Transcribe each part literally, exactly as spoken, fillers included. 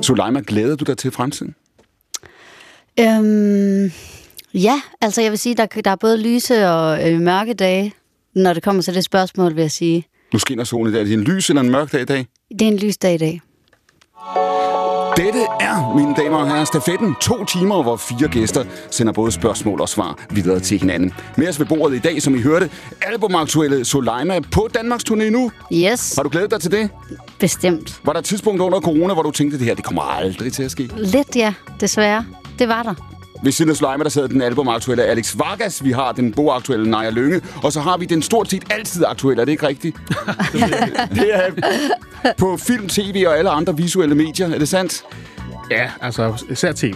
Soleima, glæder du dig til fremtiden? Øhm, ja, altså jeg vil sige, der, der er både lyse og øh, mørke dage, når det kommer til det spørgsmål, vil jeg sige. Nu skinner solen i dag. Er det en lys eller en mørk dag i dag? Det er en lys dag i dag. Dette er, mine damer og herrer, stafetten. To timer, hvor fire gæster sender både spørgsmål og svar videre til hinanden. Med os ved bordet i dag, som I hørte, albumaktuelle Soleima på Danmarks turné nu. Yes. Har du glædet dig til det? Bestemt. Var der et tidspunkt under corona, hvor du tænkte, det her, det kommer aldrig til at ske? Lidt, ja. Desværre. Det var der. Ved siden af Soleima, der sad den albumaktuelle Alex Vargas, vi har den bogaktuelle Naja Lynge, og så har vi den stort set altid aktuelle, er det ikke rigtigt? Det er på film, tv og alle andre visuelle medier, er det sandt? Ja, altså især tv.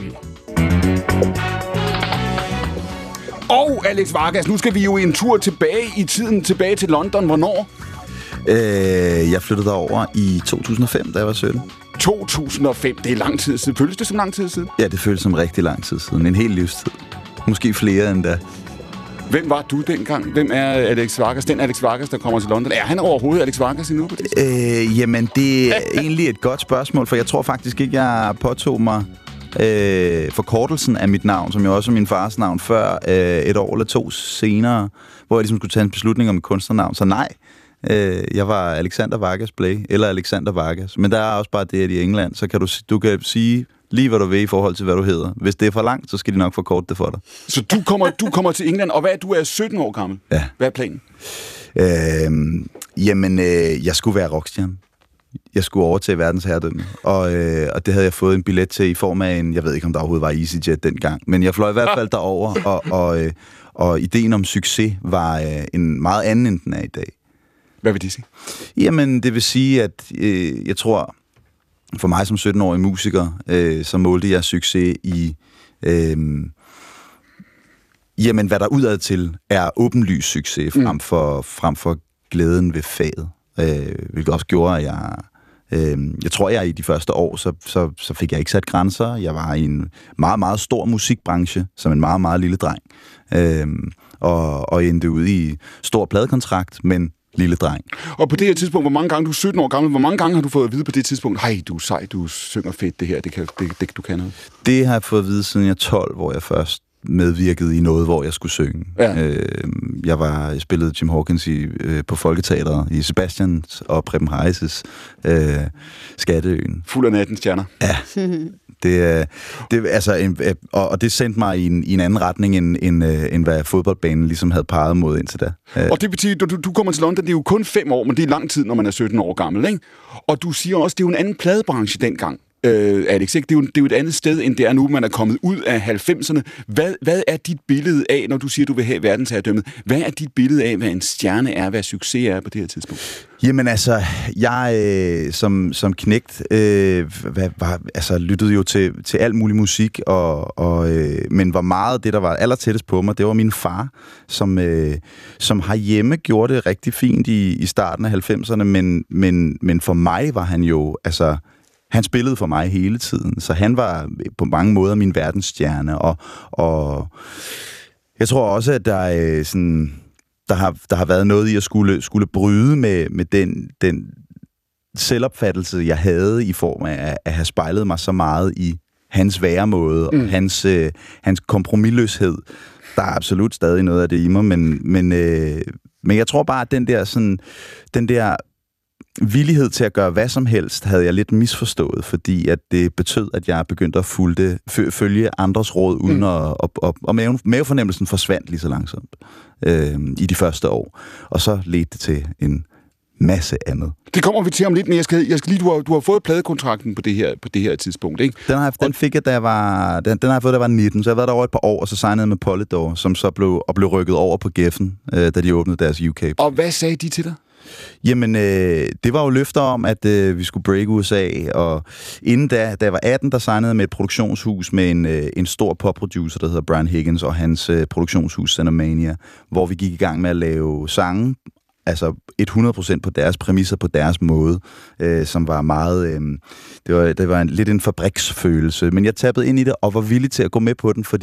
Og Alex Vargas, nu skal vi jo en tur tilbage i tiden, tilbage til London. Hvornår? Øh, jeg flyttede derover i to tusind og fem, da jeg var sytten. to tusind og fem, det er lang tid siden. Føles det som lang tid siden? Ja, det føles som rigtig lang tid siden. En hel livstid. Måske flere end da. Hvem var du dengang? Hvem er Alex Vargas? Den Alex Vargas, der kommer til London. Er han overhovedet Alex Vargas endnu på det? Øh, jamen, det er egentlig et godt spørgsmål, for jeg tror faktisk ikke, jeg påtog mig øh, forkortelsen af mit navn, som jo også er min fars navn, før øh, et år eller to senere, hvor jeg ligesom skulle tage en beslutning om et kunstnernavn. Så nej, øh, jeg var Alexander Vargas Blay, eller Alexander Vargas. Men der er også bare det, at i England, så kan du, du kan sige lige hvad du vil i forhold til, hvad du hedder. Hvis det er for langt, så skal de nok forkorte det for dig. Så du kommer, du kommer til England, og hvad er du? Er sytten år gammel? Ja. Hvad er planen? Øh, jamen, øh, jeg skulle være rockstjerne. Jeg skulle overtage verdensherredømme, og, øh, og det havde jeg fået en billet til i form af en, jeg ved ikke, om der overhovedet var EasyJet dengang, men jeg fløj i hvert fald derover, og, og, øh, og ideen om succes var øh, en meget anden, end den er i dag. Hvad vil det sige? Jamen, det vil sige, at øh, jeg tror, for mig som sytten-årig musiker, øh, så målte jeg succes i, øh, jamen, hvad der udad til er åbenlys succes, frem mm. for, frem for glæden ved faget. Øh, hvilket også gjorde, at jeg... Øh, jeg tror, jeg i de første år, så, så, så fik jeg ikke sat grænser. Jeg var i en meget, meget stor musikbranche, som en meget, meget lille dreng. Øh, og, og endte ude i stor pladekontrakt, men lille dreng. Og på det her tidspunkt, hvor mange gange, du er sytten år gammel, hvor mange gange har du fået at vide på det tidspunkt, hej, du er sej, du synger fedt, det her, det kan, det, det, du kan noget? Det har jeg fået at vide, siden jeg er tolv, hvor jeg først medvirkede i noget, hvor jeg skulle synge. Ja. Øh, jeg var jeg spillede Jim Hawkins i, øh, på Folketeatret i Sebastians og Preben Heises øh, Skatteøen. Fuld af nattens stjerner. Ja. Det, det, altså, en, og, og det sendte mig i en, i en anden retning, end, end, end hvad fodboldbanen ligesom havde peget mod indtil da. Og det betyder, du, du kommer til London, det er jo kun fem år, men det er lang tid, når man er sytten år gammel, ikke? Og du siger også, det er jo en anden pladebranche dengang. Øh, Alex, ikke? Det, er jo, det er jo et andet sted, end det er nu, man er kommet ud af halvfemserne. Hvad, hvad er dit billede af, når du siger, du vil have verdensherredømmet? Hvad er dit billede af, hvad en stjerne er, hvad succes er på det her tidspunkt? Jamen altså, jeg øh, som, som knægt øh, hvad, var, altså, lyttede jo til, til alt mulig musik, og, og, øh, men var meget det, der var allertættest på mig, det var min far, som, øh, som herhjemme gjorde det rigtig fint i, i starten af halvfemserne, men, men, men for mig var han jo, altså... Han spillede for mig hele tiden, så han var på mange måder min verdensstjerne, og, og jeg tror også, at der, er sådan, der, har, der har været noget i at skulle, skulle bryde med, med den, den selvopfattelse, jeg havde i form af at have spejlet mig så meget i hans væremåde, mm. og hans, øh, hans kompromisløshed. Der er absolut stadig noget af det i mig, men, men, øh, men jeg tror bare, at den der, sådan, den der villighed til at gøre hvad som helst, havde jeg lidt misforstået, fordi at det betød, at jeg begyndte at fulgte, følge andres råd, uden mm. at, og, og, og mavefornemmelsen forsvandt lige så langsomt øh, i de første år. Og så ledte det til en masse andet. Det kommer vi til om lidt, men jeg skal, jeg skal lige, du har, du har fået pladekontrakten på det her, på det her tidspunkt, ikke? Den, har, den fik jeg, da jeg var, den, den har jeg fået, da jeg var nitten, så jeg har været der over et par år, og så signede jeg med Polydor, som så blev, og blev rykket over på Geffen, øh, da de åbnede deres U K. Og hvad sagde de til dig? Jamen, øh, det var jo løfter om, at øh, vi skulle break U S A, og inden da, da jeg var atten, der signede jeg med et produktionshus med en, øh, en stor popproducer, der hedder Brian Higgins, og hans øh, produktionshus Cinemania, hvor vi gik i gang med at lave sange, altså hundrede procent på deres præmisser, på deres måde, øh, som var meget... Øh, det var, det var en, lidt en fabriksfølelse, men jeg tappede ind i det, og var villig til at gå med på den, fordi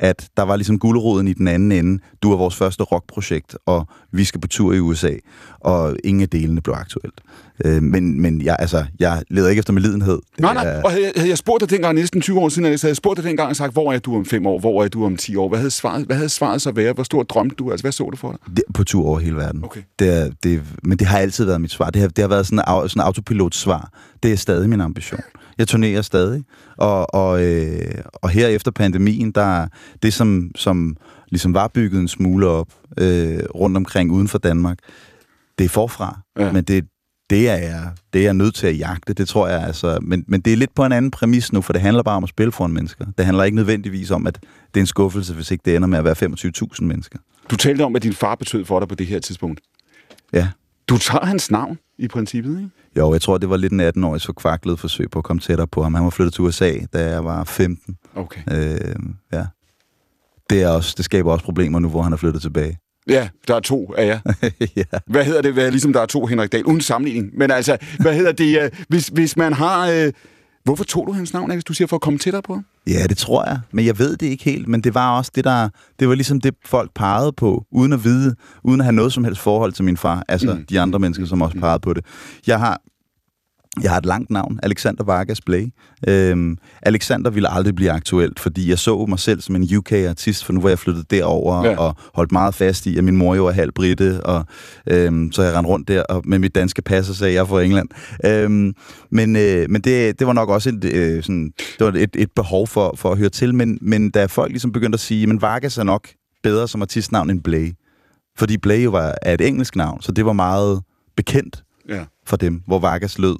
at der var ligesom guleroden i den anden ende. Du er vores første rockprojekt, og vi skal på tur i U S A, og ingen af delene blev aktuelt. Øh, men men jeg, altså, jeg leder ikke efter medlidenhed. Nej, nej, og havde jeg, havde jeg spurgt dig dengang, næsten tyve år siden, så havde jeg spurgt dig dengang og sagt, hvor er du om fem år, hvor er du om ti år? Hvad havde svaret, hvad havde svaret så været? Hvor stor drømte du? Altså, hvad så du for dig? Det, på tur over hele verden. Okay. Det er, det, men det har altid været mit svar. Det har, det har været sådan en sådan autopilot-svar. Det er stadig min ambition. Jeg turnerer stadig, og, og, øh, og her efter pandemien, der det som, som ligesom var bygget en smule op øh, rundt omkring uden for Danmark, det er forfra, ja. men det, det, er jeg, det er jeg nødt til at jagte, det tror jeg altså. Men, men det er lidt på en anden præmis nu, for det handler bare om at spille foran mennesker. Det handler ikke nødvendigvis om, at det er en skuffelse, hvis ikke det ender med at være femogtyve tusind mennesker. Du talte om, at din far betød for dig på det her tidspunkt. Ja. Du tager hans navn i princippet, ikke? Jo, jeg tror, det var lidt en atten-årig forkvaklet forsøg på at komme tættere på ham. Han var flyttet til U S A, da jeg var femten. Okay. Øh, ja. Det, er også, det skaber også problemer nu, hvor han er flyttet tilbage. Ja, der er to af jer. ja. Hvad hedder det? Hvad, ligesom der er to Henrik Dahl, uden sammenligning. Men altså, hvad hedder det? Hvis, hvis man har... Øh, hvorfor tog du hans navn, hvis du siger, for at komme tættere på ham? Ja, det tror jeg. Men jeg ved det ikke helt. Men det var også det, der... Det var ligesom det, folk pegede på, uden at vide, uden at have noget som helst forhold til min far. Altså mm. de andre mennesker, som også pegede på det. Jeg har... Jeg har et langt navn, Alexander Vargas Blay. Øhm, Alexander ville aldrig blive aktuelt, fordi jeg så mig selv som en U K-artist, for nu var jeg flyttet derover ja. og holdt meget fast i, at min mor jo er halv brite, og øhm, så jeg rendte rundt der og med mit danske pas og sagde, jeg er fra England. Øhm, men øh, men det, det var nok også et, øh, sådan, det var et, et behov for, for at høre til, men, men da folk ligesom begyndte at sige, men Vargas er nok bedre som artistnavn end Blay, fordi Blay jo var er et engelsk navn, så det var meget bekendt ja. for dem, hvor Vargas lød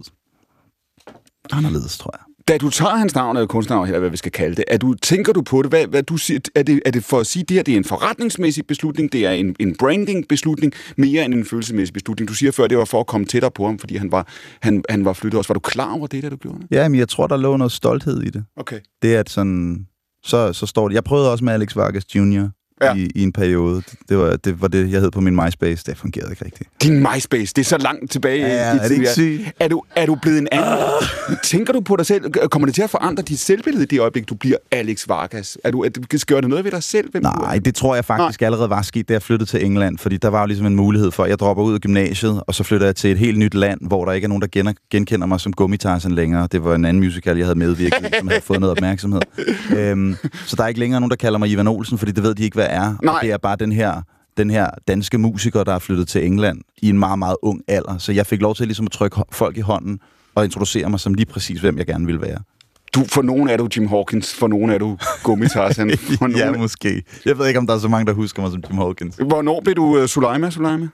anderledes, tror jeg. Da du tager hans navn, eller kunstnavn, eller hvad vi skal kalde det, er du, tænker du på det? Hvad, hvad du siger, er, det, er det for at sige, at det her det er en forretningsmæssig beslutning, det er en, en branding-beslutning, mere end en følelsesmæssig beslutning? Du siger før, det var for at komme tættere på ham, fordi han var, han, han var flyttet også. Var du klar over det, da du gjorde det? Ja, men jeg tror, der lå noget stolthed i det. Okay. Det er at sådan... Så, så står det... Jeg prøvede også med Alex Vargas junior Ja. I, i en periode. Det var, det var det, jeg hed på min MySpace. Det fungerede ikke rigtigt. Din MySpace, det er så langt tilbage. Ja, ja, er det ikke sygt? Er du, er du blevet en anden? Uh. Tænker du på dig selv? Kommer det til at forandre dit selvbillede i det øjeblik, du bliver Alex Vargas? Er du, er du, skal det noget ved dig selv? Hvem Nej, det tror jeg faktisk Nej. allerede var sket, da jeg flyttede til England. Fordi der var jo ligesom en mulighed for, at jeg dropper ud af gymnasiet, og så flytter jeg til et helt nyt land, hvor der ikke er nogen, der genkender mig som Gummitarsen længere. Det var en anden musical, jeg havde medvirket i, som havde fået noget opmærksomhed. øhm, så der er ikke længere nogen, der kalder mig Ivan Olsen, fordi det ved de ikke, hvad er. Nej. Og det er bare den her, den her danske musiker, der er flyttet til England i en meget, meget ung alder. Så jeg fik lov til ligesom at trykke folk i hånden og introducere mig som lige præcis, hvem jeg gerne ville være. Du, for nogen er du Jim Hawkins, for nogen er du Gummitarsen. ja, nogen... måske. Jeg ved ikke, om der er så mange, der husker mig som Jim Hawkins. Hvornår blev du uh, Soleima, Soleima?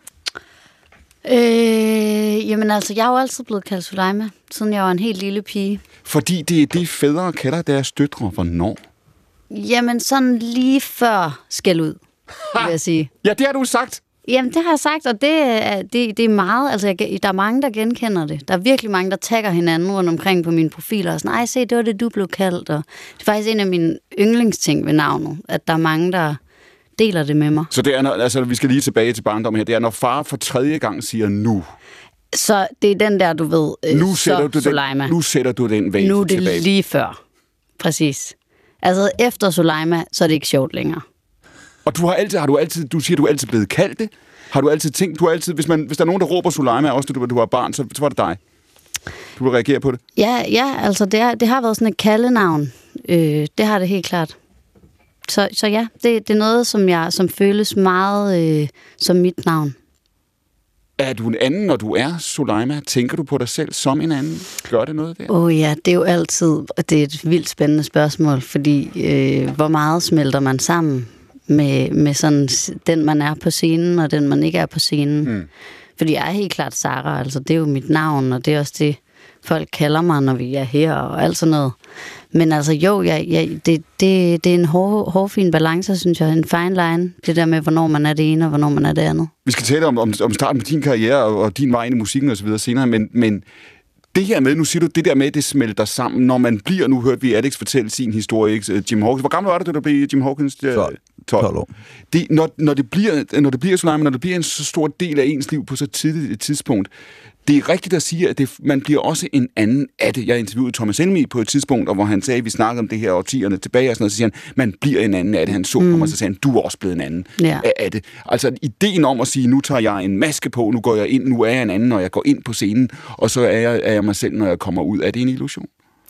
Øh, jamen altså, jeg har jo altid blevet kaldt Soleima, siden jeg var en helt lille pige. Fordi det er det, fædre kalder deres døtre. Hvornår? Jamen, sådan lige før skæld ud, vil jeg sige. Ja, det har du sagt. Jamen, det har jeg sagt, og det, det, det er meget, altså jeg, der er mange, der genkender det. Der er virkelig mange, der tagger hinanden rundt omkring på mine profiler, og sådan, ej, se, det var det, du blev kaldt, og det er faktisk en af mine yndlingsting ved navnet, at der er mange, der deler det med mig. Så det er, når, altså, vi skal lige tilbage til barndommen her, det er, når far for tredje gang siger nu. Så det er den der, du ved, øh, nu sætter så, du den, nu sætter du den væg tilbage. Nu er det tilbage. Lige før. Præcis. Altså, efter Soleima, så er det ikke sjovt længere. Og du har altid, har du altid, du siger, du er altid blevet kaldt det? Har du altid tænkt, du har altid, hvis, man, hvis der er nogen, der råber Soleima, også du, du var barn, så, så var det dig? Du vil reagere på det? Ja, ja, altså, det, er, det har været sådan et kaldenavn. Øh, det har det helt klart. Så, så ja, det, det er noget, som, jeg, som føles meget øh, som mit navn. Er du en anden, når du er Soleima? Tænker du på dig selv som en anden? Gør det noget der? Åh oh, ja, det er jo altid, det er et vildt spændende spørgsmål, fordi øh, hvor meget smelter man sammen med, med sådan den, man er på scenen, og den, man ikke er på scenen. Hmm. Fordi jeg er helt klart Sara, altså det er jo mit navn, og det er også det, folk kalder mig, når vi er her, og alt sådan noget. Men altså jo, jeg, jeg, det, det, det er en hår, hårfin balance, synes jeg, en fine line, det der med, hvornår man er det ene, og hvornår man er det andet. Vi skal tale om, om, om starten på din karriere, og, og din vej ind i musikken og så videre senere, men, men det her med, nu siger du, det der med, det smelter sammen, når man bliver, nu hørte vi Alex fortælle sin historie, ikke? Jim Hawkins. Hvor gammel var det, da du blev Jim Hawkins? tolv år. Det, når, når, det bliver, når det bliver Soleima, når det bliver en så stor del af ens liv på så tidligt et tidspunkt, det er rigtigt at sige, at det, man bliver også en anden af det. Jeg interviewede Thomas Helmig på et tidspunkt, hvor han sagde, at vi snakkede om det her årtierne tilbage, og sådan noget, så siger han, man bliver en anden af det. Han så mm. på mig, så sagde han, du er også blevet en anden ja. af, af det. Altså ideen om at sige, nu tager jeg en maske på, nu går jeg ind, nu er jeg en anden, når jeg går ind på scenen, og så er jeg, er jeg mig selv, når jeg kommer ud. Er det en illusion?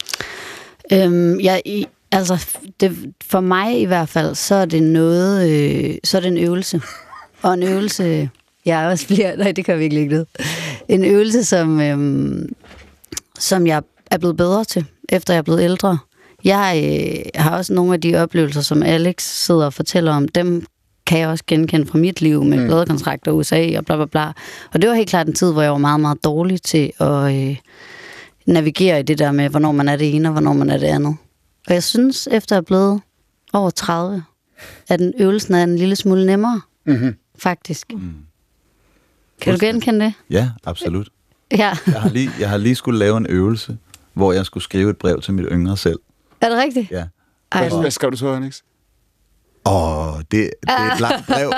Øhm, jeg, i, altså, det, for mig i hvert fald, så er det noget, øh, så er det en øvelse. Og en øvelse, jeg også bliver, nej, det kan jeg virkelig ikke noget. En øvelse, som, øhm, som jeg er blevet bedre til, efter jeg er blevet ældre. Jeg øh, har også nogle af de oplevelser, som Alex sidder og fortæller om, dem kan jeg også genkende fra mit liv med mm. pladekontrakter, U S A og bla bla bla. Og det var helt klart en tid, hvor jeg var meget, meget dårlig til at øh, navigere i det der med, hvornår man er det ene og hvornår man er det andet. Og jeg synes, efter jeg er blevet over tredive, at den øvelsen er en lille smule nemmere, mm-hmm. faktisk. Mm. Kan du genkende det? Ja, absolut. Ja. jeg, har lige, jeg har lige skulle lave en øvelse, hvor jeg skulle skrive et brev til mit yngre selv. Er det rigtigt? Ja. Ej, hvad, hvad skrev du så, Alex? Åh, oh, det, det er et langt brev.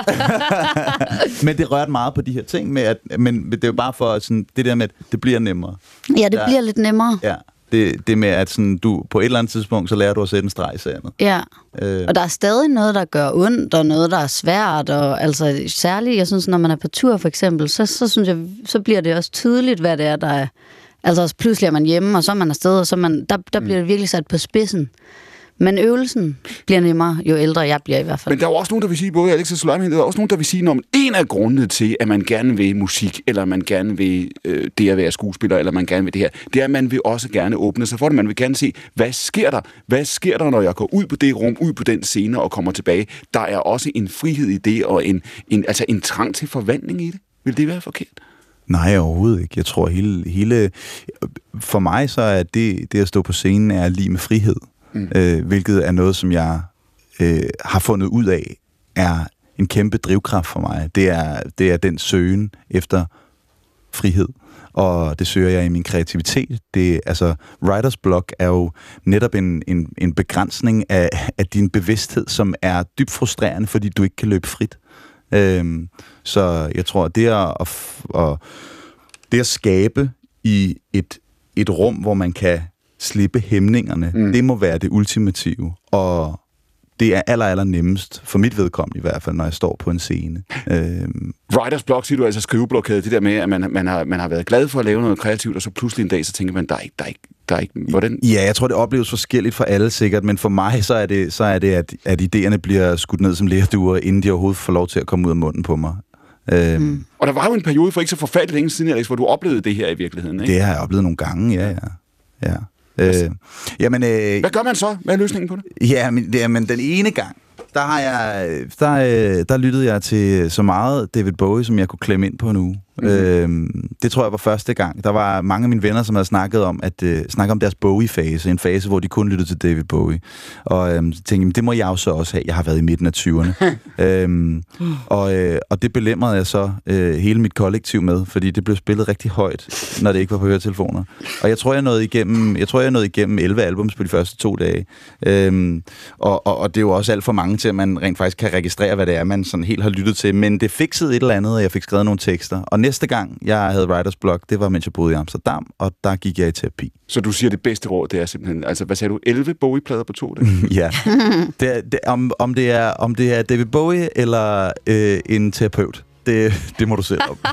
Men det rørte meget på de her ting, med at, men det er jo bare for sådan, det der med, at det bliver nemmere. Ja, det der, bliver lidt nemmere. Ja, det, det med, at sådan, du på et eller andet tidspunkt, så lærer du at sætte en streg i sandet. Ja, øh. og der er stadig noget, der gør ondt, og noget, der er svært, og altså særligt, jeg synes, når man er på tur for eksempel, så, så synes jeg, så bliver det også tydeligt, hvad det er, der er. Altså pludselig er man hjemme, og så er man afsted, og så man, der, der bliver det virkelig sat på spidsen. Men øvelsen bliver nemmere, jo ældre jeg bliver i hvert fald. Men der er jo også nogen, der vil sige, både Alex og Sulejman, der er også nogen, der vil sige, når en af grundene til, at man gerne vil musik, eller man gerne vil øh, det at være skuespiller, eller man gerne vil det her, det er, at man vil også gerne åbne sig for det. Man vil gerne se, hvad sker der? Hvad sker der, når jeg går ud på det rum, ud på den scene og kommer tilbage? Der er også en frihed i det, og en, en, altså en trang til forvandling i det. Vil det være forkert? Nej, overhovedet ikke. Jeg tror, hele, hele for mig så er det, det at stå på scenen er lige med frihed. Mm. Øh, hvilket er noget, som jeg øh, har fundet ud af, er en kæmpe drivkraft for mig. Det er, det er den søgen efter frihed, og det søger jeg i min kreativitet. Det, altså, writer's block er jo netop en, en, en begrænsning af, af din bevidsthed, som er dybt frustrerende, fordi du ikke kan løbe frit. Øhm, så jeg tror, det er at, at, det at skabe i et, et rum, hvor man kan slippe hæmningerne, mm. det må være det ultimative. Og det er aller, aller nemmest, for mit vedkommende i hvert fald, når jeg står på en scene. Øhm. Writer's block, siger du, altså skriveblokade, det der med, at man, man, har, man har været glad for at lave noget kreativt, og så pludselig en dag, så tænker man, der er ikke, der er ikke, der er ikke, hvordan? Ja, jeg tror, det opleves forskelligt for alle sikkert, men for mig, så er det, så er det at, at idéerne bliver skudt ned som lerduer, inden de overhovedet får lov til at komme ud af munden på mig. Øhm. Mm. Og der var jo en periode for ikke så forfærdeligt længe siden, Alex, hvor du oplevede det her i virkeligheden, ikke? Det har jeg oplevet nogle gange, ja, ja. ja. Øh, jamen, øh, hvad gør man så? Hvad er løsningen på det? Ja, men, det, men den ene gang, der har jeg, der, øh, der lyttede jeg til så meget David Bowie, som jeg kunne klemme ind på en uge. Mm-hmm. Øh, det tror jeg var første gang. Der var mange af mine venner, som havde snakket om, at, øh, snakket om deres Bowie-fase. En fase, hvor de kun lyttede til David Bowie. Og øh, så tænkte jeg, det må jeg jo så også have. Jeg har været i midten af tyverne. øhm, og, øh, og det belemrede jeg så øh, hele mit kollektiv med, fordi det blev spillet rigtig højt, når det ikke var på høretelefoner. Og jeg tror, jeg nåede igennem, jeg tror, jeg nåede igennem elleve albums på de første to dage. Øhm, og, og, og det er jo også alt for mange til, at man rent faktisk kan registrere, hvad det er, man sådan helt har lyttet til. Men det fikset et eller andet, og jeg fik skrevet nogle tekster. Og næste gang, jeg havde writer's block, det var, mens jeg boede i Amsterdam, og der gik jeg i terapi. Så du siger, det bedste råd, det er simpelthen, altså, hvad sagde du, elleve Bowie-plader på to dage? Ja. Det er, det, om, om, det er, om det er David Bowie eller øh, en terapeut, det, det må du selv om.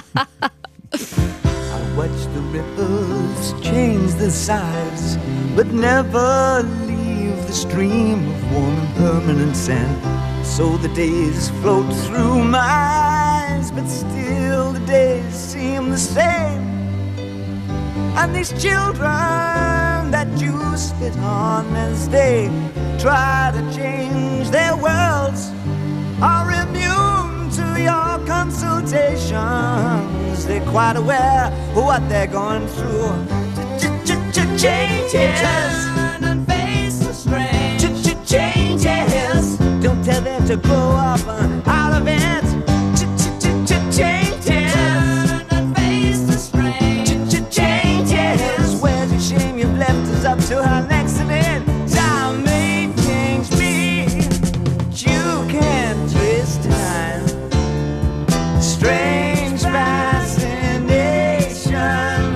I watch the ripples change the size, but never leave the stream of warm and permanent sand. So the days float through my eyes, but still the days seem the same. And these children that you spit on as they try to change their worlds are immune to your consultations. They're quite aware of what they're going through. Changes and face the strange. Changes. Don't tell them to grow up out of it. Changes and face the strange. Changes. Where's your shame you've left us up to our next event? Time may change me, but you can't twist time. Strange fascination.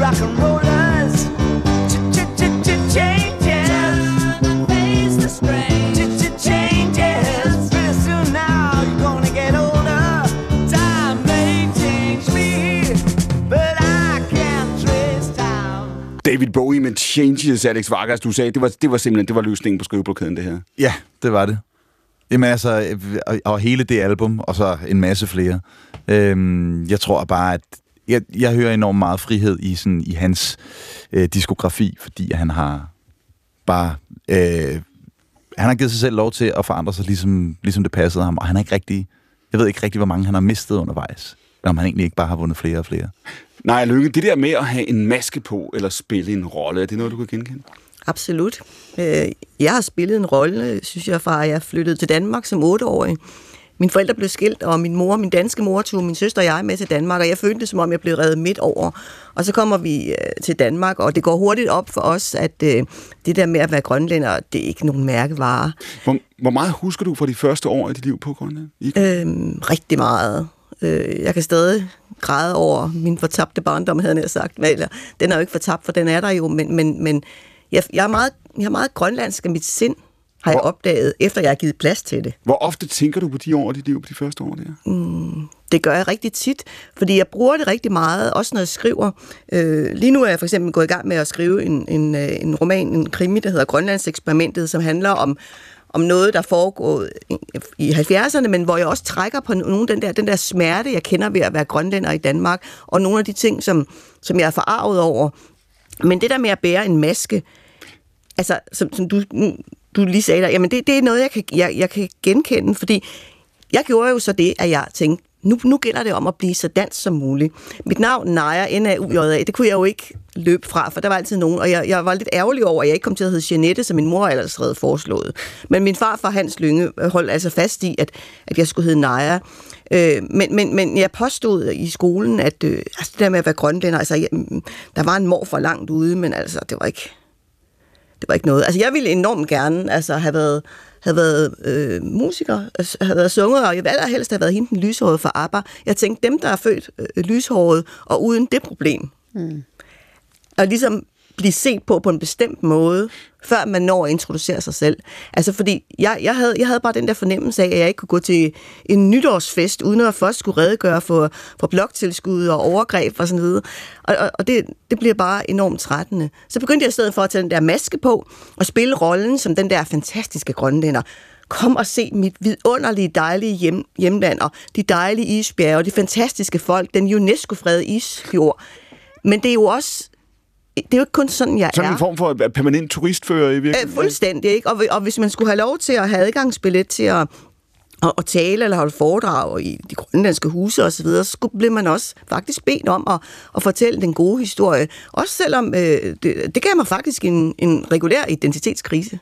rock and rollers. Changes, face the strain. Changes, pretty soon now you're gonna get older. Time may change me, but I can't trace time. David Bowie med Changes, Alex Vargas, du sagde, det var, det var simpelthen det var løsningen på skriveblokaden, det her. Ja, det var det. Jamen altså, og, og hele det album, og så en masse flere. Øhm, jeg tror bare, at jeg, jeg hører enormt meget frihed i, sådan, i hans øh, diskografi, fordi han har bare... Øh, han har givet sig selv lov til at forandre sig, ligesom, ligesom det passede ham, og han er ikke rigtig... Jeg ved ikke rigtig, hvor mange han har mistet undervejs, eller om han egentlig ikke bare har vundet flere og flere. Nej, Lykke, det der med at have en maske på, eller spille en rolle, er det noget, du kan genkende? Absolut. Jeg har spillet en rolle, synes jeg, fra at jeg flyttede til Danmark som otteårig. Mine forældre blev skilt, og min mor, min danske mor, tog min søster og jeg med til Danmark, og jeg følte det, som om jeg blev revet midt over. Og så kommer vi til Danmark, og det går hurtigt op for os, at det der med at være grønlænder, det er ikke nogen mærkevare. Hvor, hvor meget husker du fra de første år af dit liv på Grønland? Øhm, rigtig meget. Jeg kan stadig græde over min fortabte barndom, havde jeg sagt. Eller, den er jo ikke fortabt, for den er der jo, men, men, men jeg, jeg, er meget, jeg er meget grønlandsk af mit sind, har jeg opdaget, efter jeg har givet plads til det. Hvor ofte tænker du på de år af dit liv, på de første år der? Mm, det gør jeg rigtig tit, fordi jeg bruger det rigtig meget, også når jeg skriver. Øh, lige nu er jeg for eksempel gået i gang med at skrive en, en, en roman, en krimi, der hedder Grønlandseksperimentet, som handler om om noget, der foregår i halvfjerdserne, men hvor jeg også trækker på nogle den der, den der smerte, jeg kender ved at være grønlænder i Danmark, og nogle af de ting, som, som jeg er forarvet over. Men det der med at bære en maske, altså, som, som du, du lige sagde der, jamen det, det er noget, jeg kan, jeg, jeg kan genkende, fordi jeg gjorde jo så det, at jeg tænkte, Nu, nu gælder det om at blive så dansk som muligt. Mit navn, Naja, N A U J A, det kunne jeg jo ikke løbe fra, for der var altid nogen, og jeg, jeg var lidt ærgerlig over, at jeg ikke kom til at hedde Jeanette, som min mor ellers havde foreslået. Men min farfar, Hans Lynge, holdt altså fast i, at, at jeg skulle hedde Naja. Øh, men, men, men jeg påstod i skolen, at øh, altså det der med at være grønlænder, altså jeg, der var en morfar langt ude, men altså det var ikke, det var ikke noget. Altså jeg ville enormt gerne altså, have været havde været øh, musiker, altså, havde været sunget, og jeg ville allerhelst have været hende den lyshårede fra ABBA. Jeg tænkte, dem, der er født øh, lyshårede, og uden det problem, mm. og ligesom blive set på på en bestemt måde, før man når at introducere sig selv. Altså, fordi jeg, jeg, havde, jeg havde bare den der fornemmelse af, at jeg ikke kunne gå til en nytårsfest, uden at først skulle redegøre for, for bloktilskud og overgreb og sådan noget. Og, og, og det, det bliver bare enormt trættende. Så begyndte jeg i stedet for at tage den der maske på, og spille rollen som den der fantastiske grønlænder. Kom og se mit vidunderlige, dejlige hjem, hjemland, og de dejlige isbjerge, og de fantastiske folk, den UNESCO-fredede isfjord. Men det er jo også... Det er jo ikke kun sådan, jeg sådan er. Sådan en form for permanent turistfører i virkeligheden? Øh, fuldstændig, ikke? Og, og hvis man skulle have lov til at have adgangsbillet til at, at, at tale eller holde foredrag i de grønlandske huse osv., så, så blev man også faktisk bedt om at, at fortælle den gode historie. Også selvom øh, det, det gav mig faktisk en, en regulær identitetskrise.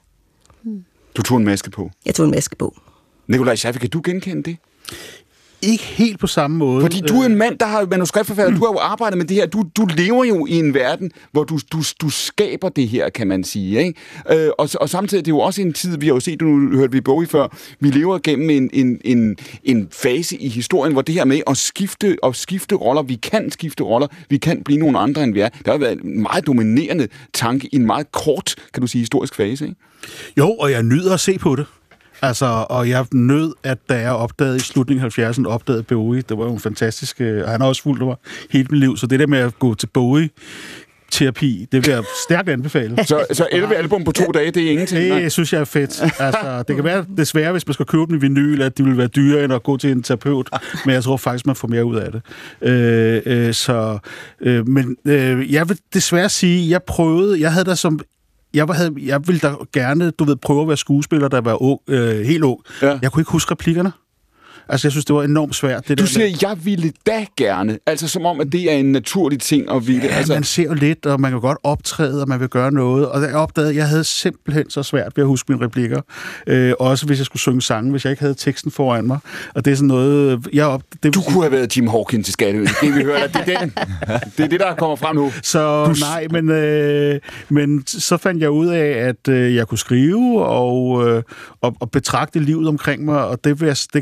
Du tog en maske på? Jeg tog en maske på. Nikolaj Schaffe, kan du genkende det? Ikke helt på samme måde. Fordi du er en mand, der har manuskriptforfatter, mm. du har jo arbejdet med det her, du, du lever jo i en verden, hvor du, du, du skaber det her, kan man sige, ikke? Øh, og, og samtidig, det er jo også en tid, vi har jo set, nu hørte vi Bowie før, vi lever gennem en, en, en, en fase i historien, hvor det her med at skifte, at skifte roller, vi kan skifte roller, vi kan blive nogle andre, end vi er. Det har været en meget dominerende tanke i en meget kort, kan du sige, historisk fase, ikke? Jo, og jeg nyder at se på det. Altså, og jeg nød, at da jeg opdagede i slutningen af halvfjerdserne, opdagede Bowie, det var jo en fantastisk, og han har også fulgt mig hele mit liv, så det der med at gå til Bowie terapi, det vil jeg stærkt anbefale. Så, så elleve album på to dage, det er ingenting? Det nej. synes jeg er fedt. Altså, det kan være desværre, hvis man skal købe den i vinyl, at det vil være dyrere end at gå til en terapeut, men jeg tror faktisk, man får mere ud af det. Øh, øh, så, øh, men øh, jeg vil desværre sige, jeg prøvede, jeg havde der som Jeg, havde, jeg ville da gerne, du ved, prøve at være skuespiller, der var ung, øh, helt ung. Ja. Jeg kunne ikke huske replikkerne. Altså, jeg synes, det var enormt svært. Det du der siger, med... jeg ville da gerne. Altså, som om, at det er en naturlig ting at ville. Ja, altså... man ser jo lidt, og man kan godt optræde, og man vil gøre noget. Og jeg opdagede, at jeg havde simpelthen så svært ved at huske mine replikker. Øh, også hvis jeg skulle synge sange, hvis jeg ikke havde teksten foran mig. Og det er sådan noget... Jeg op... det... Du kunne have været Jim Hawkins til Skatteøen. Det vi hører, det er, den. det er det, der kommer frem nu. Så du... nej, men, øh, men så fandt jeg ud af, at øh, jeg kunne skrive og, øh, og, og betragte livet omkring mig, og det, vil jeg, det kan der selvfølgelig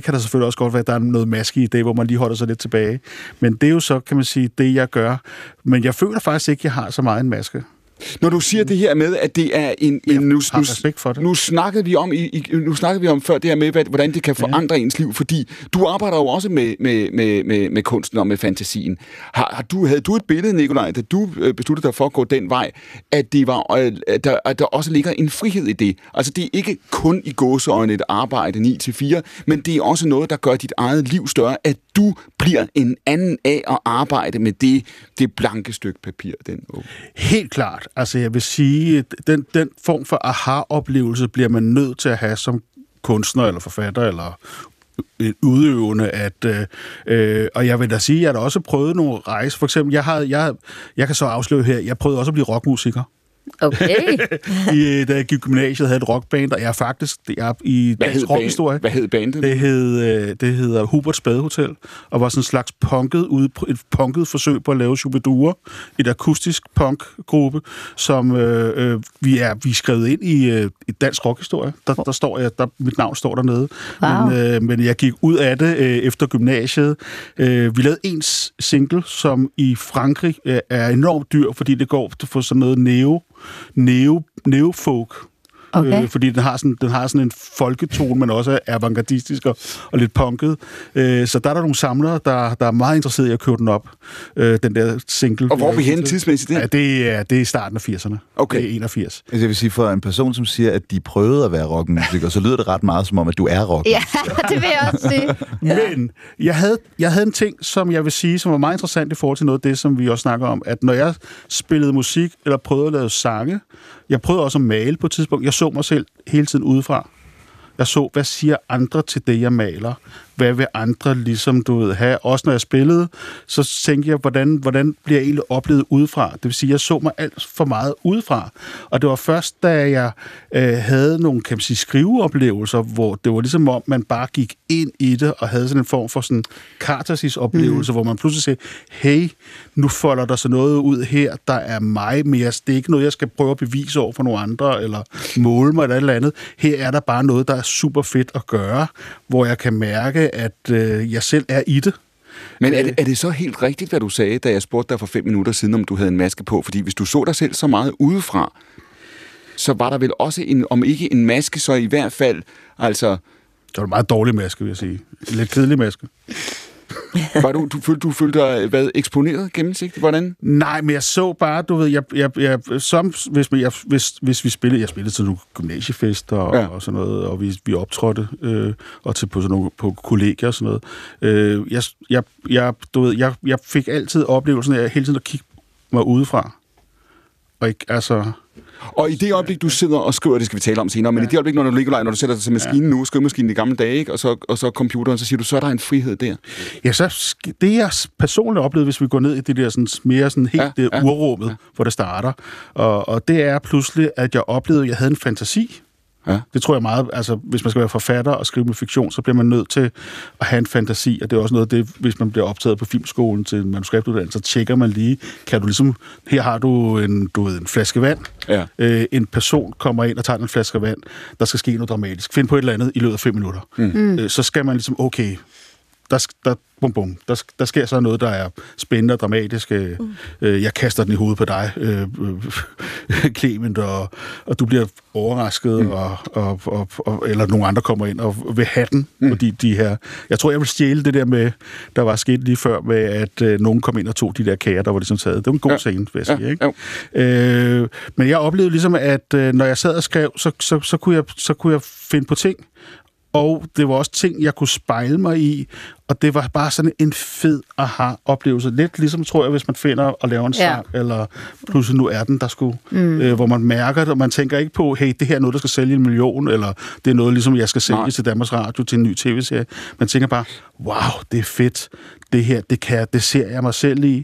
også godt være, at der er noget maske i det, hvor man lige holder sig lidt tilbage. Men det er jo så, kan man sige, det jeg gør. Men jeg føler faktisk ikke, at jeg har så meget en maske. Når du siger det her med, at det er en... en nu, nu, for det. Nu, snakkede vi om, i, nu snakkede vi om før det her med, hvordan det kan forandre ja. ens liv, fordi du arbejder jo også med, med, med, med, med kunsten og med fantasien. Har, har du, havde du et billede, Nikolaj, da du besluttede dig for at gå den vej, at, det var, at, der, at der også ligger en frihed i det? Altså, det er ikke kun i gåseøjne et arbejde ni til fire, men det er også noget, der gør dit eget liv større, at du bliver en anden af at arbejde med det, det blanke stykke papir. Den Helt klart. Altså, jeg vil sige, at den, den form for aha-oplevelse bliver man nødt til at have som kunstner eller forfatter eller udøvende, at, øh, og jeg vil da sige, at jeg har også prøvet nogle rejser. For eksempel, jeg, har, jeg, jeg kan så afsløre her, jeg prøvede også at blive rockmusiker. Okay. I, da jeg gik i gymnasiet, havde et rockband, og jeg er faktisk det er i dansk rockhistorie. Hvad hed bandet? Det, hed, det hedder Huberts Badehotel, og var sådan en slags punket, ude, et punket forsøg på at lave Shubidua, et akustisk punkgruppe, som øh, øh, vi er vi er skrevet ind i øh, et dansk rockhistorie. Der, der står jeg, der, mit navn står dernede. Wow. Men, øh, men jeg gik ud af det øh, efter gymnasiet. Øh, vi lavede en single, som i Frankrig øh, er enormt dyr, fordi det går for sådan noget neo Neo, neofolk. Okay. Øh, fordi den har, sådan, den har sådan en folketone, men også er avantgardistisk og, og lidt punket. Øh, så der er der nogle samlere, der, der er meget interesserede i at købe den op. Øh, den der single. Og hvor er vi henne tidsmæssigt? Ja, det er, det er starten af firserne. Okay. Det er enogfirs. Altså, jeg vil sige, for en person, som siger, at de prøvede at være rockmusiker, så lyder det ret meget som om, at du er rock. Ja, det vil jeg også sige. Ja. Men jeg havde, jeg havde en ting, som jeg vil sige, som var meget interessant i forhold til noget af det, som vi også snakker om, at når jeg spillede musik, eller prøvede at lave sange, jeg prøvede også at male på et tidspunkt, jeg så mig selv hele tiden udefra. Jeg så, hvad siger andre til det, jeg maler? Hvad vil andre ligesom, du ved, have? Også når jeg spillede, så tænkte jeg, hvordan, hvordan bliver jeg egentlig oplevet udefra? Det vil sige, jeg så mig alt for meget udefra. Og det var først, da jeg øh, havde nogle, kan man sige, skriveoplevelser, hvor det var ligesom om, man bare gik ind i det, og havde sådan en form for sådan katarsis-oplevelse, mm. hvor man pludselig siger, hey, nu folder der så noget ud her, der er mig, men det er ikke noget, jeg skal prøve at bevise over for nogle andre, eller måle mig eller et eller andet. Her er der bare noget, der er super fedt at gøre, hvor jeg kan mærke, at øh, jeg selv er i det. Men er det, er det så helt rigtigt, hvad du sagde, da jeg spurgte dig for fem minutter siden, om du havde en maske på? Fordi hvis du så dig selv så meget udefra, så var der vel også, en, om ikke en maske, så i hvert fald, altså... Det var en meget dårlig maske, vil jeg sige. En lidt kedelig maske. Var du, du, følte, du følte dig hvad, eksponeret gennemsigtigt? Hvordan? Nej, men jeg så bare, du ved, jeg, jeg, jeg, som, hvis, jeg, hvis, hvis vi spillede, jeg spillede til nogle gymnasiefester og, ja. og sådan noget, og vi, vi optrådte øh, og til på sådan nogle på kollegier og sådan noget. Øh, jeg, jeg, jeg, du ved, jeg, jeg fik altid oplevelsen af hele tiden at kigge mig udefra. Og ikke, altså... Og i det øjeblik, du sidder og skriver, det skal vi tale om senere, men ja. i det øjeblik, når du ligger, når du sætter dig til maskinen ja. nu, skrivemaskinen i gamle dage, ikke? Og, så, og så computeren, så siger du, så er der en frihed der. Ja, så det jeg personligt oplevede, hvis vi går ned i det der sådan, mere sådan helt ja, ja, urrummet, ja. hvor det starter, og, og det er pludselig, at jeg oplevede, at jeg havde en fantasi. Ja. Det tror jeg meget, altså hvis man skal være forfatter og skrive med fiktion, så bliver man nødt til at have en fantasi, og det er også noget af det, hvis man bliver optaget på filmskolen til en manuskriptuddannelse, så tjekker man lige, kan du ligesom, her har du en, du ved, en flaske vand, ja. øh, en person kommer ind og tager en flaske vand, der skal ske noget dramatisk, find på et eller andet i løbet af fem minutter. Mm. Øh, så skal man ligesom, okay, der, der, bum, bum, der, der sker så noget, der er spændende og dramatisk. Øh, mm. øh, jeg kaster den i hovedet på dig, øh, øh, Clement, og, og du bliver overrasket, mm. og, og, og, og, eller nogle andre kommer ind og vil have den, mm. fordi de her... Jeg tror, jeg vil stjæle det der med, der var sket lige før, med at øh, nogen kom ind og tog de der kager, der var ligesom taget. Det var en god ja. scene, vil jeg sige. Ja. Ikke? Øh, men jeg oplevede ligesom, at øh, når jeg sad og skrev, så, så, så, kunne jeg, så kunne jeg finde på ting, og det var også ting, jeg kunne spejle mig i, og det var bare sådan en fed aha-oplevelse. Lidt ligesom, tror jeg, hvis man finder og laver en sang, ja. eller pludselig nu er den, der skulle, mm. øh, hvor man mærker det, og man tænker ikke på, hey, det her er noget, der skal sælge en million, eller det er noget, ligesom jeg skal sælge Nej. til Danmarks Radio til en ny tv-serie. Man tænker bare, wow, det er fedt, det her, det kan det ser jeg mig selv i.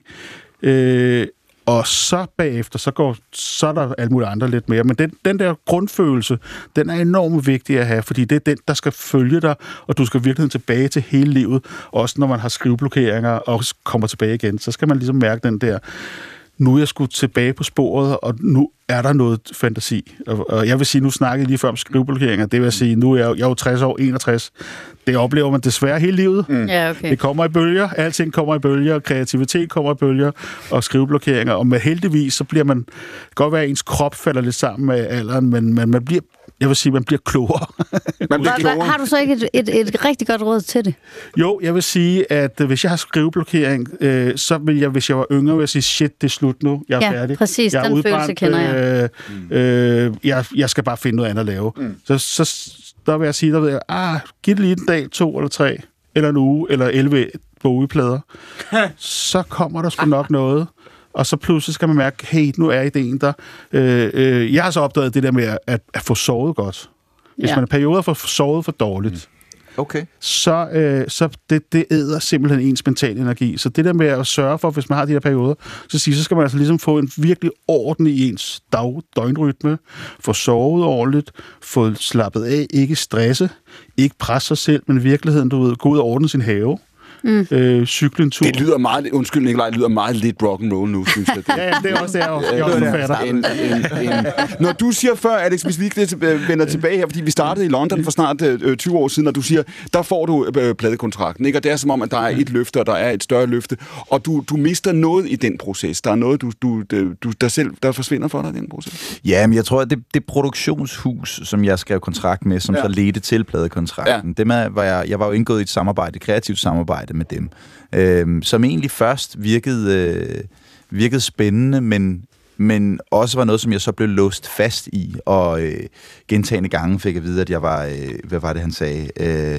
Øh, Og så bagefter, så, går, så er der alle mulige andre lidt mere. Men den, den der grundfølelse, den er enormt vigtig at have, fordi det er den, der skal følge dig, og du skal virkelig tilbage til hele livet. Også når man har skriveblokeringer og kommer tilbage igen, så skal man ligesom mærke den der, nu er jeg sgu tilbage på sporet, og nu er der noget fantasi. Og, og jeg vil sige, nu snakkede jeg lige før om skriveblokeringer, det vil sige, nu er jeg, jeg er jo tres år, enogtres. Det oplever man desværre hele livet. Mm. Ja, okay. Det kommer i bølger, alting kommer i bølger, kreativitet kommer i bølger, og skriveblokeringer. Og med heldigvis, så bliver man, godt være, at ens krop falder lidt sammen med alderen, men, men man bliver, jeg vil sige, man bliver klogere. Man bliver klogere. Har du så ikke et, et, et rigtig godt råd til det? Jo, jeg vil sige, at hvis jeg har skriveblokering, øh, så vil jeg, hvis jeg var yngre, vil jeg sige, shit, det er slut nu, jeg er ja, færdig. Præcis, jeg er den følelse kender jeg. Øh, øh, jeg. Jeg skal bare finde noget andet at lave. Mm. Så, så der vil jeg sige, der ved jeg, ah, giv det lige en dag, to eller tre, eller en uge, eller elleve bogplader. Så kommer der sgu nok noget. Og så pludselig skal man mærke, hey, nu er ideen der. Øh, øh, jeg har så opdaget det der med at, at få sovet godt. Hvis ja. man er perioder for sovet for dårligt, okay. så, øh, så det, det æder simpelthen ens mentale energi. Så det der med at sørge for, hvis man har de her perioder, så, sige, så skal man altså ligesom få en virkelig orden i ens dag, døgnrytme, få sovet ordentligt, få slappet af, ikke stresse, ikke presse sig selv, men i virkeligheden, du ved, gå ud og ordne sin have. Mm. Øh, cykle en tur. Det lyder meget, undskyld Nikolaj, det lyder meget lidt rock and roll nu, synes jeg. Det. Ja, det er også det, jeg også, jeg også forfatter. En, en, en. Når du siger før, Alex, hvis vi ikke vender tilbage her, fordi vi startede i London for snart øh, tyve år siden, og du siger, der får du øh, pladekontrakten, ikke? Og det er som om, at der er et løfte, og der er et større løfte, og du, du mister noget i den proces. Der er noget, du, du, du, der selv der forsvinder for dig i den proces. Ja, men jeg tror, at det, det produktionshus, som jeg skrev kontrakt med, som ja. så ledte til pladekontrakten, ja. det med, var jeg, jeg var jo indgået i et samarbejde, et kreativt samarbejde med dem, øh, som egentlig først virkede, øh, virkede spændende, men, men også var noget, som jeg så blev låst fast i, og øh, gentagne gange fik jeg at vide, at jeg var, øh, hvad var det, han sagde, øh,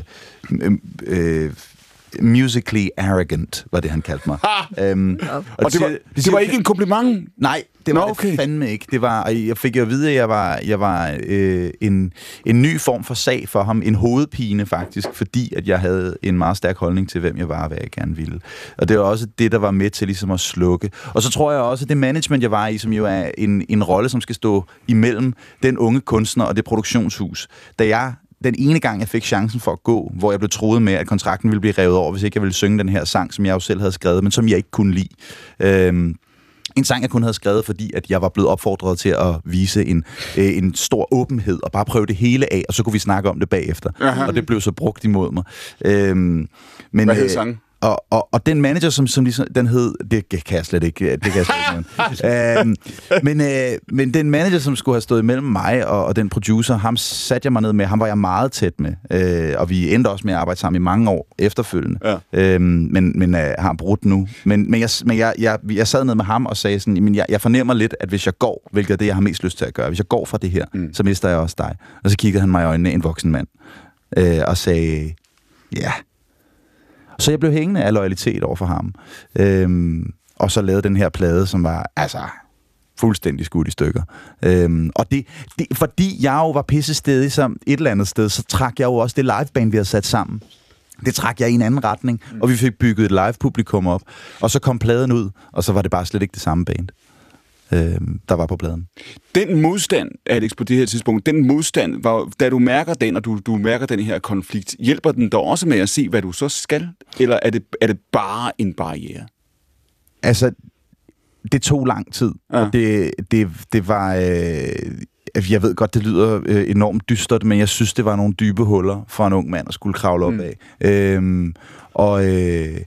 øh, musically arrogant, var det, han kaldte mig. øhm, og og det, var, det, det var ikke en kompliment? Nej, det var Nå, okay. det fandme ikke. Det var, jeg fik jo at vide, at jeg var, jeg var øh, en, en ny form for sag for ham, en hovedpine faktisk, fordi at jeg havde en meget stærk holdning til, hvem jeg var og hvad jeg gerne ville. Og det var også det, der var med til ligesom at slukke. Og så tror jeg også, at det management, jeg var i, som jo er en, en rolle, som skal stå imellem den unge kunstner og det produktionshus, da jeg den ene gang, jeg fik chancen for at gå, hvor jeg blev troet med, at kontrakten ville blive revet over, hvis ikke jeg ville synge den her sang, som jeg jo selv havde skrevet, men som jeg ikke kunne lide. Øhm, en sang, jeg kun havde skrevet, fordi at jeg var blevet opfordret til at vise en, øh, en stor åbenhed, og bare prøve det hele af, og så kunne vi snakke om det bagefter. Aha. Og det blev så brugt imod mig. Øhm, men, Hvad hed sangen? Og, og, og den manager, som, som ligesom, den hed, det kan jeg slet ikke, det kan jeg slet ikke øhm, men, øh, men den manager, som skulle have stået imellem mig og, og den producer, ham satte jeg mig ned med, ham var jeg meget tæt med, øh, og vi endte også med at arbejde sammen i mange år efterfølgende, ja. øhm, men, men øh, har brudt nu. Men, men, jeg, men jeg, jeg, jeg sad ned med ham og sagde sådan, men jeg, jeg fornemmer lidt, at hvis jeg går, hvilket er det, jeg har mest lyst til at gøre, hvis jeg går fra det her, mm. så mister jeg også dig. Og så kiggede han mig i øjnene, en voksen mand, øh, og sagde, ja, yeah. Så jeg blev hængende af loyalitet over for ham. Øhm, og så lavede den her plade, som var altså fuldstændig skudt i stykker. Øhm, og det, det, fordi jeg jo var pissestedig som et eller andet sted, så trak jeg jo også det liveband, vi havde sat sammen. Det trak jeg i en anden retning, mm. og vi fik bygget et live-publikum op. Og så kom pladen ud, og så var det bare slet ikke det samme band, øh, der var på pladen. Den modstand, Alex, på det her tidspunkt, den modstand, var, da du mærker den, og du, du mærker den her konflikt, hjælper den dig også med at se, hvad du så skal? Eller er det, er det bare en barriere? Altså, det tog lang tid. Ja. Og det, det, det var... Øh, jeg ved godt, det lyder øh, enormt dystert, men jeg synes, det var nogle dybe huller for en ung mand at skulle kravle op mm. af. Øhm, og... Øh,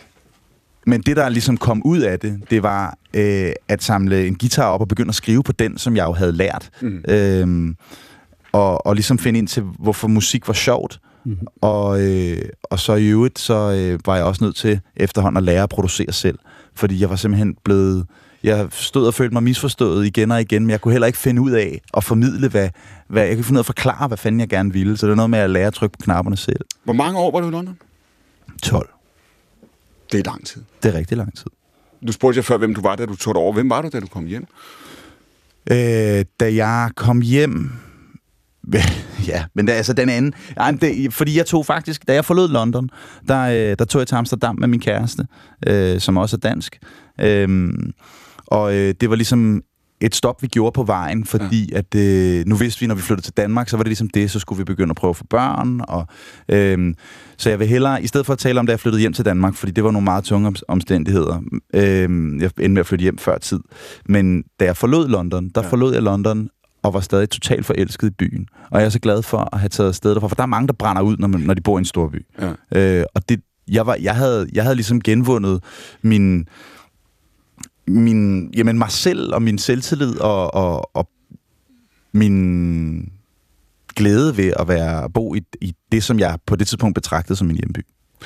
Men det, der ligesom kom ud af det, det var øh, at samle en guitar op og begynde at skrive på den, som jeg jo havde lært. Mm. Øhm, og, og ligesom finde ind til, hvorfor musik var sjovt. Mm. Og, øh, og så i øvrigt, så øh, var jeg også nødt til efterhånden at lære at producere selv. Fordi jeg var simpelthen blevet... Jeg stod og følte mig misforstået igen og igen, men jeg kunne heller ikke finde ud af at formidle, hvad, hvad jeg kunne finde ud af at forklare, hvad fanden jeg gerne ville. Så det er noget med at lære at trykke på knapperne selv. Hvor mange år var du i London? tolv. Det er lang tid. Det er rigtig lang tid. Du spurgte jeg før, hvem du var, da du tog det over. Hvem var du, da du kom hjem? Øh, da jeg kom hjem... ja, men det, altså den anden... Ej, det, fordi jeg tog faktisk... Da jeg forlod London, der, der tog jeg til Amsterdam med min kæreste, øh, som også er dansk. Øh, og øh, det var ligesom et stop, vi gjorde på vejen, fordi ja. at øh, nu vidste vi, når vi flyttede til Danmark, så var det ligesom det, så skulle vi begynde at prøve at få børn. Og, øh, så jeg vil hellere, i stedet for at tale om, da jeg flyttede hjem til Danmark, fordi det var nogle meget tunge omstændigheder. Øh, jeg endte med at flytte hjem før tid. Men da jeg forlod London, der ja. forlod jeg London, og var stadig totalt forelsket i byen. Og jeg er så glad for at have taget afsted derfra, for der er mange, der brænder ud, når, man, når de bor i en stor by. Ja. Øh, og det, jeg, var, jeg, havde, jeg havde ligesom genvundet min... min, jamen mig selv og min selvtillid og, og, og min glæde ved at være bo i, i det, som jeg på det tidspunkt betragtede som min hjemby.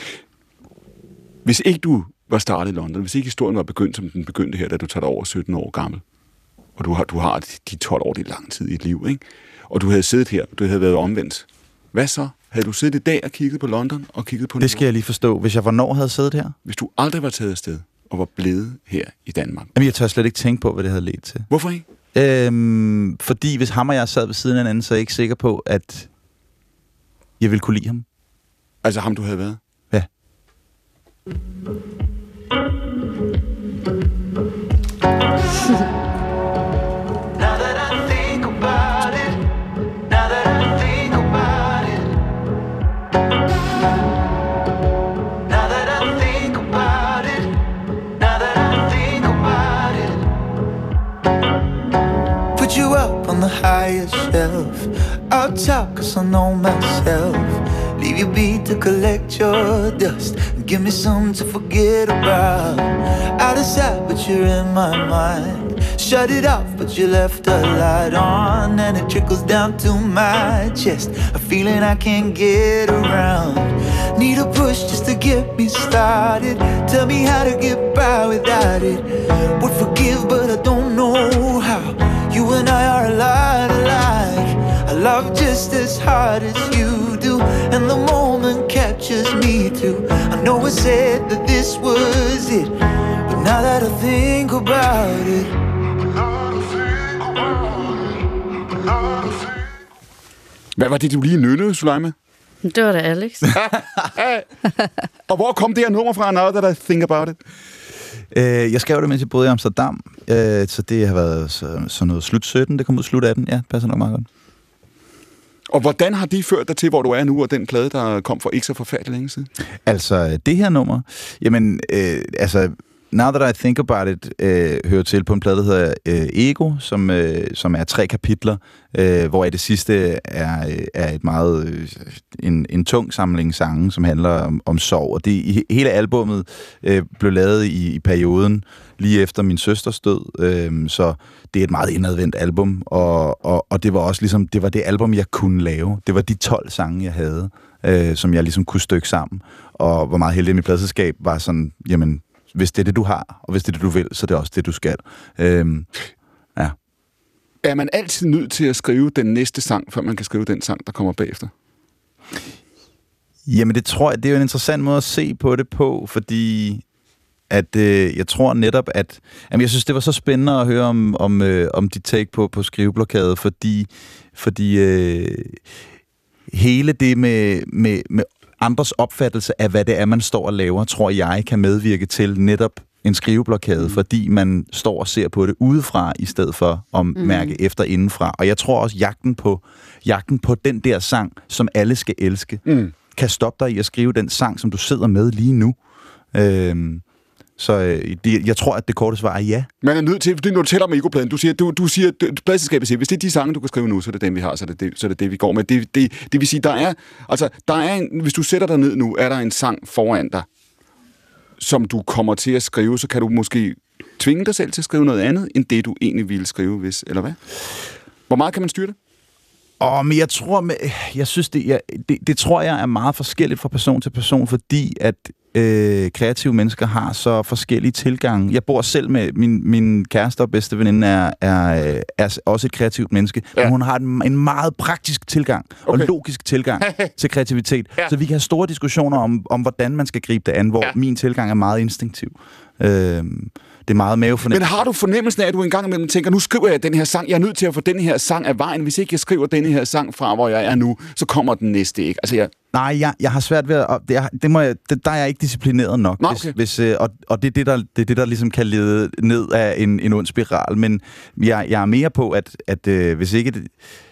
Hvis ikke du var startet i London, hvis ikke historien var begyndt, som den begyndte her, da du tager over sytten år gammel, og du har, du har de tolv år, det er lang tid i et liv, ikke? Og du havde siddet her, du havde været omvendt. Hvad så? Havde du siddet i dag og kigget på London og kigget på... Det skal jeg lige forstå. Hvis jeg hvornår havde siddet her? Hvis du aldrig var taget afsted og var blevet her i Danmark. Jamen, jeg tør slet ikke tænke på, hvad det havde ledt til. Hvorfor ikke? Øhm, fordi hvis ham og jeg sad ved siden af hinanden, så er jeg ikke sikker på, at jeg ville kunne lide ham. Altså ham, du havde været? Ja. On the highest shelf, I'll talk cause I know myself. Leave you be to collect your dust and give me something to forget about. Out of sight but you're in my mind. Shut it off but you left the light on, and it trickles down to my chest, a feeling I can't get around. Need a push just to get me started. Tell me how to get by without it. Would forgive but I don't know how. You and I are a lot alike. I love just as hard as you do, and the moment captures me too. I know I said that this was it, but now that I think about it. Hvad var det, du lige nynnede, Soleima? Det var da Alex. Og hvor kom det her nummer fra, Now That I Think About It? Øh, jeg skrev det, mens jeg boede i Amsterdam, øh, så det har været så, så noget slut sytten, det kom ud slut atten, ja, det passer nok meget godt. Og hvordan har de ført dig til, hvor du er nu, og den plade, der kom for ikke så forfærdeligt længe siden? Altså, det her nummer, jamen, øh, altså, Now That I Think About It øh, hører til på en plade, der hedder øh, Ego, som, øh, som er tre kapitler, øh, hvor det sidste er, er et meget øh, en, en tung samling sange, som handler om, om sorg. Og det, hele albummet øh, blev lavet i, i perioden lige efter min søsters død, øh, så det er et meget indadvendt album, og, og, og det var også ligesom, det var det album, jeg kunne lave. Det var de tolv sange, jeg havde, øh, som jeg ligesom kunne stykke sammen, og hvor meget heldig mit pladeselskab var sådan, jamen, hvis det er det, du har, og hvis det er det, du vil, så er det også det, du skal. Øhm, ja. Er man altid nødt til at skrive den næste sang, før man kan skrive den sang, der kommer bagefter? Jamen, det tror jeg, det er jo en interessant måde at se på det på, fordi at øh, jeg tror netop, at... Jamen, jeg synes, det var så spændende at høre om, om, øh, om dit take på, på skriveblokade, fordi, fordi øh, hele det med... med, med andres opfattelse af, hvad det er, man står og laver, tror jeg, kan medvirke til netop en skriveblokade, mm. fordi man står og ser på det udefra, i stedet for at mm. mærke efter indenfra. Og jeg tror også, jagten på, jagten på den der sang, som alle skal elske, mm. kan stoppe dig i at skrive den sang, som du sidder med lige nu. Øhm, så øh, det, jeg tror, at det korte svar er ja. Man er nødt til, fordi når du tæller med Ego-pladen, du siger, du, du siger, pladeselskabet siger, hvis det er de sange, du kan skrive nu, så er det dem, vi har, så er det det, så er det, det vi går med. Det, det, det vil sige, der er, altså, der er en, hvis du sætter dig ned nu, er der en sang foran dig, som du kommer til at skrive, så kan du måske tvinge dig selv til at skrive noget andet, end det, du egentlig ville skrive, hvis, eller hvad? Hvor meget kan man styre det? Åh, men jeg tror, jeg synes, det, jeg, det, det tror jeg er meget forskelligt fra person til person, fordi at øh, kreative mennesker har så forskellige tilgange. Jeg bor selv med min, min kæreste og bedste veninde er, er, er også et kreativt menneske, ja. Men hun har en, en meget praktisk tilgang okay. og logisk tilgang til kreativitet. Ja. Så vi kan have store diskussioner om, om, hvordan man skal gribe det an, hvor ja. Min tilgang er meget instinktiv. Øh, Det er meget mavefornemmelse. Men har du fornemmelsen af, at du engang imellem tænker, nu skriver jeg den her sang, jeg er nødt til at få den her sang af vejen. Hvis ikke jeg skriver den her sang fra, hvor jeg er nu, så kommer den næste ikke. Altså, jeg... Nej, jeg, jeg har svært ved at... Det, er, det må jeg, det, der er jeg ikke disciplineret nok. Nå, hvis, okay. hvis, øh, og og det, er det, der, det er det, der ligesom kan lede ned af en, en ond spiral. Men jeg, jeg er mere på, at, at øh, hvis ikke... Det,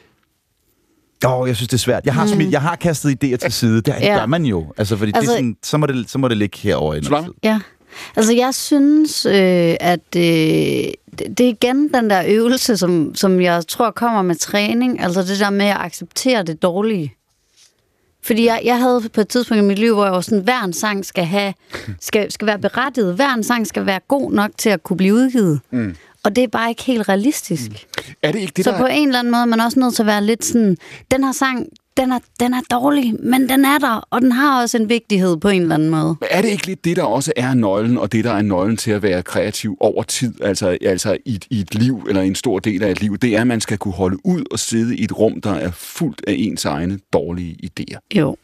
Åh, oh, jeg synes, det er svært. Jeg har, mm. smidt, jeg har kastet idéer til side. Det ja. gør man jo. Altså, fordi altså, det er sådan, så, må det, så må det ligge herover i noget tid. Ja. Altså, jeg synes, øh, at øh, det er igen den der øvelse, som, som jeg tror kommer med træning. Altså det der med at acceptere det dårlige. Fordi jeg, jeg havde på et tidspunkt i mit liv, hvor jeg var sådan, hver en sang skal, have, skal, skal være berettiget. Hver en sang skal være god nok til at kunne blive udgivet. Mm. Og det er bare ikke helt realistisk. Mm. Er det ikke det, så der... på en eller anden måde er man også nødt til at være lidt sådan, den her sang, den er, den er dårlig, men den er der, og den har også en vigtighed på en eller anden måde. Er det ikke lidt det, der også er nøglen, og det, der er nøglen til at være kreativ over tid, altså, altså i, i et liv, eller en stor del af et liv, det er, at man skal kunne holde ud og sidde i et rum, der er fuldt af ens egne dårlige idéer. Jo.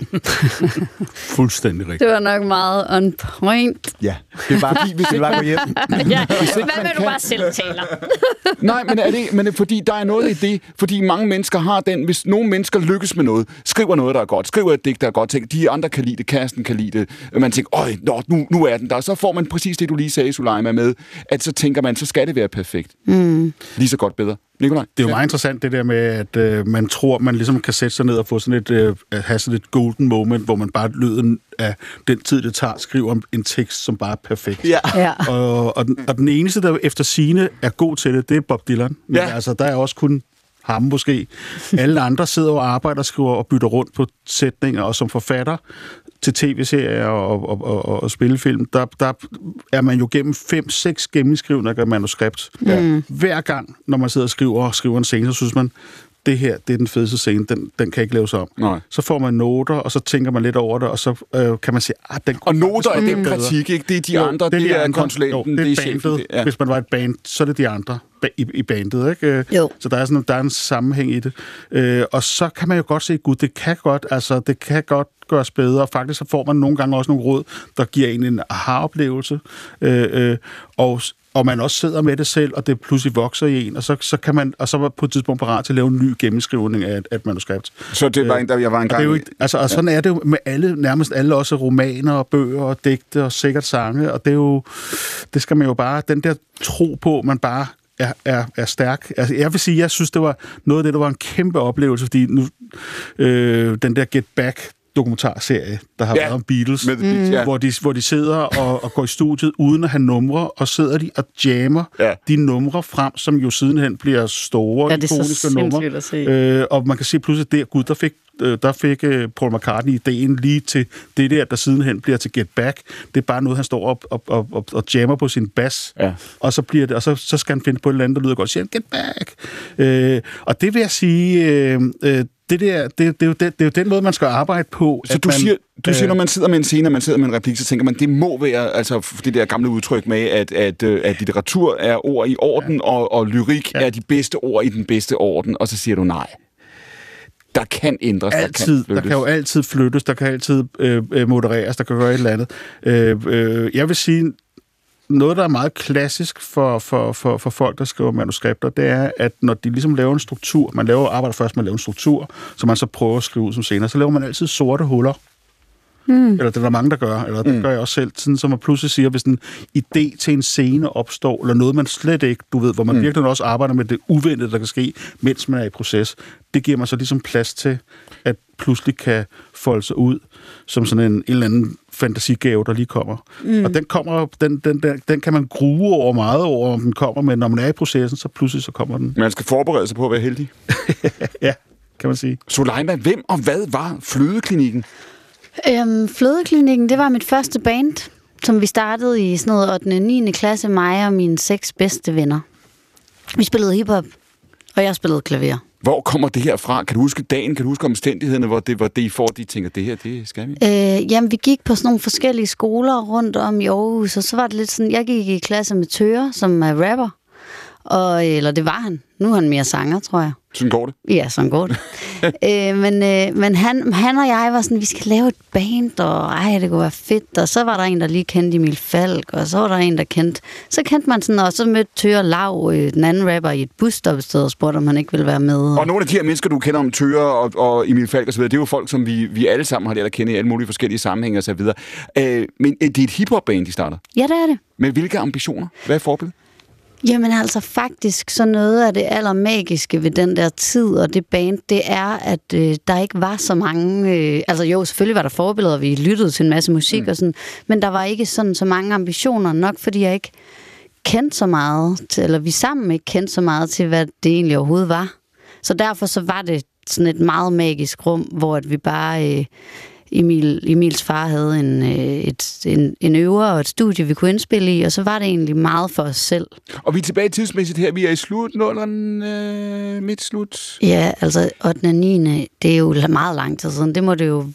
Fuldstændig rigtigt. Det var nok meget on point. Ja, det er bare, fordi, hvis det bare går hjem. Ja. Hvad med du bare selv taler? Nej, men er det, men fordi der er noget i det, fordi mange mennesker har den, hvis nogle mennesker lykkes med noget, skriver noget, der er godt, skriver et digt, der er godt, tænker, de andre kan lide det, kæresten kan lide det, man tænker, øj, nå, nu, nu er den der, så får man præcis det, du lige sagde, Soleima, med, at så tænker man, så skal det være perfekt. Mm. Lige så godt bedre. Nikolaj? Det er jo meget interessant det der med, at øh, man tror, man ligesom kan sætte sig ned og få sådan et, øh, have sådan et golden moment, hvor man bare lyden af den tid, det tager, skriver en tekst, som bare er perfekt. Ja. Ja. Og, og, den, og den eneste, der efter sigende er god til det, det er Bob Dylan. Men Ja. altså, der er også kun ham måske. Alle andre sidder og arbejder, skriver og bytter rundt på sætninger, og som forfatter til tv-serier og, og, og, og spillefilm, der, der er man jo gennem fem, seks gennemskrivninger af manuskript. Mm. Hver gang, når man sidder og skriver, og skriver en scene, så synes man, det her, det er den fedeste scene, den, den kan ikke laves om. Nej. Så får man noter, og så tænker man lidt over det, og så øh, kan man sige, ah, den Og noter er den bedre. kritik, ikke? Det er de Jo, andre, det er, det er konsulenten, jo, det er, det er chefen. bandet. Det, ja. Hvis man var et band, så er det de andre ba- i, i bandet, ikke? Jo. Så der er sådan der er en sammenhæng i det. Øh, og så kan man jo godt se, gud, det kan godt, altså, det kan godt gøres bedre, og faktisk så får man nogle gange også nogle råd, der giver en en aha-oplevelse, øh, øh, og og man også sidder med det selv, og det pludselig vokser i en, og så, så kan man, og så var på et tidspunkt parat til at lave en ny gennemskrivning af et, et manuskript. Så det var en, der jeg var en Og, det gang... er jo, ikke- altså, og sådan ja. er det jo med alle, nærmest alle også romaner og bøger og digte og sikkert sange, og det er jo, det skal man jo bare, den der tro på, man bare er, er, er stærk. Altså, jeg vil sige, jeg synes, det var noget af det, der var en kæmpe oplevelse, fordi nu, øh, den der Get Back dokumentarserie, der har Ja, været om Beatles, med The Beatles, ja. hvor, de, hvor de sidder og, og går i studiet uden at have numre, og sidder de og jammer Ja. de numre frem, som jo sidenhen bliver store, Ja, det er så ikoniske numre. sindssygt at se. Øh, og man kan se pludselig, der, gud, der fik, øh, der fik øh, Paul McCartney ideen lige til det der, der sidenhen bliver til Get Back. Det er bare noget, han står op og, og, og, og jammer på sin bas, Ja. og så bliver det, og så, så skal han finde på et eller andet, der lyder godt, og siger, Get Back! Øh, og det vil jeg sige, øh, øh, det, der, det, det, er jo den, det er jo den måde, man skal arbejde på. Så at du, man, siger, du øh, siger, når man sidder med en scene, og man sidder med en replik, så tænker man, det må være, altså det der gamle udtryk med, at, at, øh, at litteratur er ord i orden, ja. og, og lyrik ja. er de bedste ord i den bedste orden, og så siger du nej. Der kan ændres, altid, der kan der kan jo altid flyttes, der kan altid øh, modereres, der kan gøre et eller andet. Øh, øh, jeg vil sige, noget, der er meget klassisk for, for, for, for folk, der skriver manuskripter, det er, at når de ligesom laver en struktur, man laver arbejder først med at lave en struktur, som man så prøver at skrive ud som senere, så laver man altid sorte huller. Mm. Eller det er der mange, der gør, eller det mm. gør jeg også selv, sådan som man pludselig siger, hvis en idé til en scene opstår, eller noget, man slet ikke, du ved, hvor man mm. virkelig også arbejder med det uventede, der kan ske, mens man er i proces, det giver man så ligesom plads til, at pludselig kan folde sig ud, som sådan en, en eller anden fantasigave, der lige kommer. Mm. Og den kommer, den, den, den, den kan man grue over meget over, om den kommer, men når man er i processen, så pludselig så kommer den. Man skal forberede sig på at være heldig. Ja, kan man sige. Soleima, hvem og hvad var Flødeklinikken? Øhm, Flødeklinikken, det var mit første band, som vi startede i sådan noget ottende og niende klasse, mig og mine seks bedste venner. Vi spillede hiphop, og jeg spillede klaver. Hvor kommer det her fra? Kan du huske dagen? Kan du huske omstændighederne, hvor det var det, I får, de tænker, det her, det skal vi? Øh, jamen, vi gik på sådan nogle forskellige skoler rundt om i Aarhus, og så var det lidt sådan, jeg gik i klasse med Tøre, som er rapper, Og, eller det var han. Nu er han mere sanger, tror jeg. Sådan går det. Ja, sådan går det. øh, men øh, men han, han og jeg var sådan, vi skal lave et band, og ej, det kunne være fedt. Og så var der en, der lige kendte Emil Falk, og så var der en, der kendte... Så kendte man sådan, og så mødte Tøre Lav, øh, den anden rapper, i et busstoppested og spurgte, om han ikke ville være med. Og nogle af de her mennesker, du kender om Tøre og, og Emil Falk og så videre, det er jo folk, som vi, vi alle sammen har lært at kende i alle mulige forskellige sammenhænge og så videre. Øh, men det er et hiphop-band, de starter. Ja, det er det. Med hvilke ambitioner? Hvad er forbilledet? Jamen altså faktisk, så noget af det allermagiske ved den der tid og det band, det er, at øh, der ikke var så mange... Øh, altså jo, selvfølgelig var der forbilleder, vi lyttede til en masse musik mm. og sådan, men der var ikke sådan så mange ambitioner, nok fordi jeg ikke kendte så meget, til, eller vi sammen ikke kendte så meget til, hvad det egentlig overhovedet var. Så derfor så var det sådan et meget magisk rum, hvor at vi bare... Øh, Emil, Emils far havde en, et, en, en øver og et studie, vi kunne indspille i, og så var det egentlig meget for os selv. Og vi er tilbage tidsmæssigt her. Vi er i slutnulleren, øh, midt slut. Ja, altså ottende og niende det er jo meget lang tid siden. Det må det jo...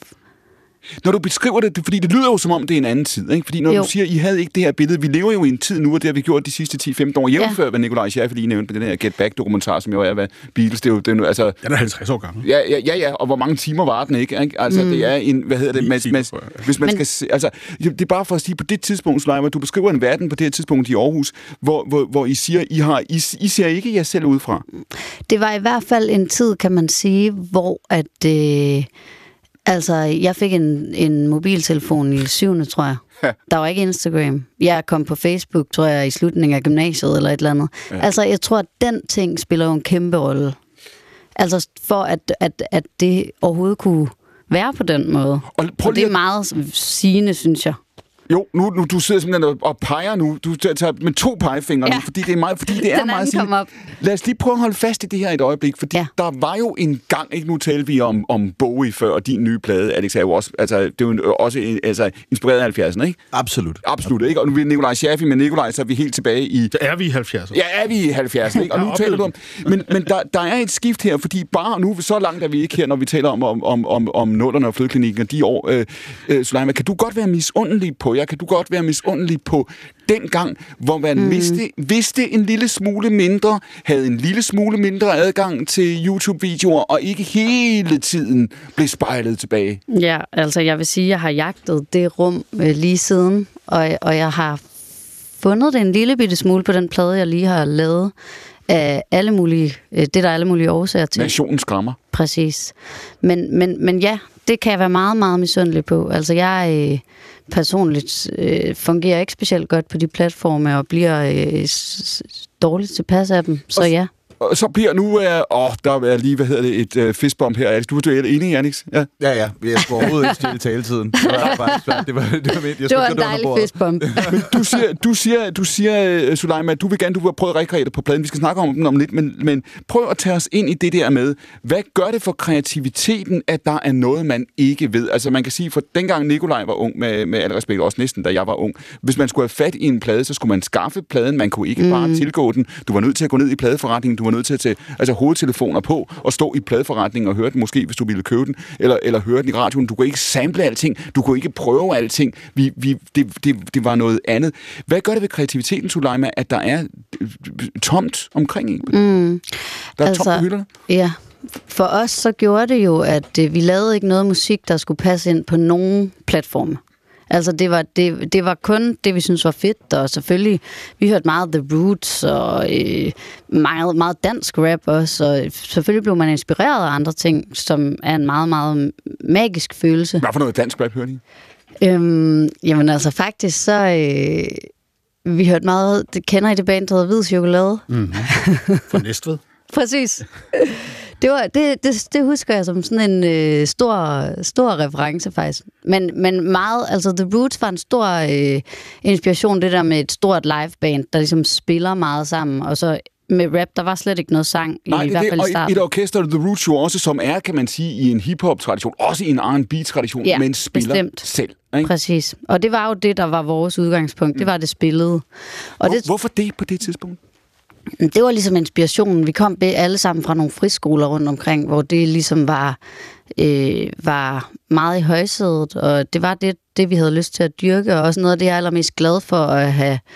Når du beskriver det, det, fordi det lyder jo som om, det er en anden tid, ikke? Fordi når jo. Du siger, I havde ikke det her billede, vi lever jo i en tid nu, og det har vi gjort de sidste ti femten år, jævnfør, ja. Hvad Nikolaj Scherf lige nævnte på den her Get Back-dokumentar, som jo er, hvad Beatles, det er jo... Det er, altså, den er halvtreds år gammel. Ja, ja, ja, ja, og hvor mange timer var den, ikke? Altså, mm. det er en... Hvad hedder det? Mas, mas, hvis man Men, skal se, altså, det er bare for at sige, på det tidspunkt, Sulejman, du beskriver en verden på det her tidspunkt i Aarhus, hvor, hvor, hvor I siger, I, har, I, I ser ikke jer selv udefra. Det var i hvert fald en tid, kan man sige, hvor at... Øh, Altså, jeg fik en, en mobiltelefon i syvende, tror jeg. Ja. Der var ikke Instagram. Jeg kom på Facebook, tror jeg, i slutningen af gymnasiet eller et eller andet. Ja. Altså, jeg tror, at den ting spiller jo en kæmpe rolle. Altså, for at, at, at det overhovedet kunne være på den måde. Og, og det er meget sigende, synes jeg. Jo, nu, nu du sidder simpelthen og peger nu. Du tager med to pegefingre ja. Nu, fordi det er meget, fordi det er meget sigende. Lad os lige prøve at holde fast i det her et øjeblik, fordi ja. Der var jo en gang, ikke nu talte vi om, om Bowie før, og din nye plade, Alex, er jo også, altså, det er jo også altså, inspireret af halvfjerdserne, ikke? Absolut. Absolut, ikke? Og nu er vi Nikolaj Scherf, med Nikolaj, så er vi helt tilbage i... Så er vi i halvfjerdserne. Ja, er vi i halvfjerdserne, ikke? Og nu taler du om... Men, men der, der er et skift her, fordi bare nu, så langt er vi ikke her, når vi taler om, om, om, om, om nullerne og fødeklinikken og de år. Øh, øh, Sulejman, kan du godt være misundelig på jer? Kan du godt være misundelig på den gang, hvor man mm. vidste, vidste en lille smule mindre, havde en lille smule mindre adgang til YouTube-videoer, og ikke hele tiden blev spejlet tilbage? Ja, altså jeg vil sige, at jeg har jagtet det rum øh, lige siden, og, og jeg har fundet det en lille bitte smule på den plade, jeg lige har lavet, af alle mulige, øh, det der er alle mulige årsager til. Nationen skræmmer. Præcis. Men, men, men ja, det kan jeg være meget, meget misundelig på. Altså jeg... Øh, personligt øh, fungerer ikke specielt godt på de platforme og bliver øh, s- dårligt tilpas af dem, så ja. Og så bliver nu, øh, åh, der er lige, hvad hedder det, et øh, fistbomb her. Du er enig, Janix? Ja, ja, ja. Jeg skulle overhovedet ikke stille taletiden. Det var faktisk svært. Det var, det var, jeg det var en dejlig fistbomb. Men du siger, du siger, du siger Sulejman, at du vil gerne, du vil prøve at rekreere på pladen. Vi skal snakke om den om lidt, men, men prøv at tage os ind i det der med, hvad gør det for kreativiteten, at der er noget, man ikke ved? Altså man kan sige, for dengang Nikolaj var ung, med, med al respekt, også næsten da jeg var ung, hvis man skulle have fat i en plade, så skulle man skaffe pladen. Man kunne ikke mm. bare tilgå den. Du var nødt til at gå ned i pladeforretningen. Du var nødt til at tage altså, hovedtelefoner på og stå i pladeforretningen og høre den, måske hvis du ville købe den, eller, eller høre den i radioen. Du kunne ikke sample alting. Du kunne ikke prøve alting. Vi, vi, det, det, det var noget andet. Hvad gør det ved kreativiteten, Sulejman, at der er tomt omkring en? Mm. Der er altså, tomt på hylderne? Ja. For os så gjorde det jo, at øh, vi lavede ikke noget musik, der skulle passe ind på nogen platforme. Altså det var, det, det var kun det, vi synes var fedt, og selvfølgelig, vi hørte meget The Roots, og øh, meget, meget dansk rap også, og selvfølgelig blev man inspireret af andre ting, som er en meget, meget magisk følelse. Hvad for noget dansk rap hørte I? Øhm, jamen altså faktisk, så... Øh, vi hørte meget, det kender I det band, der hedder Hvid Chokolade? Mm-hmm. For Næstved. Præcis. Det, var, det, det, det husker jeg som sådan en øh, stor, stor reference faktisk. Men, men meget, altså The Roots var en stor øh, inspiration, det der med et stort liveband, der ligesom spiller meget sammen, og så med rap, der var slet ikke noget sang, Nej, i, i hvert fald i starten. Et orkester, The Roots jo også, som er, kan man sige, i en hiphop-tradition, også i en R and B-tradition, ja, men spiller bestemt. Selv. Ikke? Præcis. Og det var jo det, der var vores udgangspunkt. Mm. Det var det spillede. Og Hvor, det, hvorfor det på det tidspunkt? Det var ligesom inspirationen. Vi kom alle sammen fra nogle friskoler rundt omkring, hvor det ligesom var, øh, var meget i højsædet, og det var det, det, vi havde lyst til at dyrke, og også noget af det, jeg er allermest glad for at have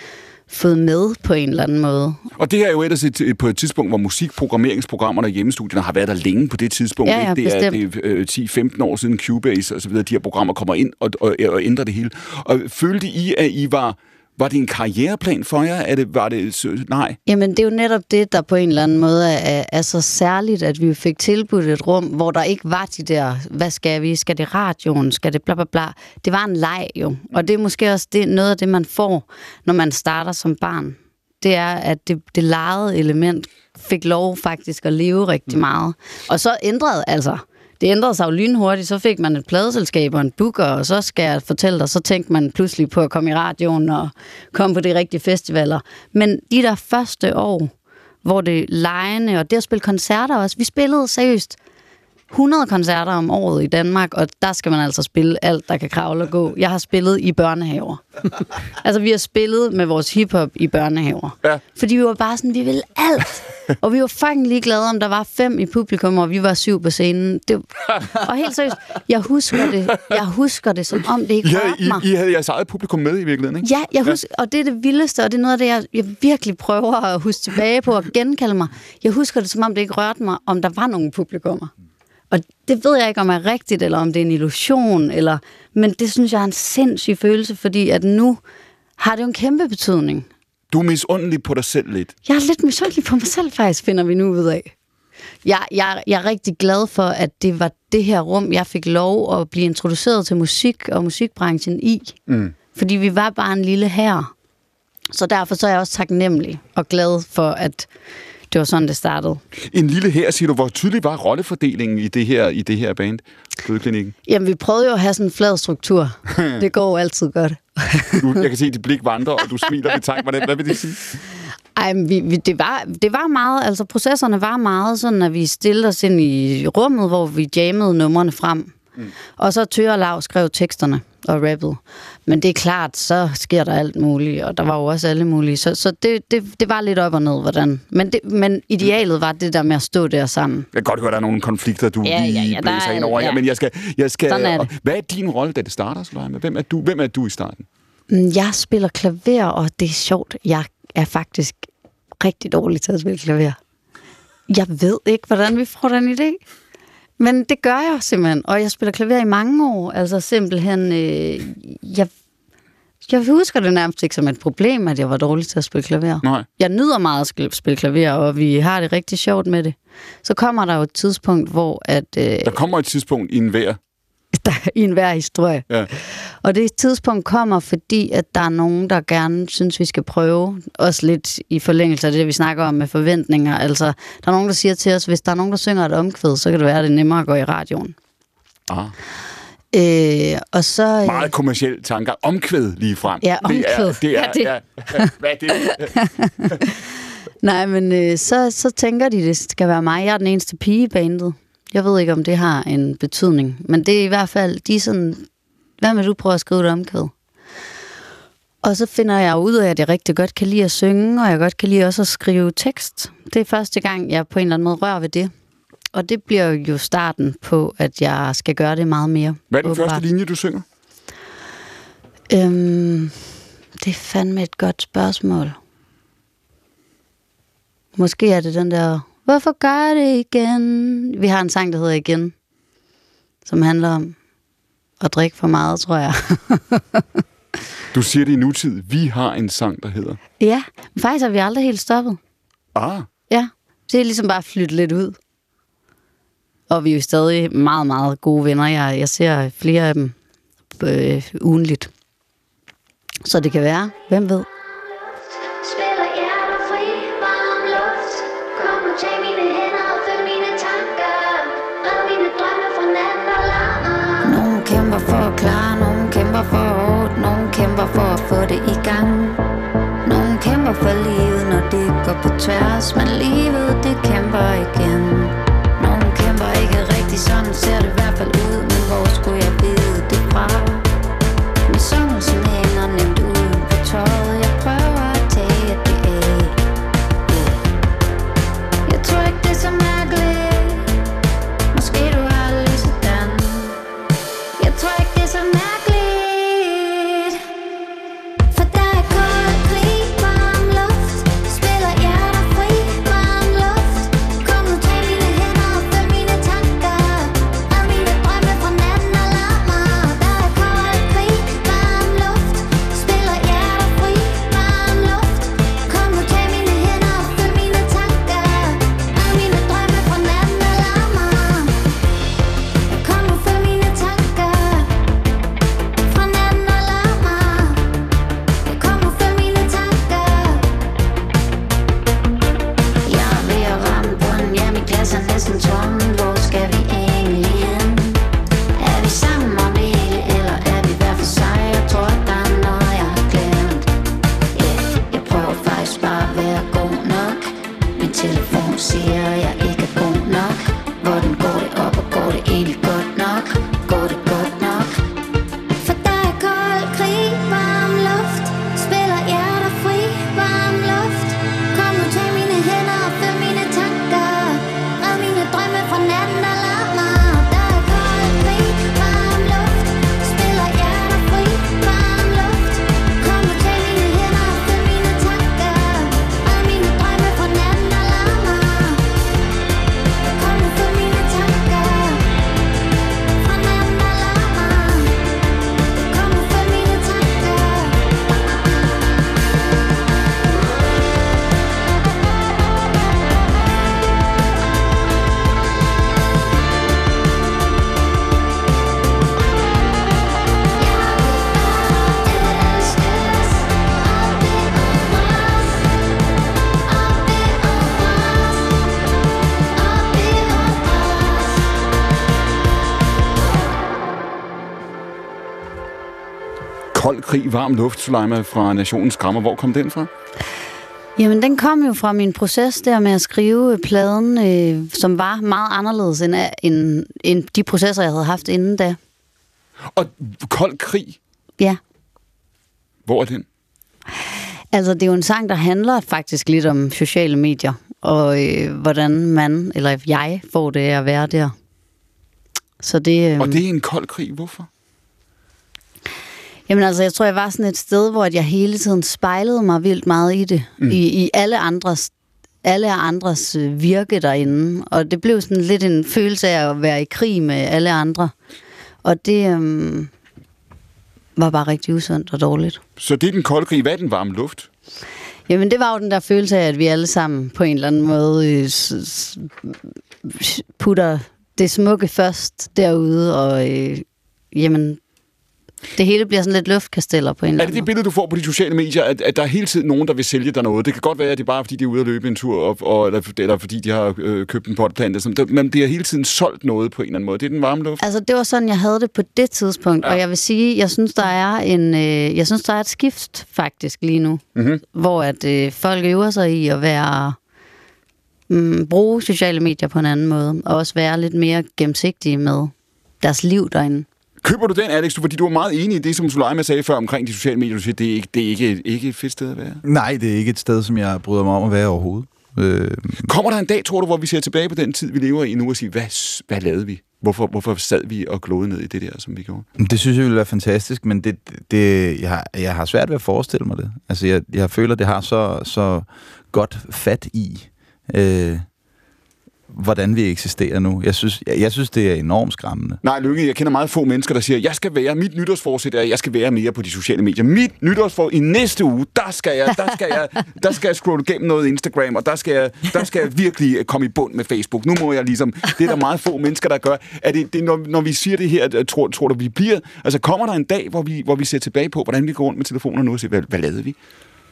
fået med på en eller anden måde. Og det her er jo ellers et, på et tidspunkt, hvor musikprogrammeringsprogrammerne og hjemmestudierne har været der længe på det tidspunkt. Ja, ja, det er, det er øh, ti femten år siden Cubase og så videre, de her programmer kommer ind og, og, og ændrer det hele. Og følte I, at I var... Var det en karriereplan for jer? Er det, var det, nej? Jamen, det er jo netop det, der på en eller anden måde er, er så særligt, at vi fik tilbudt et rum, hvor der ikke var de der, hvad skal vi? Skal det radioen? Skal det bla bla bla? Det var en leg jo. Og det er måske også det, noget af det, man får, når man starter som barn. Det er, at det, det legede element fik lov faktisk at leve rigtig meget. Og så ændrede altså... Det ændrede sig jo lynhurtigt, så fik man et pladeselskab og en booker, og så skal jeg fortælle dig, så tænkte man pludselig på at komme i radioen og komme på de rigtige festivaler. Men de der første år, hvor det legende, og det at spille koncerter også, vi spillede seriøst hundrede koncerter om året i Danmark, og der skal man altså spille alt, der kan kravle og gå. Jeg har spillet i børnehaver. Altså, vi har spillet med vores hiphop i børnehaver. Ja. Fordi vi var bare sådan, vi ville alt. Og vi var fucking ligeglade, om der var fem i publikum, og vi var syv på scenen. Det... Og helt seriøst, jeg husker det, jeg husker det, som om det ikke rørte mig. I, I havde jeres eget publikum med i virkeligheden, ikke? Ja, jeg husker, og det er det vildeste, og det er noget af det, jeg, jeg virkelig prøver at huske tilbage på og genkalde mig. Jeg husker det, som om det ikke rørte mig, om der var nogen publikummer. Og det ved jeg ikke, om det er rigtigt, eller om det er en illusion, eller... men det synes jeg er en sindssyg følelse, fordi at nu har det jo en kæmpe betydning. Du er misundelig på dig selv lidt. Jeg er lidt misundelig på mig selv, faktisk, finder vi nu ud af. Jeg, jeg, jeg er rigtig glad for, at det var det her rum, jeg fik lov at blive introduceret til musik og musikbranchen i. Mm. Fordi vi var bare en lille hær. Så derfor så er jeg også taknemmelig og glad for, at det var sådan, det startede. En lille her, siger du. Hvor tydelig var rollefordelingen i det her, i det her band, Fødeklinikken? Jamen, vi prøvede jo at have sådan en flad struktur. Det går altid godt. du, jeg kan se, at dit blik vandrer, og du smiler ved tanken. Hvad, hvad vil det sige? Ej, vi, vi, det, var, det var meget, altså processerne var meget sådan, at vi stillede os ind i rummet, hvor vi jammede numrene frem. Mm. Og så Tøger og Lav skrev teksterne og rappede. Men det er klart, så sker der alt muligt, og der var jo også alle mulige. Så, så det, det, det var lidt op og ned, hvordan. Men, det, men idealet var det der med at stå der sammen. Jeg kan godt høre, at der er nogle konflikter, du ja, lige ja, ja, blæser ind over her, ja. Men jeg skal... Jeg skal er hvad er din rolle, da det starter, Sulejma? Hvem er du, hvem er du i starten? Jeg spiller klaver, og det er sjovt. Jeg er faktisk rigtig dårlig til at spille klaver. Jeg ved ikke, hvordan vi får den idé. Men det gør jeg simpelthen, og jeg spiller klaver i mange år. Altså simpelthen, øh, jeg, jeg husker det nærmest ikke som et problem, at jeg var dårlig til at spille klaver. Nej. Jeg nyder meget at spille klaver, og vi har det rigtig sjovt med det. Så kommer der jo et tidspunkt, hvor at... Øh, der kommer et tidspunkt i en hver. Der, I en hver historie. Ja. Og det tidspunkt kommer, fordi at der er nogen, der gerne synes, vi skal prøve. Også lidt i forlængelse af det, vi snakker om med forventninger. Altså, der er nogen, der siger til os, hvis der er nogen, der synger et omkvæd, så kan det være, at det er nemmere at gå i radioen. Ah. Øh, og så... Meget kommercielle tanker. Omkvæd lige frem. Ja, omkvæd. Det er, det er, ja, det. Ja, ja, hvad er det? Nej, men øh, så, så tænker de, det skal være mig. Jeg er den eneste pige i bandet. Jeg ved ikke, om det har en betydning, men det er i hvert fald, de er sådan, hvad med du prøver at skrive et omkvæd? Og så finder jeg ud af, at jeg rigtig godt kan lide at synge, og jeg godt kan lide også at skrive tekst. Det er første gang, jeg på en eller anden måde rører ved det. Og det bliver jo starten på, at jeg skal gøre det meget mere. Hvad er den åbenbart. Første linje, du synger? Øhm, det er fandme et godt spørgsmål. Måske er det den der... Hvorfor gør det igen? Vi har en sang, der hedder Igen, som handler om at drikke for meget, tror jeg. Du siger det i nutid. Vi har en sang, der hedder... Ja, men faktisk har vi aldrig helt stoppet. Ah. Ja, det er ligesom bare flyttet lidt ud. Og vi er jo stadig meget, meget gode venner. Jeg, jeg ser flere af dem øh, ugenligt. Så det kan være. Hvem ved? Kæmper for at klare, nogen kæmper for hårdt, nogen kæmper for at få det i gang. Nogen kæmper for livet, når det går på tværs, men livet det kæmper igen. Nogen kæmper ikke rigtig, sådan ser det i hvert fald ud, men hvor skulle jeg vide det fra? Men sådan hænger nemt ud på tøjet, jeg prøver at tage det af. Jeg tror ikke det er så mærkeligt, måske du har lidt sådan. Jeg tror ikke det er så mærkeligt, for der er kun krig for Kold krig, varm luft, Soleima fra Nationens Skrammer. Hvor kom den fra? Jamen, den kom jo fra min proces der med at skrive pladen, øh, som var meget anderledes end, end, end de processer, jeg havde haft inden da. Og Kold krig? Ja. Hvor er den? Altså, det er jo en sang, der handler faktisk lidt om sociale medier, og øh, hvordan man, eller jeg, får det at være der. Så det, øh... Og det er en kold krig, hvorfor? Jamen altså, jeg tror, jeg var sådan et sted, hvor jeg hele tiden spejlede mig vildt meget i det. Mm. I, i alle andres, alle andres virke derinde. Og det blev sådan lidt en følelse af at være i krig med alle andre. Og det øhm, var bare rigtig usundt og dårligt. Så det er den kolde krig. Hvad er den varme luft? Jamen, det var jo den der følelse af, at vi alle sammen på en eller anden måde øh, s- s- putter det smukke først derude, og øh, jamen... Det hele bliver sådan lidt luftkasteller på en eller anden måde. Er det det billede, du får på de sociale medier, at, at der er hele tiden nogen, der vil sælge dig noget? Det kan godt være, at det er bare fordi, de er ude at løbe en tur, og, og, eller, eller fordi de har øh, købt en potplante. Men det har hele tiden solgt noget på en eller anden måde. Det er den varme luft. Altså, det var sådan, jeg havde det på det tidspunkt. Ja. Og jeg vil sige, jeg synes, der er en, øh, jeg synes, der er et skift faktisk lige nu. Mm-hmm. Hvor at øh, folk øver sig i at være... Mm, bruge sociale medier på en anden måde. Og også være lidt mere gennemsigtige med deres liv derinde. Køber du den, Alex? Fordi du var meget enig i det, som Soleima sagde før omkring de sociale medier. Du siger, det er ikke, det er ikke, ikke et fedt sted at være. Nej, det er ikke et sted, som jeg bryder mig om at være overhovedet. Øh... Kommer der en dag, tror du, hvor vi ser tilbage på den tid, vi lever i nu, og siger, hvad, hvad lavede vi? Hvorfor, hvorfor sad vi og glodede ned i det der, som vi gjorde? Det synes jeg ville være fantastisk, men det, det, jeg, har, jeg har svært ved at forestille mig det. Altså, jeg, jeg føler, det har så, så godt fat i... Øh... hvordan vi eksisterer nu. Jeg synes, jeg, jeg synes, det er enormt skræmmende. Nej, Lykke, jeg kender meget få mennesker, der siger, jeg skal være, mit nytårsforsæt er, jeg skal være mere på de sociale medier. Mit nytårsforsæt i næste uge, der skal jeg, der skal jeg, der skal jeg scrolle igennem noget Instagram, og der skal jeg, der skal jeg virkelig komme i bund med Facebook. Nu må jeg ligesom, det er der meget få mennesker, der gør. Er det, det når, når vi siger det her, tror, tror du, vi bliver, altså kommer der en dag, hvor vi, hvor vi ser tilbage på, hvordan vi går rundt med telefoner nu og siger, hvad, hvad lavede vi?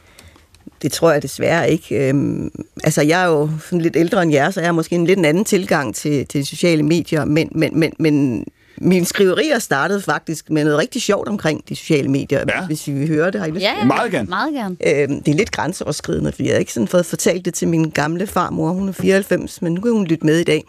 Det tror jeg desværre ikke. Øhm, altså, jeg er jo sådan lidt ældre end jer, så jeg har måske en lidt en anden tilgang til, til de sociale medier, men, men, men, men mine skriverier startede faktisk med noget rigtig sjovt omkring de sociale medier, ja. Hvis vi vil høre det. Har I lyst? Ja, ja, meget gerne. Meget gerne. Øhm, det er lidt grænseoverskridende, fordi jeg har ikke sådan fået fortalt det til min gamle farmor, hun er fireoghalvfems, men nu kan hun lytte med i dag.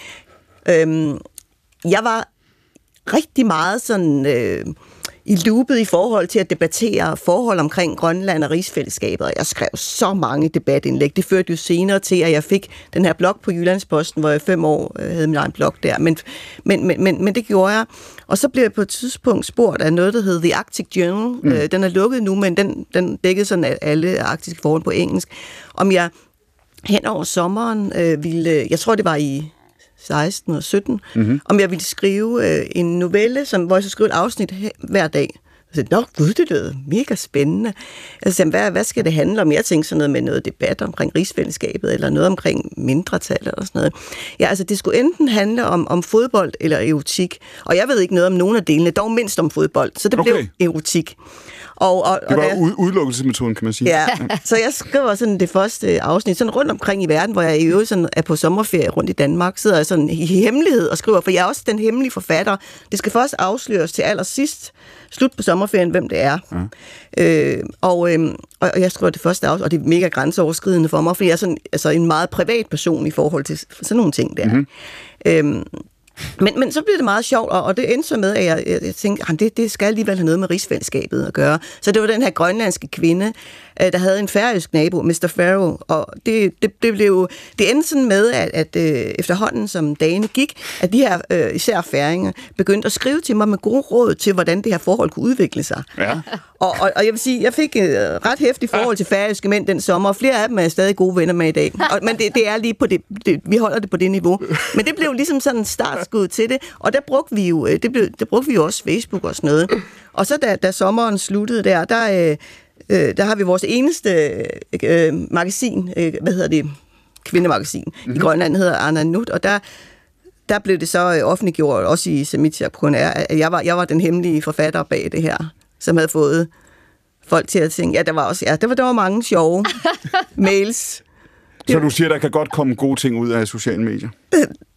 Øhm, jeg var rigtig meget sådan... Øh, i loopet i forhold til at debattere forhold omkring Grønland og rigsfællesskabet. Jeg skrev så mange debatindlæg. Det førte jo senere til, at jeg fik den her blog på Jyllandsposten, hvor jeg fem år havde min egen blog der. Men, men, men, men, men det gjorde jeg. Og så blev jeg på et tidspunkt spurgt af noget, der hed The Arctic Journal. Mm. Øh, den er lukket nu, men den, den dækkede sådan alle arktiske forhold på engelsk. Om jeg hen over sommeren øh, ville... Jeg tror, det var i... seksten og sytten, mm-hmm. om jeg ville skrive øh, en novelle, som, hvor jeg så skrev et afsnit he- hver dag. Jeg sagde, nå gud, det lød mega spændende. Jeg sagde, hvad, hvad skal det handle om? Jeg tænkte sådan noget med noget debat omkring rigsfællesskabet, eller noget omkring mindretal, eller sådan noget. Ja, altså det skulle enten handle om, om fodbold eller erotik, og jeg ved ikke noget om nogen af delene, dog mindst om fodbold, så det okay. blev erotik. Og, og, det var og der, udelukkelsesmetoden, kan man sige. Ja, så jeg skriver sådan det første afsnit, sådan rundt omkring i verden, hvor jeg i øvrigt sådan er på sommerferie rundt i Danmark, sidder jeg sådan i hemmelighed og skriver, for jeg er også den hemmelige forfatter. Det skal først afsløres til allersidst, slut på sommerferien, hvem det er. Ja. Øh, og, øh, og jeg skriver det første afsnit, og det er mega grænseoverskridende for mig, fordi jeg er sådan, altså en meget privat person i forhold til sådan nogle ting der. Mm-hmm. Øh, Men, men så blev det meget sjovt, og det endte så med, at jeg, jeg, jeg tænkte, at det, det skal alligevel have noget med rigsfællesskabet at gøre. Så det var den her grønlandske kvinde, der havde en færøsk nabo, mister Farrow, og det, det, det blev det endte sådan med, at, at efterhånden som dagene gik, at de her, øh, især færinger, begyndte at skrive til mig med gode råd til, hvordan det her forhold kunne udvikle sig. Ja. Og, og, og jeg vil sige, jeg fik et ret hæftigt forhold til færøske mænd den sommer, og flere af dem er stadig gode venner med i dag. Og, men det, det er lige på det, det, vi holder det på det niveau. Men det blev ligesom sådan en startskud til det, og der brugte vi jo, det blev, der brugte vi jo også Facebook og sådan noget. Og så da, da sommeren sluttede der, der, øh, øh, der har vi vores eneste øh, magasin, øh, hvad hedder det, kvindemagasin mm-hmm. i Grønland, hedder Arnanut, og der der blev det så offentliggjort, også i Semitia på K N R, at jeg var, jeg var den hemmelige forfatter bag det her, som havde fået folk til at tænke, ja, der var også, ja, der var, der var mange sjove mails. Så du siger, der kan godt komme gode ting ud af sociale medier?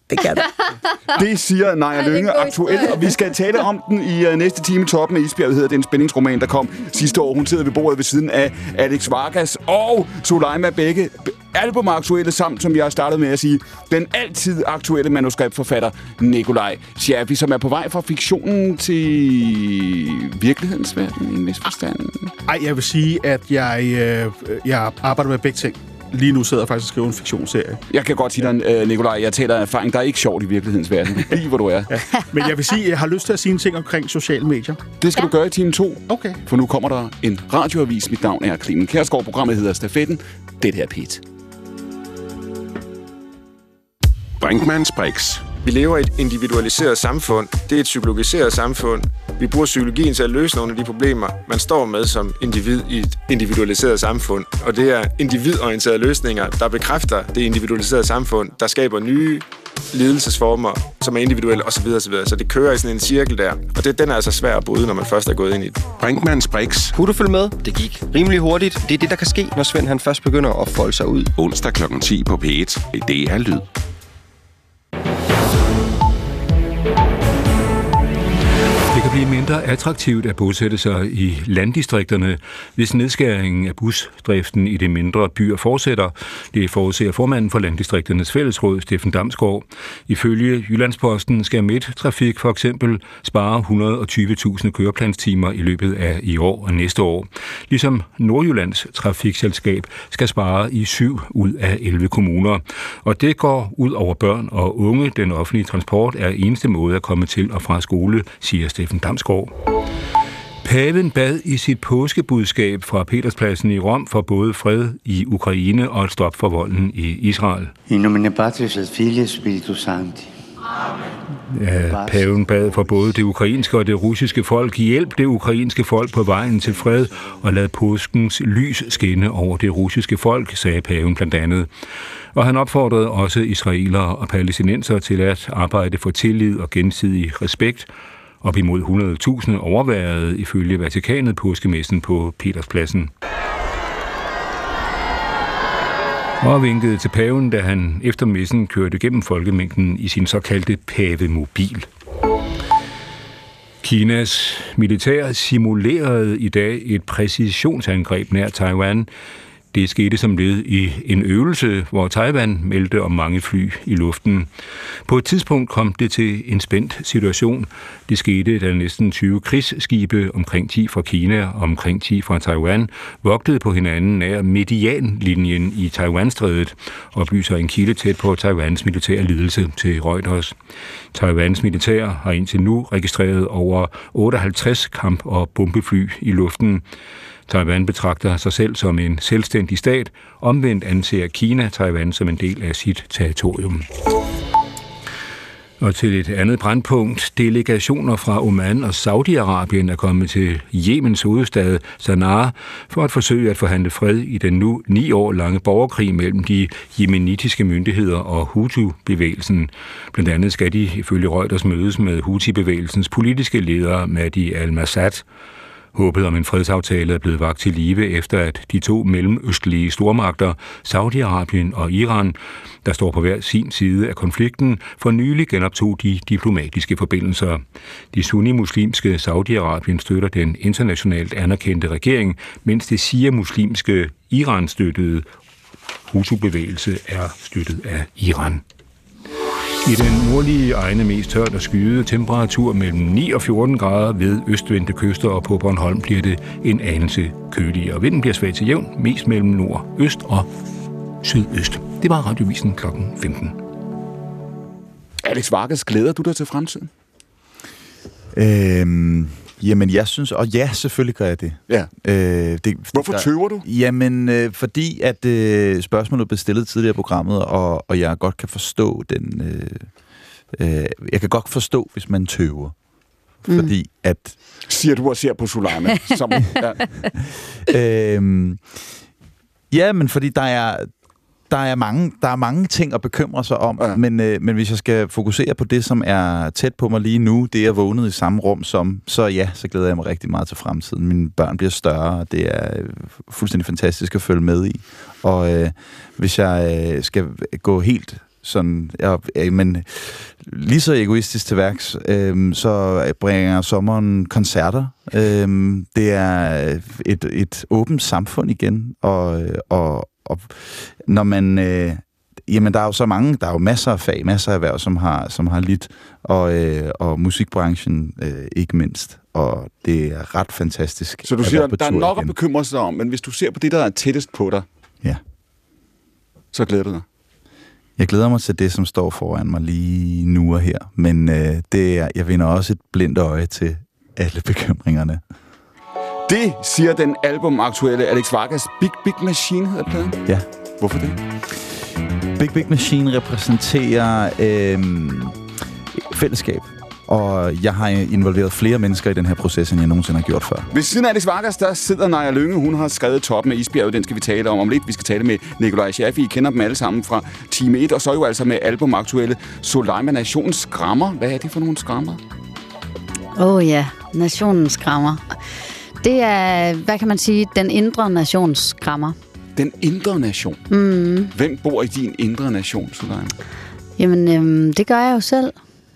Det kan du. Det siger Naja Lynge aktuelt, og vi skal tale om den i uh, næste time. Toppen af Isbjerget hedder det, en spændingsroman, der kom sidste år. Hun sidder ved bordet ved siden af Alex Vargas og Soleima, begge albumaktuelle, samt, som jeg har startet med at sige, den altid aktuelle manuskriptforfatter Nikolaj Scherfig, som er på vej fra fiktionen til virkelighedens verden i en vis forstand. Ej, jeg vil sige, at jeg, øh, jeg arbejder med begge ting. Lige nu sidder jeg faktisk og skriver en fiktionsserie. Jeg kan godt sige dig, Nikolaj, jeg taler af erfaring, der er ikke sjovt i virkelighedens verden. Bliv, hvor du er. Ja. Men jeg vil sige, at jeg har lyst til at sige en ting omkring sociale medier. Det skal ja. du gøre i time to. Okay. For nu kommer der en radioavis. Mit navn er Clemen Kjærsgaard. Programmet hedder Stafetten. Det her er P et. Brinkmanns Brix. Vi lever i et individualiseret samfund. Det er et psykologiseret samfund. Vi bruger psykologien til at løse nogle af de problemer, man står med som individ i et individualiseret samfund. Og det er individorienterede løsninger, der bekræfter det individualiserede samfund, der skaber nye lidelsesformer, som er individuelle osv. osv. Så det kører i sådan en cirkel der. Og det, den er altså svær at bryde, når man først er gået ind i det. Brinkmanns Brix. Kunne du følge med? Det gik rimelig hurtigt. Det er det, der kan ske, når Svend han først begynder at folde sig ud. Onsdag klokken ti på P et. Det er lyd. Det kan blive mindre attraktivt at bosætte sig i landdistrikterne, hvis nedskæringen af busdriften i de mindre byer fortsætter. Det forudser formanden for Landdistrikternes Fællesråd, Steffen Damsgaard. Ifølge Jyllandsposten skal Midttrafik for eksempel spare et hundrede og tyve tusind køreplanstimer i løbet af i år og næste år. Ligesom Nordjyllands Trafikselskab skal spare i syv ud af elleve kommuner. Og det går ud over børn og unge. Den offentlige transport er eneste måde at komme til og fra skole, siger Steffen Damsgaard. Paven bad i sit påskebudskab fra Peterspladsen i Rom for både fred i Ukraine og et stop for volden i Israel. In nomine Patris et Filii et Spiritus Sancti. Ja, paven bad for både det ukrainske og det russiske folk. Hjælp det ukrainske folk på vejen til fred og lad påskens lys skinne over det russiske folk, sagde paven blandt andet. Og han opfordrede også israelere og palæstinenser til at arbejde for tillid og gensidig respekt. Op imod hundrede tusind overværede ifølge Vatikanet påskemessen på Peterspladsen. Og vinkede til paven, da han efter messen kørte gennem folkemængden i sin såkaldte pavemobil. Kinas militær simulerede i dag et præcisionsangreb nær Taiwan. Det skete som led i en øvelse, hvor Taiwan meldte om mange fly i luften. På et tidspunkt kom det til en spændt situation. Det skete, da næsten tyve krigsskibe, omkring ti fra Kina og omkring ti fra Taiwan, vogtede på hinanden nær medianlinjen i Taiwanstrædet, oplyser en kilde tæt på Taiwans militære ledelse til Reuters. Taiwans militær har indtil nu registreret over otteoghalvtreds kamp- og bombefly i luften. Taiwan betragter sig selv som en selvstændig stat. Omvendt anser Kina Taiwan som en del af sit territorium. Og til et andet brandpunkt. Delegationer fra Oman og Saudi-Arabien er kommet til Yemens hovedstad Sanaa for at forsøge at forhandle fred i den nu ni år lange borgerkrig mellem de yemenitiske myndigheder og Hutu-bevægelsen. Blandt andet skal de ifølge Reuters mødes med Huti-bevægelsens politiske leder Mahdi al-Massad. Håbet om en fredsaftale er blevet vakt til live efter, at de to mellemøstlige stormagter, Saudi-Arabien og Iran, der står på hver sin side af konflikten, for nylig genoptog de diplomatiske forbindelser. De sunni-muslimske Saudi-Arabien støtter den internationalt anerkendte regering, mens det shia-muslimske Iran-støttede Hutu-bevægelse er støttet af Iran. I den nordlige egne mest tørt og skyde, temperatur mellem ni og fjorten grader ved østvendte kyster, og på Bornholm bliver det en anelse køligere. Vinden bliver svag til jævn, mest mellem nord, øst og sydøst. Det var Radiovisen klokken femten. Alex Vargas, glæder du dig til fremtiden? Øhm, jamen, jeg synes... Og ja, selvfølgelig gør jeg det. Ja. Øh, det Hvorfor der, tøver du? Jamen, øh, fordi at øh, spørgsmålet blev stillet tidligere i programmet, og, og jeg godt kan forstå den... Øh, øh, jeg kan godt forstå, hvis man tøver. Mm. Fordi at... Siger du og ser på Soleima. Som, ja. øhm, ja, men fordi der er... Der er, mange, der er mange ting at bekymre sig om, ja. men, øh, men hvis jeg skal fokusere på det, som er tæt på mig lige nu, det er vågnet i samme rum som, så ja, så glæder jeg mig rigtig meget til fremtiden. Mine børn bliver større, og det er fuldstændig fantastisk at følge med i. Og øh, hvis jeg øh, skal gå helt sådan, jeg, jeg, men lige så egoistisk til værks, øh, så bringer sommeren koncerter. Øh, det er et, et åbent samfund igen, og, og, og når man... Øh, Jamen, der er jo så mange, der er jo masser af fag, masser af erhverv, som har, som har lidt, og, øh, og musikbranchen øh, ikke mindst. Og det er ret fantastisk. Så du siger, der er nok at bekymre sig om, men hvis du ser på det, der er tættest på dig, ja, så glæder du dig? Jeg glæder mig til det, som står foran mig lige nu og her. Men øh, det er, jeg vinder også et blindt øje til alle bekymringerne. Det siger den albumaktuelle Alex Vargas. Big Big Machine hedder pladen. Ja. Hvorfor det? Big Big Machine repræsenterer øh, fællesskab, og jeg har involveret flere mennesker i den her proces, end jeg nogensinde har gjort før. Ved siden af Alex Vargas, der sidder Naja Lynge. Hun har skrevet Toppen af Isbjerget. Den skal vi tale om om lidt. Vi skal tale med Nikolaj Scherfig. I kender dem alle sammen fra Time et, og så jo altså med albumaktuelle Soleima Nationens Skrammer. Hvad er det for nogle skrammer? Åh oh, ja, Nationens Skrammer. Det er, hvad kan man sige, den indre nations skrammer. Den indre nation? Mm. Hvem bor i din indre nation, Soleima? Jamen, øhm, det gør jeg jo selv.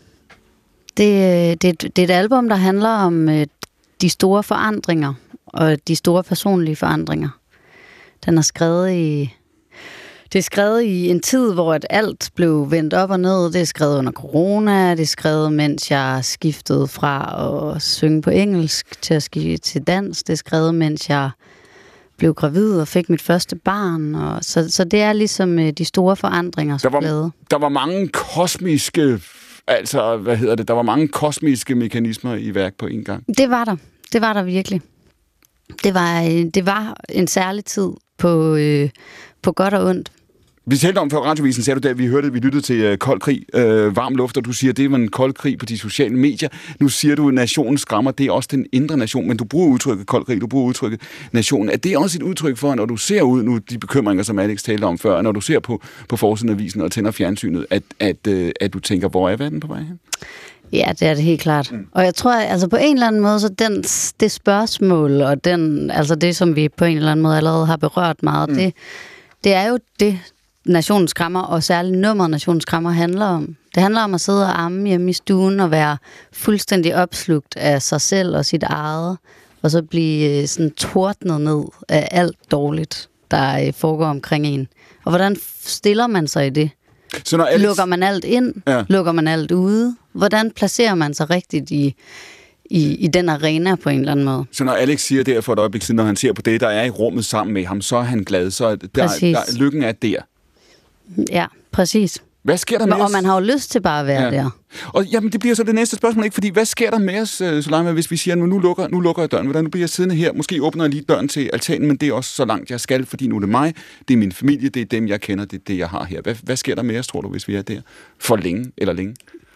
Det, det, det er et album, der handler om øh, de store forandringer, og de store personlige forandringer. Den er skrevet i... Det er skrevet i en tid, hvor at alt blev vendt op og ned. Det er skrevet under corona. Det er skrevet, mens jeg skiftede fra at synge på engelsk til at skifte til dans. Det er skrevet, mens jeg blev gravid og fik mit første barn. Og så, så det er ligesom øh, de store forandringer, som der var, der var mange kosmiske... Altså, hvad hedder det? Der var mange kosmiske mekanismer i værk på en gang. Det var der. Det var der virkelig. Det var, det var en særlig tid på, øh, på godt og ondt. Vi talte om før radiovisen, sagde du der, vi hørte, vi lyttede til uh, Kold Krig, uh, Varm Luft, og du siger, det var en kold krig på de sociale medier. Nu siger du, nationens skrammer, det er også den indre nation, men du bruger udtrykket kold krig, du bruger udtrykket nationen. Er det også et udtryk for, når du ser ud nu, de bekymringer, som Alex talte om før, når du ser på, på forsiden af avisen og tænder fjernsynet, at, at, uh, at du tænker, hvor er verden på vej hen? Ja, det er det helt klart. Mm. Og jeg tror, altså på en eller anden måde, så den, det spørgsmål, og den, altså det, som vi på en eller anden måde allerede har berørt meget, mm. det, det er jo det, Nationens Skrammer, og særligt nummer Nationens Skrammer handler om. Det handler om at sidde og amme hjemme i stuen og være fuldstændig opslugt af sig selv og sit eget, og så blive sådan tordnet ned af alt dårligt, der foregår omkring en. Og hvordan stiller man sig i det? Så når Alex... Lukker man alt ind? Ja. Lukker man alt ude? Hvordan placerer man sig rigtigt i, i, i den arena på en eller anden måde? Så når Alex siger det for et øjeblik siden, når han ser på det, der er i rummet sammen med ham, så er han glad. Så der, der, lykken er der. Ja, præcis. Hvad sker der med og os? man har jo lyst til bare at være ja. der. Og jamen, det bliver så det næste spørgsmål, ikke? Fordi hvad sker der med os, Soleima, hvis vi siger, nu lukker, nu lukker jeg døren? Hvordan nu bliver jeg siddende her? Måske åbner jeg lige døren til altanen, men det er også så langt, jeg skal, fordi nu er det mig, det er min familie, det er dem, jeg kender, det er det, jeg har her. Hvad, hvad sker der med os, tror du, hvis vi er der? For længe eller længe?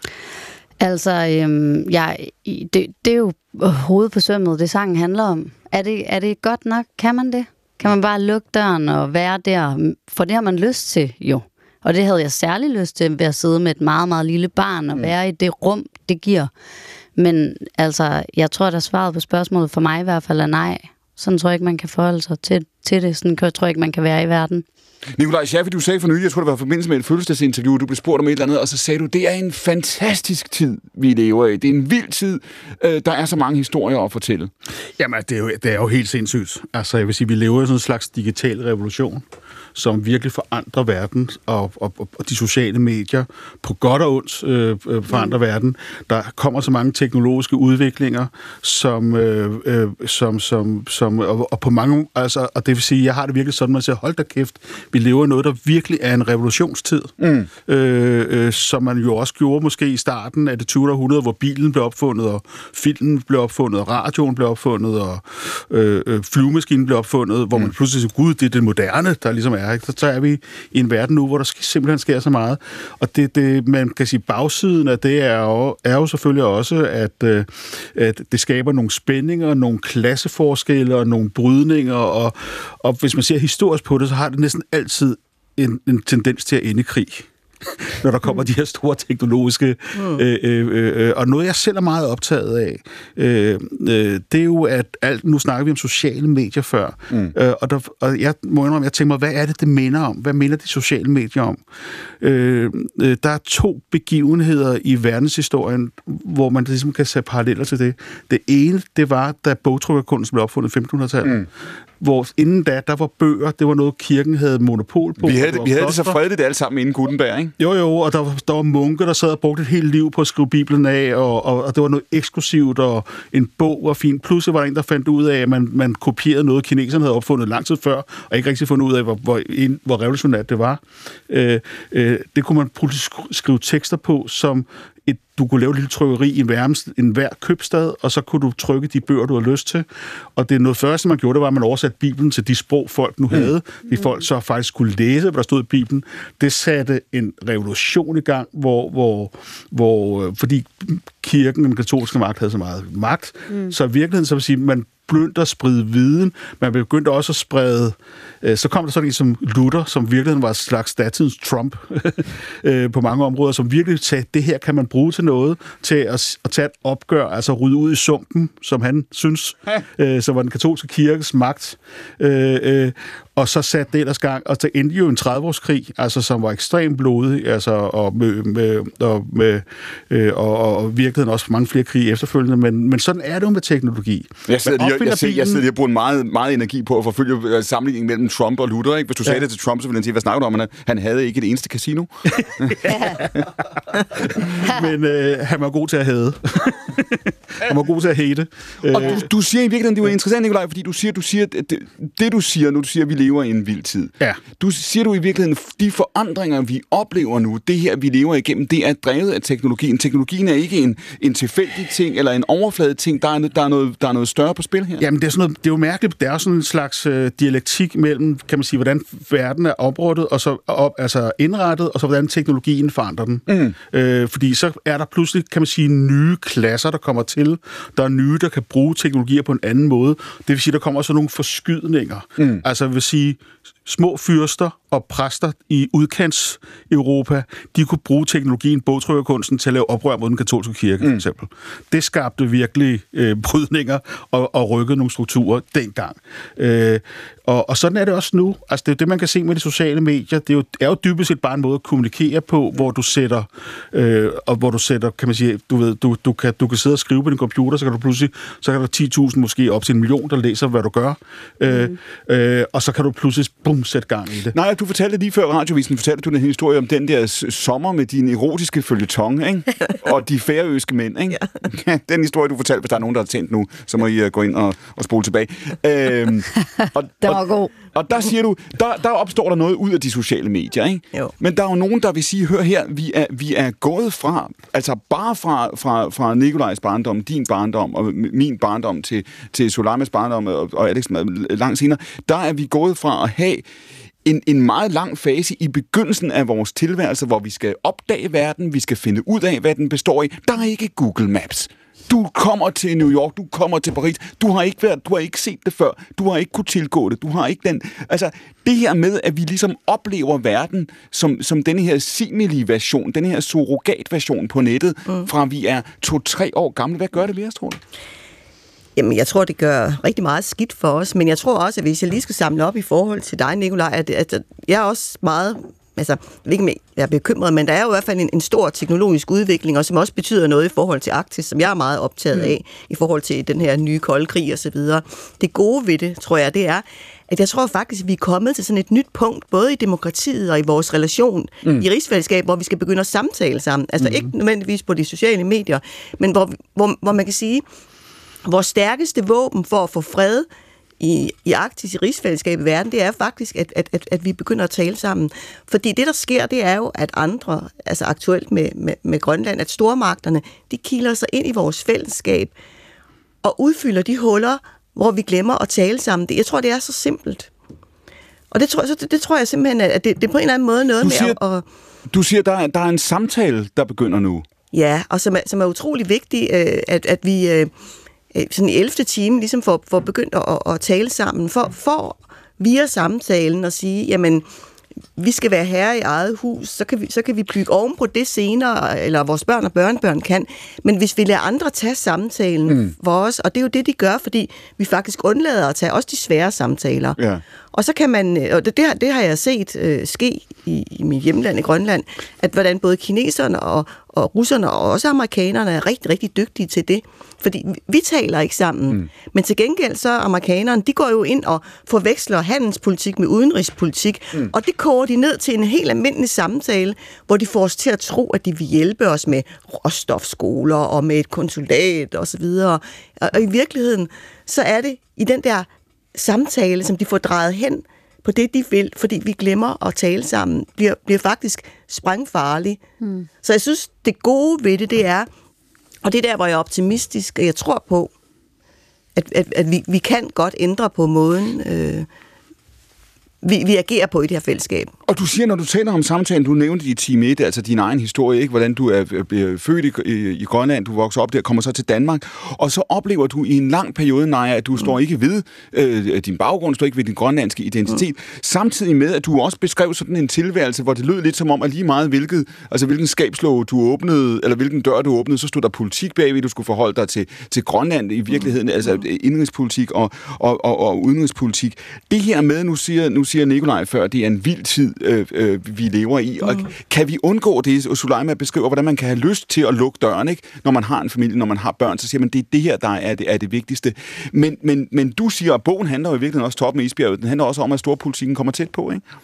Altså, øhm, jeg, det, det er jo hovedet på sømmet, det sangen handler om. Er det, er det godt nok? Kan man det? Kan man bare lukke døren og være der? For det har man lyst til, jo. Og det havde jeg særlig lyst til ved at sidde med et meget, meget lille barn og være i det rum, det giver. Men altså, jeg tror, der svaret på spørgsmålet for mig i hvert fald er nej. Sådan tror jeg ikke, man kan forholde sig til, til det. Sådan tror jeg ikke, man kan være i verden. Nikolaj Scherfig, du sagde for nylig, jeg tror, det var i forbindelse med et fødselsdagsinterview, du blev spurgt om et eller andet, og så sagde du, det er en fantastisk tid, vi lever i. Det er en vild tid. Der er så mange historier at fortælle. Jamen, det er jo, det er jo helt sindssygt. Altså, jeg vil sige, vi lever i sådan en slags digital revolution, som virkelig forandrer verden, og, og, og de sociale medier på godt og ondt øh, forandrer mm. verden. Der kommer så mange teknologiske udviklinger, som, øh, øh, som, som, som og, og på mange, altså, og det vil sige, jeg har det virkelig sådan, man siger, hold da kæft, vi lever i noget, der virkelig er en revolutionstid, mm. øh, øh, som man jo også gjorde måske i starten af det tyvende århundrede, hvor bilen blev opfundet, og filmen blev opfundet, og radioen blev opfundet, og øh, øh, flyvemaskinen blev opfundet, hvor mm. man pludselig siger, gud, det er det moderne, der ligesom er. Ikke? Så er vi i en verden nu, hvor der simpelthen sker så meget. Og det, det man kan sige, bagsiden af det er jo, er jo selvfølgelig også, at, øh, at det skaber nogle spændinger, nogle klasseforskelle og nogle brydninger, og, og hvis man ser historisk på det, så har det næsten altid en, en tendens til at ende i krig. når der kommer de her store teknologiske... Mm. Øh, øh, øh, og noget, jeg selv er meget optaget af, øh, øh, det er jo, at alt, nu snakker vi om sociale medier før, mm. øh, og, der, og jeg må indrømme, jeg tænker mig, hvad er det, det minder om? Hvad minder de sociale medier om? Øh, øh, der er to begivenheder i verdenshistorien, hvor man ligesom kan se paralleller til det. Det ene, det var, da bogtrykkerkunsten blev opfundet i femtenhundredetallet. Mm. Hvor inden da, der var bøger, det var noget, kirken havde monopol på. Vi havde, det, vi havde det så fredeligt alle sammen inden Gutenberg, ikke? Jo, jo, og der, der var munke, der sad og brugte et helt liv på at skrive Bibelen af, og, og, og det var noget eksklusivt, og en bog var fint. Pludselig var der en, der fandt ud af, at man, man kopierede noget, kineserne havde opfundet lang tid før, og ikke rigtig fundet ud af, hvor, hvor, hvor revolutionært det var. Øh, øh, det kunne man pludselig skrive tekster på, som et, du kunne lave et lille trykkeri i en, værmest, en hver købstad, og så kunne du trykke de bøger, du har lyst til. Og det er noget første, man gjorde, det var, at man oversatte Bibelen til de sprog, folk nu havde. Mm. De folk så faktisk kunne læse, hvad der stod i Bibelen. Det satte en revolution i gang, hvor, hvor, hvor fordi kirken, den katolske magt, havde så meget magt. Mm. Så i virkeligheden, så vil sige, man begyndte at sprede viden. Man begyndte også at sprede... Øh, så kom der sådan en som Luther, som virkelig var et slags datidens Trump øh, på mange områder, som virkelig sagde, det her kan man bruge til noget, til at, at tage et opgør, altså rydde ud i sumpen, som han synes, øh, som var den katolske kirkes magt. Øh, øh, og så satte det ellers gang, og så endte jo en tredive-årskrig, altså, som var ekstremt blodig, altså, og, med, med, og, med, øh, og, og virkeligheden også mange flere krige efterfølgende, men, men sådan er det jo med teknologi. Jeg sidder lige, jeg, jeg, jeg sidder lige og bruger meget, meget energi på at forfølge sammenligningen mellem Trump og Luther, ikke? Hvis du ja. sagde det til Trump, så ville han sige, hvad snakker du om? Han, han havde ikke et eneste casino. Men øh, han var god til at hade. Han var god til at hate. Og du, du siger i virkeligheden, det er jo interessant, Nikolaj, fordi du siger, du siger det, det du siger, nu du siger, at vi lever i en vild tid. Ja. Du siger du i virkeligheden, de forandringer, vi oplever nu, det her, vi lever igennem, det er drevet af teknologien. Teknologien er ikke en, en tilfældig ting, eller en overflade ting. Der er, der, er noget, der er noget større på spil her. Jamen, det er, sådan noget, det er jo mærkeligt. Det er sådan en slags øh, dialektik mellem, kan man sige, hvordan verden er opryddet, og så op, altså indrettet, og så hvordan teknologien forandrer den. Mm. Øh, fordi så er der pludselig, kan man sige, nye klasser, der kommer til. Der er nye, der kan bruge teknologier på en anden måde. Det vil sige, der kommer også nogle forskydninger. Mm. Altså, vil sige, små fyrster og præster i udkants Europa, de kunne bruge teknologien, bogtrykkerkunsten, til at lave oprør mod den katolske kirke, mm. for eksempel. Det skabte virkelig øh, brydninger og, og rykkede nogle strukturer dengang. Øh, og, og sådan er det også nu. Altså, det er jo det, man kan se med de sociale medier. Det er jo, er jo dybest set bare en måde at kommunikere på, hvor du sætter, øh, og hvor du sætter, kan man sige, du ved, du, du, kan, du kan sidde og skrive på din computer, så kan du pludselig, så kan der ti tusind, måske op til en million, der læser, hvad du gør. Mm. Øh, øh, og så kan du pludselig, bum, sætte gang i det. Nej, du fortalte lige før radiovisen, fortalte du den historie om den der sommer med din erotiske føljeton, ikke? Og de færøske mænd, ikke? Ja. Den historie, du fortalte, hvis der er nogen, der har tændt nu, så må I uh, gå ind og, og spole tilbage. Øhm, og, det var god. Og, og der siger du, der, der opstår der noget ud af de sociale medier, ikke? Jo. Men der er jo nogen, der vil sige, hør her, vi er, vi er gået fra, altså bare fra, fra, fra Nikolajs barndom, din barndom og min barndom til, til Solamas barndom og, og Alex langt senere, der er vi gået fra at have En, en meget lang fase i begyndelsen af vores tilværelse, hvor vi skal opdage verden, vi skal finde ud af, hvad den består i. Der er ikke Google Maps. Du kommer til New York, du kommer til Paris, du har ikke været, du har ikke set det før, du har ikke kunne tilgå det, du har ikke den... Altså, det her med, at vi ligesom oplever verden som, som denne her simili-version, denne her surrogat-version på nettet, mm. fra vi er to-tre år gamle. Hvad gør det ved os, tror du? Jamen, jeg tror, det gør rigtig meget skidt for os, men jeg tror også, at hvis jeg lige skal samle op i forhold til dig, Nikolaj, at, at jeg er også meget, altså, ikke jeg er bekymret, men der er jo i hvert fald en, en stor teknologisk udvikling, og som også betyder noget i forhold til Arktis, som jeg er meget optaget af, mm. i forhold til den her nye kolde krig og så videre. Det gode ved det, tror jeg, det er, at jeg tror faktisk, at vi er kommet til sådan et nyt punkt, både i demokratiet og i vores relation mm. i rigsfællesskab, hvor vi skal begynde at samtale sammen. Altså mm. ikke nødvendigvis på de sociale medier, men hvor, hvor, hvor man kan sige, vores stærkeste våben for at få fred i, i Arktis, i rigsfællesskabet i verden, det er faktisk, at, at, at, at vi begynder at tale sammen. Fordi det, der sker, det er jo, at andre, altså aktuelt med, med, med Grønland, at stormagterne, de kilder sig ind i vores fællesskab og udfylder de huller, hvor vi glemmer at tale sammen. Jeg tror, det er så simpelt. Og det tror, det, det tror jeg simpelthen, at det, det er på en eller anden måde noget du siger, med at... Du siger, at der, der er en samtale, der begynder nu. Ja, og som er, som er utrolig vigtig, at, at vi... sådan i ellevte time ligesom for, for begyndt at, at tale sammen, for, for via samtalen at sige, jamen, vi skal være herre i eget hus, så kan vi, så kan vi bygge oven på det senere, eller vores børn og børnebørn kan. Men hvis vi lader andre tage samtalen mm. for os, og det er jo det, de gør, fordi vi faktisk undlader at tage også de svære samtaler. Ja. Og så kan man, og det, det, har, det har jeg set øh, ske i, i mit hjemland i Grønland, at hvordan både kineserne og, og russerne og også amerikanerne er rigtig, rigtig dygtige til det. Fordi vi taler ikke sammen. Mm. Men til gengæld så amerikanerne, de går jo ind og forveksler handelspolitik med udenrigspolitik, mm. og det koger de ned til en helt almindelig samtale, hvor de får os til at tro, at de vil hjælpe os med råstofskoler og med et konsulat og så videre. Og, og i virkeligheden, så er det i den der samtale, som de får drejet hen på det, de vil, fordi vi glemmer at tale sammen, bliver, bliver faktisk sprængfarlig. Mm. Så jeg synes, det gode ved det, det er, og det er der, hvor jeg er optimistisk, og jeg tror på, at, at, at vi, vi kan godt ændre på måden, øh, vi, vi agerer på i det her fællesskab. Og du siger, når du taler om samtalen, du nævnte i time et, altså din egen historie, ikke? Hvordan du er født i, i, i Grønland, du vokser op der, kommer så til Danmark, og så oplever du i en lang periode, Naja, at du mm. står ikke ved øh, din baggrund, står ikke ved din grønlandske identitet, mm. samtidig med, at du også beskrev sådan en tilværelse, hvor det lød lidt som om, at lige meget hvilket, altså hvilken skabslåge du åbnede, eller hvilken dør du åbnede, så stod der politik bagved, du skulle forholde dig til, til Grønland i virkeligheden, mm. altså indrigspolitik og, og, og, og udenrigspolitik. Det her med, nu siger, nu siger Nikolaj før, det er en vild tid, øh, øh, vi lever i. Og mm. kan vi undgå det? Og Suleima beskriver, hvordan man kan have lyst til at lukke døren, ikke? Når man har en familie, når man har børn, så siger man, det er det her, der er det, er det vigtigste. Men, men, men du siger, at bogen handler jo i virkeligheden også top med isbjerget. Den handler også om, at storpolitikken kommer tæt på, ikke?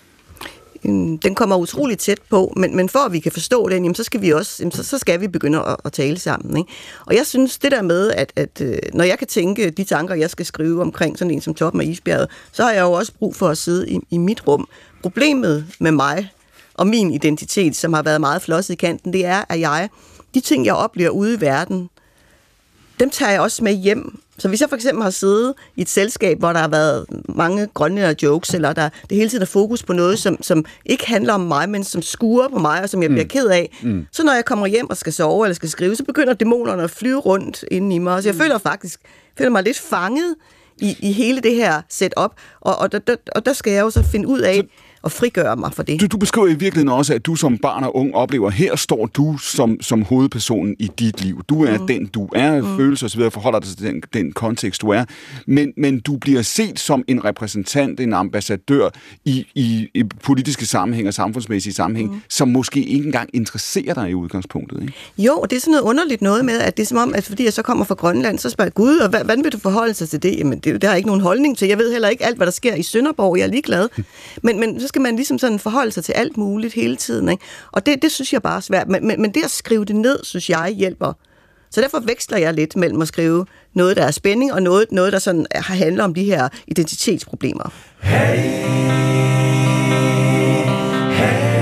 Den kommer utroligt tæt på, men, men for at vi kan forstå den, jamen, så skal vi også, jamen, så, så skal vi begynde at, at tale sammen. Ikke? Og jeg synes, det der med, at, at når jeg kan tænke de tanker, jeg skal skrive omkring sådan en som toppen af isbjerget, så har jeg jo også brug for at sidde i, i mit rum. Problemet med mig og min identitet, som har været meget flosset i kanten, det er, at jeg, de ting, jeg oplever ude i verden, dem tager jeg også med hjem. Så hvis jeg for eksempel har siddet i et selskab, hvor der har været mange grønlændere jokes, eller der det hele tiden er fokus på noget, som, som ikke handler om mig, men som skuer på mig, og som jeg bliver mm. ked af, mm. så når jeg kommer hjem og skal sove eller skal skrive, så begynder dæmonerne at flyve rundt inde i mig. Så jeg mm. føler faktisk føler mig lidt fanget i, i hele det her setup, og, og, der, og der skal jeg jo så finde ud af, og frigøre mig for det. Du, du beskriver i virkeligheden også, at du som barn og ung oplever, her står du som, som hovedpersonen i dit liv. Du er mm. den, du er, mm. følelser osv., forholder dig til den, den kontekst, du er. Men, men du bliver set som en repræsentant, en ambassadør i, i, i politiske sammenhæng og samfundsmæssige sammenhæng, mm. som måske ikke engang interesserer dig i udgangspunktet, ikke? Jo, og det er sådan noget underligt noget med, at det er som om, at fordi jeg så kommer fra Grønland, så spørger jeg, Gud, og hvad, hvordan vil du forholde sig til det? Jamen, det, det har jeg ikke nogen holdning til. Jeg ved heller ikke alt, hvad der sker i Sønderborg. Jeg er ligeglad. Men, men så skal man ligesom sådan forholde sig til alt muligt hele tiden, ikke? Og det, det synes jeg bare er svært. Men, men, men det at skrive det ned, synes jeg hjælper. Så derfor veksler jeg lidt mellem at skrive noget, der er spænding, og noget, noget der sådan handler om de her identitetsproblemer. Hey, hey.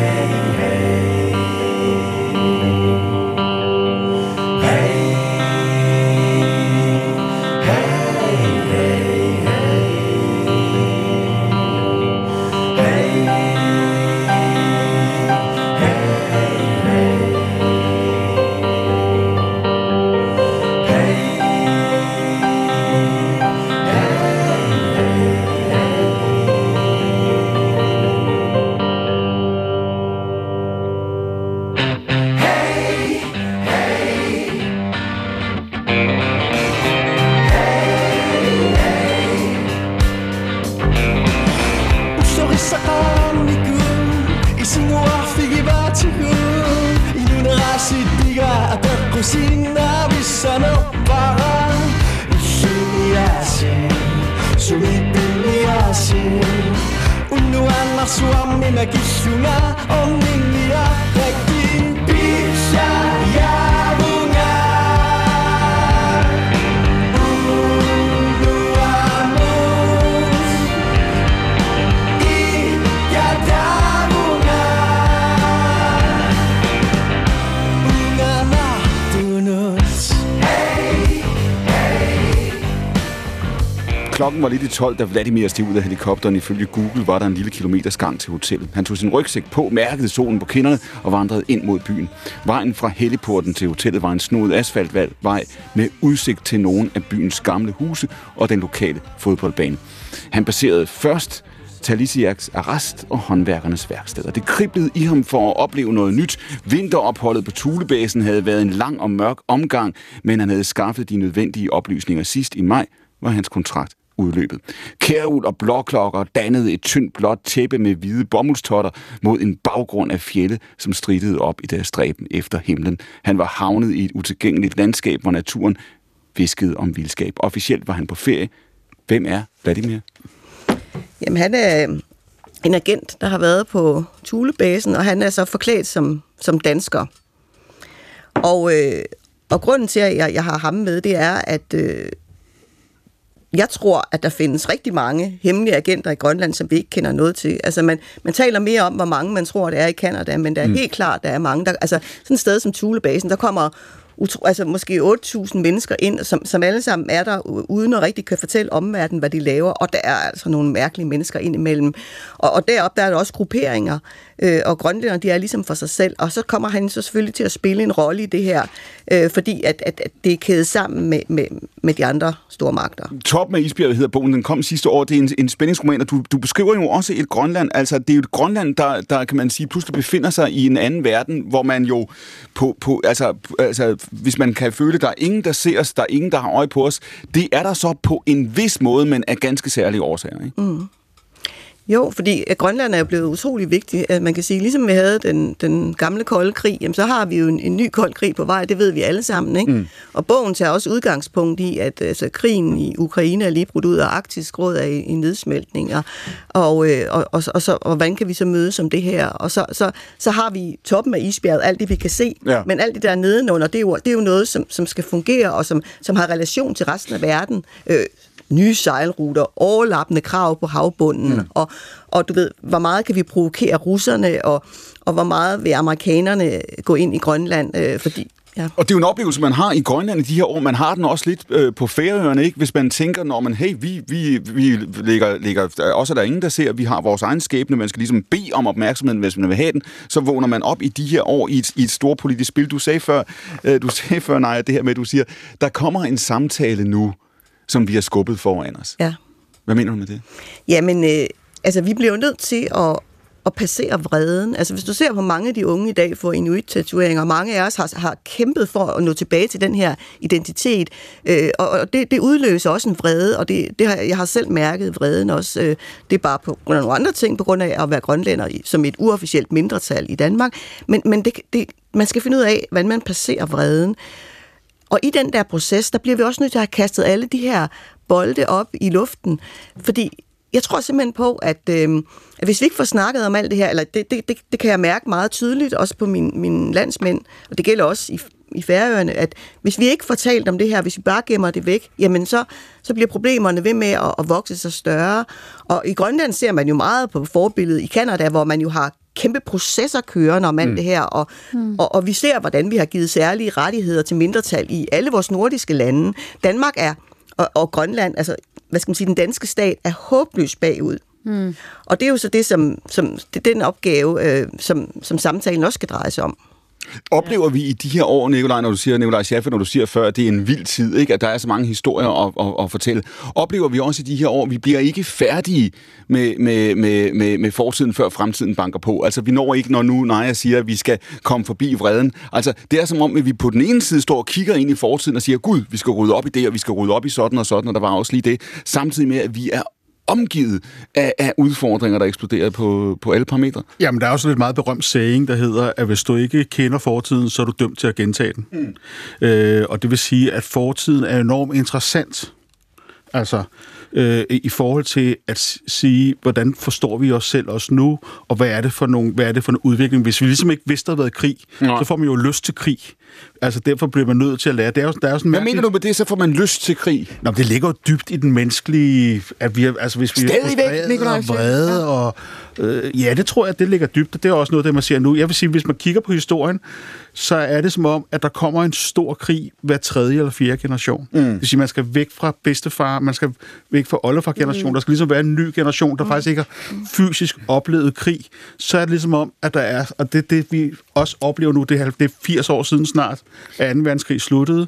Klokken var lidt i tolv, da Vladimir steg ud af helikopteren. Ifølge Google var der en lille kilometers gang til hotellet. Han tog sin rygsæk på, mærkede solen på kinderne og vandrede ind mod byen. Vejen fra heliporten til hotellet var en snoet asfaltvej med udsigt til nogle af byens gamle huse og den lokale fodboldbane. Han passerede først Talisiaks arrest og håndværkernes værksteder. Det kriblede i ham for at opleve noget nyt. Vinteropholdet på Thulebasen havde været en lang og mørk omgang, men han havde skaffet de nødvendige oplysninger. Sidst i maj var hans kontrakt udløbet. Kærul og blåklokker dannede et tyndt blåt tæppe med hvide bomuldstotter mod en baggrund af fjelde, som stridede op i deres stræben efter himlen. Han var havnet i et utilgængeligt landskab, hvor naturen viskede om vildskab. Officielt var han på ferie. Hvem er Vladimir? Jamen, han er en agent, der har været på Thulebasen, og han er så forklædt som, som dansker. Og, øh, og grunden til, at jeg, jeg har ham med, det er, at øh, jeg tror, at der findes rigtig mange hemmelige agenter i Grønland, som vi ikke kender noget til. Altså, man, man taler mere om, hvor mange man tror, der er i Canada, men der er mm. helt klart, der er mange. Der, altså, sådan et sted som Thulebasen, der kommer utro, altså måske otte tusind mennesker ind, som, som alle sammen er der, uden at rigtig kan fortælle omverdenen, hvad de laver, og der er altså nogle mærkelige mennesker indimellem. Og, og deroppe der er der også grupperinger, øh, og grønlænderne, de er ligesom for sig selv, og så kommer han så selvfølgelig til at spille en rolle i det her, øh, fordi at, at, at det er kædet sammen med, med, med de andre store magter. Toppen af isbjerget hedder bogen, den kom sidste år, det er en, en spændingsroman, og du, du beskriver jo også et Grønland, altså det er jo et Grønland, der, der kan man sige, pludselig befinder sig i en anden verden, hvor man jo på, på altså, altså hvis man kan føle, der er ingen, der ser os, der er ingen, der har øje på os, det er der så på en vis måde, men af ganske særlige årsager, ikke? Mm. Jo, fordi Grønland er jo blevet utrolig vigtigt. Man kan sige, ligesom vi havde den, den gamle kolde krig, jamen, så har vi jo en, en ny kold krig på vej, det ved vi alle sammen, ikke? Mm. Og bogen tager også udgangspunkt i, at altså, krigen i Ukraine er lige brudt ud, og Arktisk Råd er i, i nedsmeltning, og, og, og, og, og, så, og hvordan kan vi så mødes om det her? Og så, så, så har vi toppen af isbjerget, alt det vi kan se, ja. Men alt det der nedenunder, det er jo, det er jo noget, som, som skal fungere, og som, som har relation til resten af verden. Øh, nye sejlruter, overlappende krav på havbunden, mm. og, og du ved, hvor meget kan vi provokere russerne, og, og hvor meget vil amerikanerne gå ind i Grønland, øh, fordi ja. Og det er jo en oplevelse, man har i Grønland i de her år. Man har den også lidt øh, på Færøerne, ikke? Hvis man tænker, når man, hey, vi, vi, vi ligger, ligger, også er der ingen, der ser, vi har vores egen skæbne, man skal ligesom bede om opmærksomheden, hvis man vil have den, så vågner man op i de her år i et, i et stort politisk spil. Du sagde før, øh, du sagde før, nej, det her med, du siger, der kommer en samtale nu, som vi har skubbet foran os. Ja. Hvad mener du med det? Jamen, øh, altså, vi bliver jo nødt til at, at passere vreden. Altså, hvis du ser på mange af de unge i dag får inuit-tatoveringer, mange af os har, har kæmpet for at nå tilbage til den her identitet, øh, og, og det, det udløser også en vrede, og det, det har, jeg har selv mærket vreden også. Øh, det er bare på grund af nogle andre ting, på grund af at være grønlænder som et uofficielt mindretal i Danmark, men, men det, det, man skal finde ud af, hvordan man passerer vreden. Og i den der proces, der bliver vi også nødt til at have kastet alle de her bolde op i luften. Fordi jeg tror simpelthen på, at, øh, at hvis vi ikke får snakket om alt det her, eller det, det, det, det kan jeg mærke meget tydeligt, også på mine, mine landsmænd, og det gælder også i, i Færøerne, at hvis vi ikke får talt om det her, hvis vi bare gemmer det væk, jamen så, så bliver problemerne ved med at, at vokse sig større. Og i Grønland ser man jo meget på forbilledet i Canada, hvor man jo har kæmpe processer kørende om alt mm. det her, og, mm. og, og vi ser, hvordan vi har givet særlige rettigheder til mindretal i alle vores nordiske lande. Danmark er, og, og Grønland, altså, hvad skal man sige, den danske stat er håbløst bagud. Mm. Og det er jo så det, som, som det er den opgave, øh, som, som samtalen også skal dreje sig om. Oplever vi i de her år, Nikolaj, når du siger, Nikolaj Schaffer, når du siger før, at det er en vild tid, ikke? At der er så mange historier at, at, at fortælle. Oplever vi også i de her år, vi bliver ikke færdige med, med, med, med, med fortiden, før fremtiden banker på. Altså, vi når ikke, når nu Naja siger, at vi skal komme forbi vreden. Altså, det er som om, at vi på den ene side står og kigger ind i fortiden og siger, gud, vi skal rydde op i det, og vi skal rydde op i sådan og sådan, og der var også lige det. Samtidig med, at vi er omgivet af, af udfordringer, der eksploderer på, på alle parametre. Jamen, der er også lidt meget berømt saying, der hedder, at hvis du ikke kender fortiden, så er du dømt til at gentage den. Mm. Øh, og det vil sige, at fortiden er enormt interessant. Altså, øh, i forhold til at sige, hvordan forstår vi os selv også nu, og hvad er det for nogle, hvad er det for en udvikling? Hvis vi ligesom ikke vidste, der havde været krig, ja. Så får man jo lyst til krig. Altså, derfor bliver man nødt til at lære. Det er jo, der er jo sådan Hvad mærkeligt... mener du med det, så får man lyst til krig? Nå, det ligger jo dybt i den menneskelige... At vi er, altså, hvis vi Stadig væk, Nikolaj. Og vrede, og... Øh, ja, det tror jeg, det ligger dybt, og det er også noget, det man siger nu. Jeg vil sige, hvis man kigger på historien, så er det som om, at der kommer en stor krig hver tredje eller fjerde generation. Mm. Det vil sige, man skal væk fra bedstefar, man skal væk fra oldefar-generationen, mm. der skal ligesom være en ny generation, der mm. faktisk ikke har fysisk oplevet krig. Så er det ligesom om, at der er, og det det, vi også oplever nu, det er, det er firs år siden snart, at anden verdenskrig sluttede,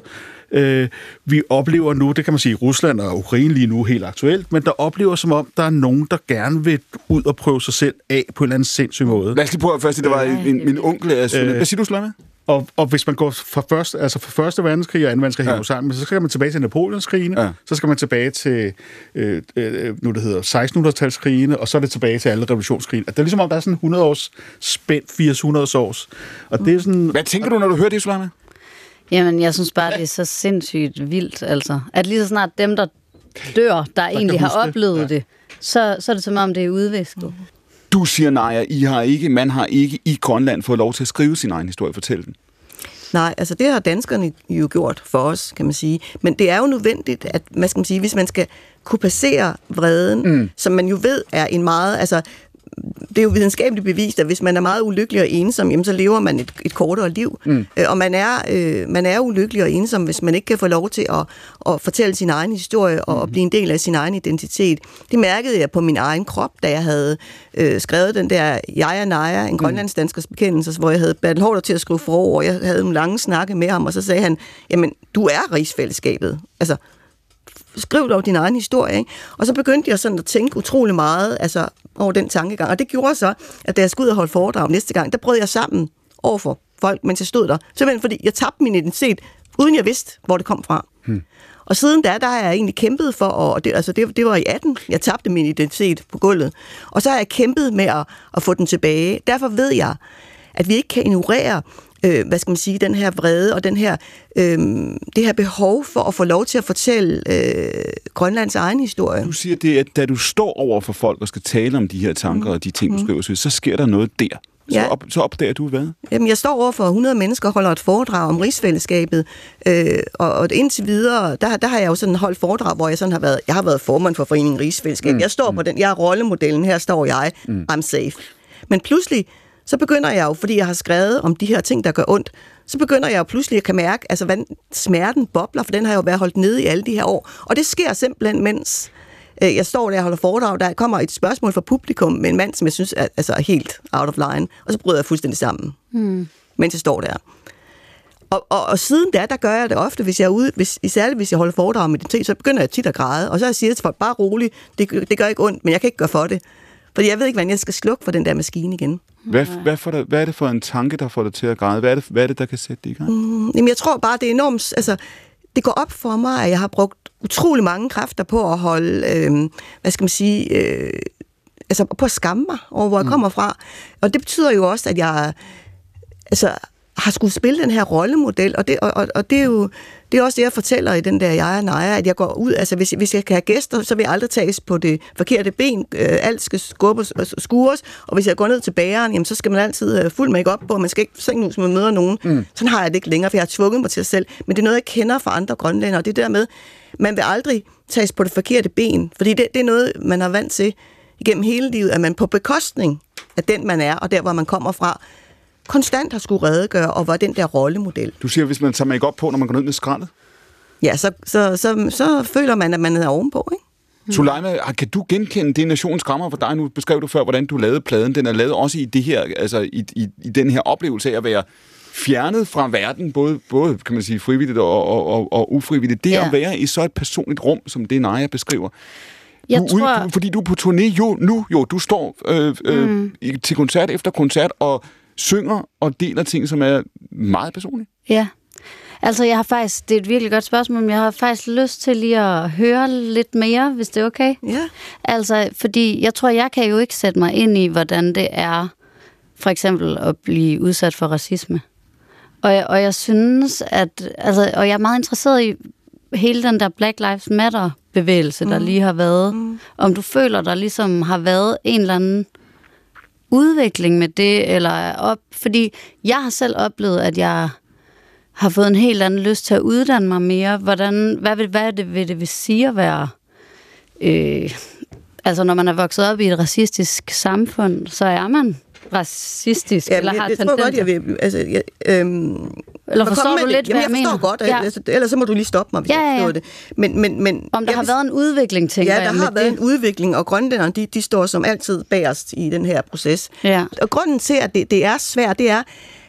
Øh, vi oplever nu, det kan man sige, Rusland og Ukraine lige nu helt aktuelt, men der oplever som om, der er nogen, der gerne vil ud og prøve sig selv af på en eller anden sindssyg måde. Lad os lige prøve først, det var min, min onkel. Altså, øh, hvad siger du, Sulejman? Og, og hvis man går fra første, altså fra første verdenskrig og anden verdenskrig ja. sammen, så skal man tilbage til Napoleonskrigene, ja. så skal man tilbage til øh, øh, nu det hedder sekstenhundredetalskrigene, og så er det tilbage til alle revolutionskrigene. Det er ligesom om, der er sådan hundrede års spændt, firs hundrede års. Og det er sådan... Hvad tænker du, når du hører det, Sulejman? Jamen, jeg synes bare, det er så sindssygt vildt, altså. At lige så snart dem, der dør, der, der egentlig har oplevet det, det så, så er det som om, det er udvisket. Du siger, Naja, I har ikke, man har ikke i Grønland fået lov til at skrive sin egen historie, fortælle den. Nej, altså det har danskerne jo gjort for os, kan man sige. Men det er jo nødvendigt, at man skal sige, hvis man skal kunne passere vreden, mm. som man jo ved er en meget... altså det er jo videnskabeligt bevist, at hvis man er meget ulykkelig og ensom, jamen, så lever man et, et kortere liv. Mm. Øh, og man er, øh, man er ulykkelig og ensom, hvis man ikke kan få lov til at, at fortælle sin egen historie og mm. blive en del af sin egen identitet. Det mærkede jeg på min egen krop, da jeg havde øh, skrevet den der Jeg er Naja, en grønlandsdanskers bekendelse, hvor jeg havde Bertel Haarder til at skrive forord. Jeg havde en lange snakke med ham, og så sagde han, jamen, du er rigsfællesskabet. Altså, skriv dog din egen historie, ikke? Og så begyndte jeg sådan at tænke utrolig meget altså, over den tankegang, og det gjorde så, at da jeg skulle ud og holde foredrag næste gang, der brød jeg sammen overfor folk, mens jeg stod der. Simpelthen fordi jeg tabte min identitet, uden jeg vidste, hvor det kom fra. Hmm. Og siden da, der har jeg egentlig kæmpet for, og det, altså det, det var i atten, jeg tabte min identitet på gulvet, og så har jeg kæmpet med at, at få den tilbage. Derfor ved jeg, at vi ikke kan ignorere Øh, hvad skal man sige, den her vrede og den her, øh, det her behov for at få lov til at fortælle øh, Grønlands egen historie. Du siger det, at da du står over for folk og skal tale om de her tanker mm. og de ting, du skriver, så sker der noget der. Så, ja. op, så opdager du hvad? Jamen, jeg står over for hundrede mennesker og holder et foredrag om rigsfællesskabet, øh, og, og indtil videre, der, der har jeg jo sådan holdt foredrag, hvor jeg sådan har været, jeg har været formand for Foreningen Rigsfællesskab. Mm. Jeg står på den, jeg er rollemodellen, her står jeg, mm. I'm safe. Men pludselig, så begynder jeg jo, fordi jeg har skrevet om de her ting, der gør ondt, så begynder jeg jo pludselig at kan mærke, altså, hvordan smerten bobler, for den har jo været holdt nede i alle de her år. Og det sker simpelthen, mens øh, jeg står der og holder foredrag, der kommer et spørgsmål fra publikum med en mand, som jeg synes er, altså, er helt out of line, og så bryder jeg fuldstændig sammen, hmm. mens jeg står der. Og, og, og siden da, der gør jeg det ofte, hvis jeg er ude, hvis, særligt hvis jeg holder foredrag med identitet, så begynder jeg tit at græde, og så jeg siger jeg til folk, bare roligt, det, det gør ikke ondt, men jeg kan ikke gøre for det. Fordi jeg ved ikke, hvordan jeg skal slukke for den der maskine igen. Hvad, hvad, for dig, hvad er det for en tanke, der får dig til at græde? Hvad er det, hvad er det der kan sætte det i gang? Mm, jamen, jeg tror bare, det er enormt... Altså, det går op for mig, at jeg har brugt utrolig mange kræfter på at holde... Øh, hvad skal man sige... Øh, altså, på at skamme mig over, hvor jeg mm. kommer fra. Og det betyder jo også, at jeg... Altså, har skulle spille den her rollemodel, og det, og, og det er jo det er også det, jeg fortæller i den der Jeg er Naja, at jeg går ud, altså hvis, hvis jeg kan have gæster, så vil jeg aldrig tages på det forkerte ben, øh, alt skal skubbes og skures, og hvis jeg går ned til bageren, jamen så skal man altid have fuld make-up på, og man skal ikke synge, hvis man møder nogen. Mm. Sådan har jeg det ikke længere, for jeg har tvunget mig til sig selv, men det er noget, jeg kender fra andre grønlændere, og det er der med, man vil aldrig tages på det forkerte ben, fordi det, det er noget, man har vant til igennem hele livet, at man på bekostning af den, man er, og der, hvor man kommer fra, konstant har skulle redegøre, og var den der rollemodel. Du siger, hvis man tager make-up på, når man går ned med skraldet? Ja, så, så, så, så føler man, at man er ovenpå, ikke? Mm. Sulejman, kan du genkende det nationsskrammer for dig? Nu beskrev du før, hvordan du lavede pladen. Den er lavet også i det her, altså i, i, i den her oplevelse af at være fjernet fra verden, både, både kan man sige, frivilligt og, og, og, og ufrivilligt. Det ja. At være i så et personligt rum, som det Naja beskriver. Jeg du, tror... ud, fordi du er på turné jo, nu, jo, du står øh, øh, mm. til koncert efter koncert og synger og deler ting, som er meget personlige. Ja. Altså, jeg har faktisk, det er et virkelig godt spørgsmål, men jeg har faktisk lyst til lige at høre lidt mere, hvis det er okay. Ja. Altså, fordi jeg tror, jeg kan jo ikke sætte mig ind i, hvordan det er, for eksempel at blive udsat for racisme. Og jeg, og jeg synes, at, altså, og jeg er meget interesseret i hele den der Black Lives Matter-bevægelse, der mm. lige har været. Mm. Om du føler, der ligesom har været en eller anden udvikling med det, eller op, fordi jeg har selv oplevet, at jeg har fået en helt anden lyst til at uddanne mig mere. Hvordan, hvad, vil, hvad det, vil det vil sige at være... Øh, altså, når man er vokset op i et racistisk samfund, så er man racistisk, ja, eller jeg, har jeg tror godt, jeg vil... Altså, jeg, øhm, eller forstår du lidt, det? Jamen, jeg forstår godt, ja. altså, ellers så må du lige stoppe mig, hvis ja, ja, ja. jeg forstår det. Men, men, men, Om der har vil, været en udvikling, tænker jeg. jeg. Ja, der har været det. en udvikling, og grønlænderne, de, de står som altid bagerst i den her proces. Ja. Og grunden til, at det, det er svært, det er,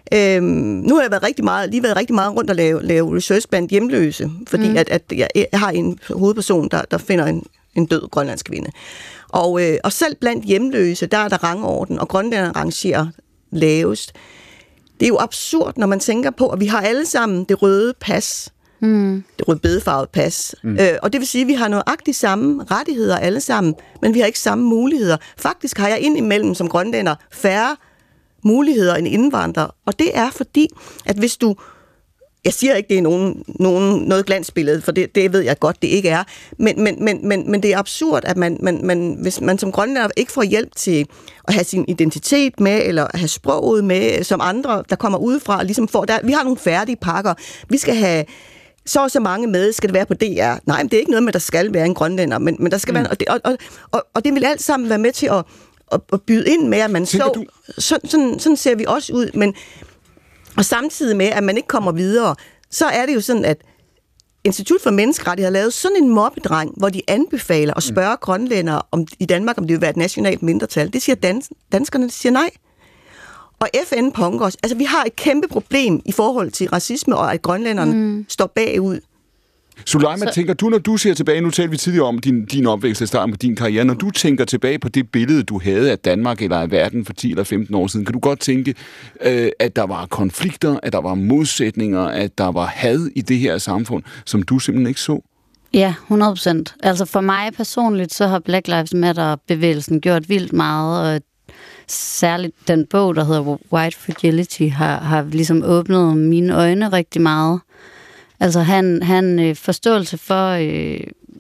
Øhm, nu har jeg været rigtig meget, lige været rigtig meget rundt og lave, lave research blandt hjemløse, fordi mm. at, at jeg, jeg har en hovedperson, der, der finder en, en død grønlandsk kvinde. Og, øh, og selv blandt hjemløse, der er der rangorden, og grønlænderne rangerer lavest. Det er jo absurd, når man tænker på, at vi har alle sammen det røde pas, mm. det rødbedefarvede pas. Mm. Øh, og det vil sige, at vi har nøjagtigt samme rettigheder alle sammen, men vi har ikke samme muligheder. Faktisk har jeg indimellem som grønlænder færre muligheder end indvandrere, og det er fordi, at hvis du... Jeg siger ikke, det er nogen, nogen, noget glansbillede, for det, det ved jeg godt, det ikke er. Men, men, men, men, men det er absurd, at man, man, man, hvis man som grønlænder ikke får hjælp til at have sin identitet med, eller have sproget med, som andre, der kommer udefra, ligesom får... Der, vi har nogle færdige pakker. Vi skal have så og så mange med, skal det være på D R. Nej, men det er ikke noget med, der skal være en grønlænder, men, men der skal mm. være... Og det, og, og, og, og det vil alt sammen være med til at, at, at byde ind med, at man så... Sådan, sådan, sådan ser vi også ud, men... Og samtidig med, at man ikke kommer videre, så er det jo sådan, at Institut for Menneskerettigheder har lavet sådan en mobbedreng, hvor de anbefaler at spørge mm. grønlændere om, i Danmark, om det vil være et nationalt mindretal. Det siger dans, danskerne, de siger nej. Og F N punker os. Altså, vi har et kæmpe problem i forhold til racisme, og at grønlænderne mm. står bagud. Sulejman, så... tænker du, når du ser tilbage, nu talte vi tidligere om din, din opvækst og starten på din karriere, når du tænker tilbage på det billede, du havde af Danmark eller af verden for ti eller femten år siden, kan du godt tænke, øh, at der var konflikter, at der var modsætninger, at der var had i det her samfund, som du simpelthen ikke så? Ja, hundrede procent. Altså for mig personligt, så har Black Lives Matter-bevægelsen gjort vildt meget, og særligt den bog, der hedder White Fragility, har, har ligesom åbnet mine øjne rigtig meget. Altså han, han øh, forståelse for øh,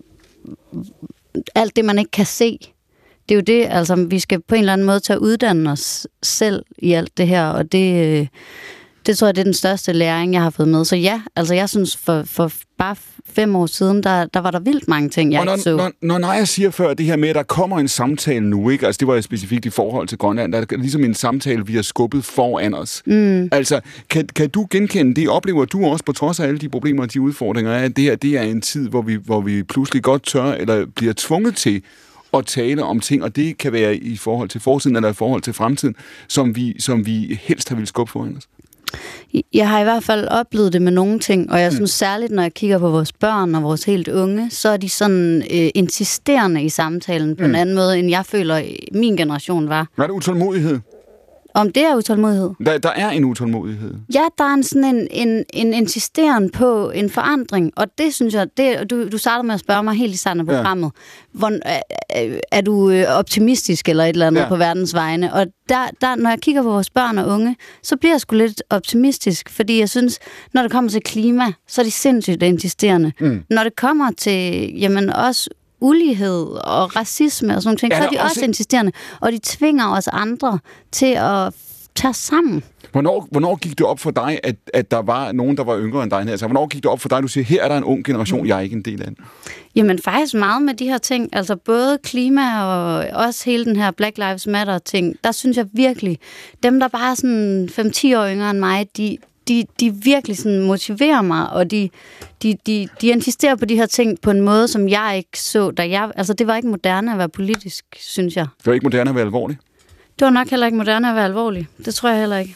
alt det, man ikke kan se. Det er jo det, altså vi skal på en eller anden måde tage uddanne os selv i alt det her, og det, øh, det tror jeg, det er den største læring, jeg har fået med. Så ja, altså jeg synes, for, for bare fem år siden, der, der var der vildt mange ting, jeg når, ikke så. Når, når Naja siger før det her med, at der kommer en samtale nu, ikke? Altså det var specifikt i forhold til Grønland, der er ligesom en samtale, vi har skubbet foran os. Mm. Altså, kan, kan du genkende det? Oplever du også, på trods af alle de problemer og de udfordringer, at det her det er en tid, hvor vi, hvor vi pludselig godt tør, eller bliver tvunget til at tale om ting, og det kan være i forhold til fortiden, eller i forhold til fremtiden, som vi, som vi helst har ville skubbe foran os? Jeg har i hvert fald oplevet det med nogle ting, og jeg synes særligt, når jeg kigger på vores børn og vores helt unge, så er de sådan øh, insisterende i samtalen på mm. en anden måde, end jeg føler, min generation var. Var det utålmodighed? Om det er utålmodighed? Der, der er en utålmodighed. Ja, der er en sådan en, en, en insisteren på en forandring, og det synes jeg, det, du, du startede med at spørge mig helt i starten af programmet, ja. Hvor, er, er du optimistisk eller et eller andet ja. På verdens vegne? Og der, der, når jeg kigger på vores børn og unge, så bliver jeg sgu lidt optimistisk, fordi jeg synes, når det kommer til klima, så er de sindssygt insisterende. Mm. Når det kommer til, jamen også ulighed og racisme og sådan nogle ting, ja, så er de også, også insisterende, og de tvinger os andre til at tage sammen. Hvornår, hvornår gik det op for dig, at, at der var nogen, der var yngre end dig? Altså, hvornår gik det op for dig, at du siger, her er der en ung generation, jeg er ikke en del af den? Jamen faktisk meget med de her ting, altså både klima og også hele den her Black Lives Matter ting, der synes jeg virkelig, dem der bare er sådan fem til ti år yngre end mig, de De, de virkelig sådan motiverer mig, og de, de, de, de insisterer på de her ting på en måde, som jeg ikke så, da jeg... Altså, det var ikke moderne at være politisk, synes jeg. Det var ikke moderne at være alvorlig? Det var nok heller ikke moderne at være alvorlig. Det tror jeg heller ikke.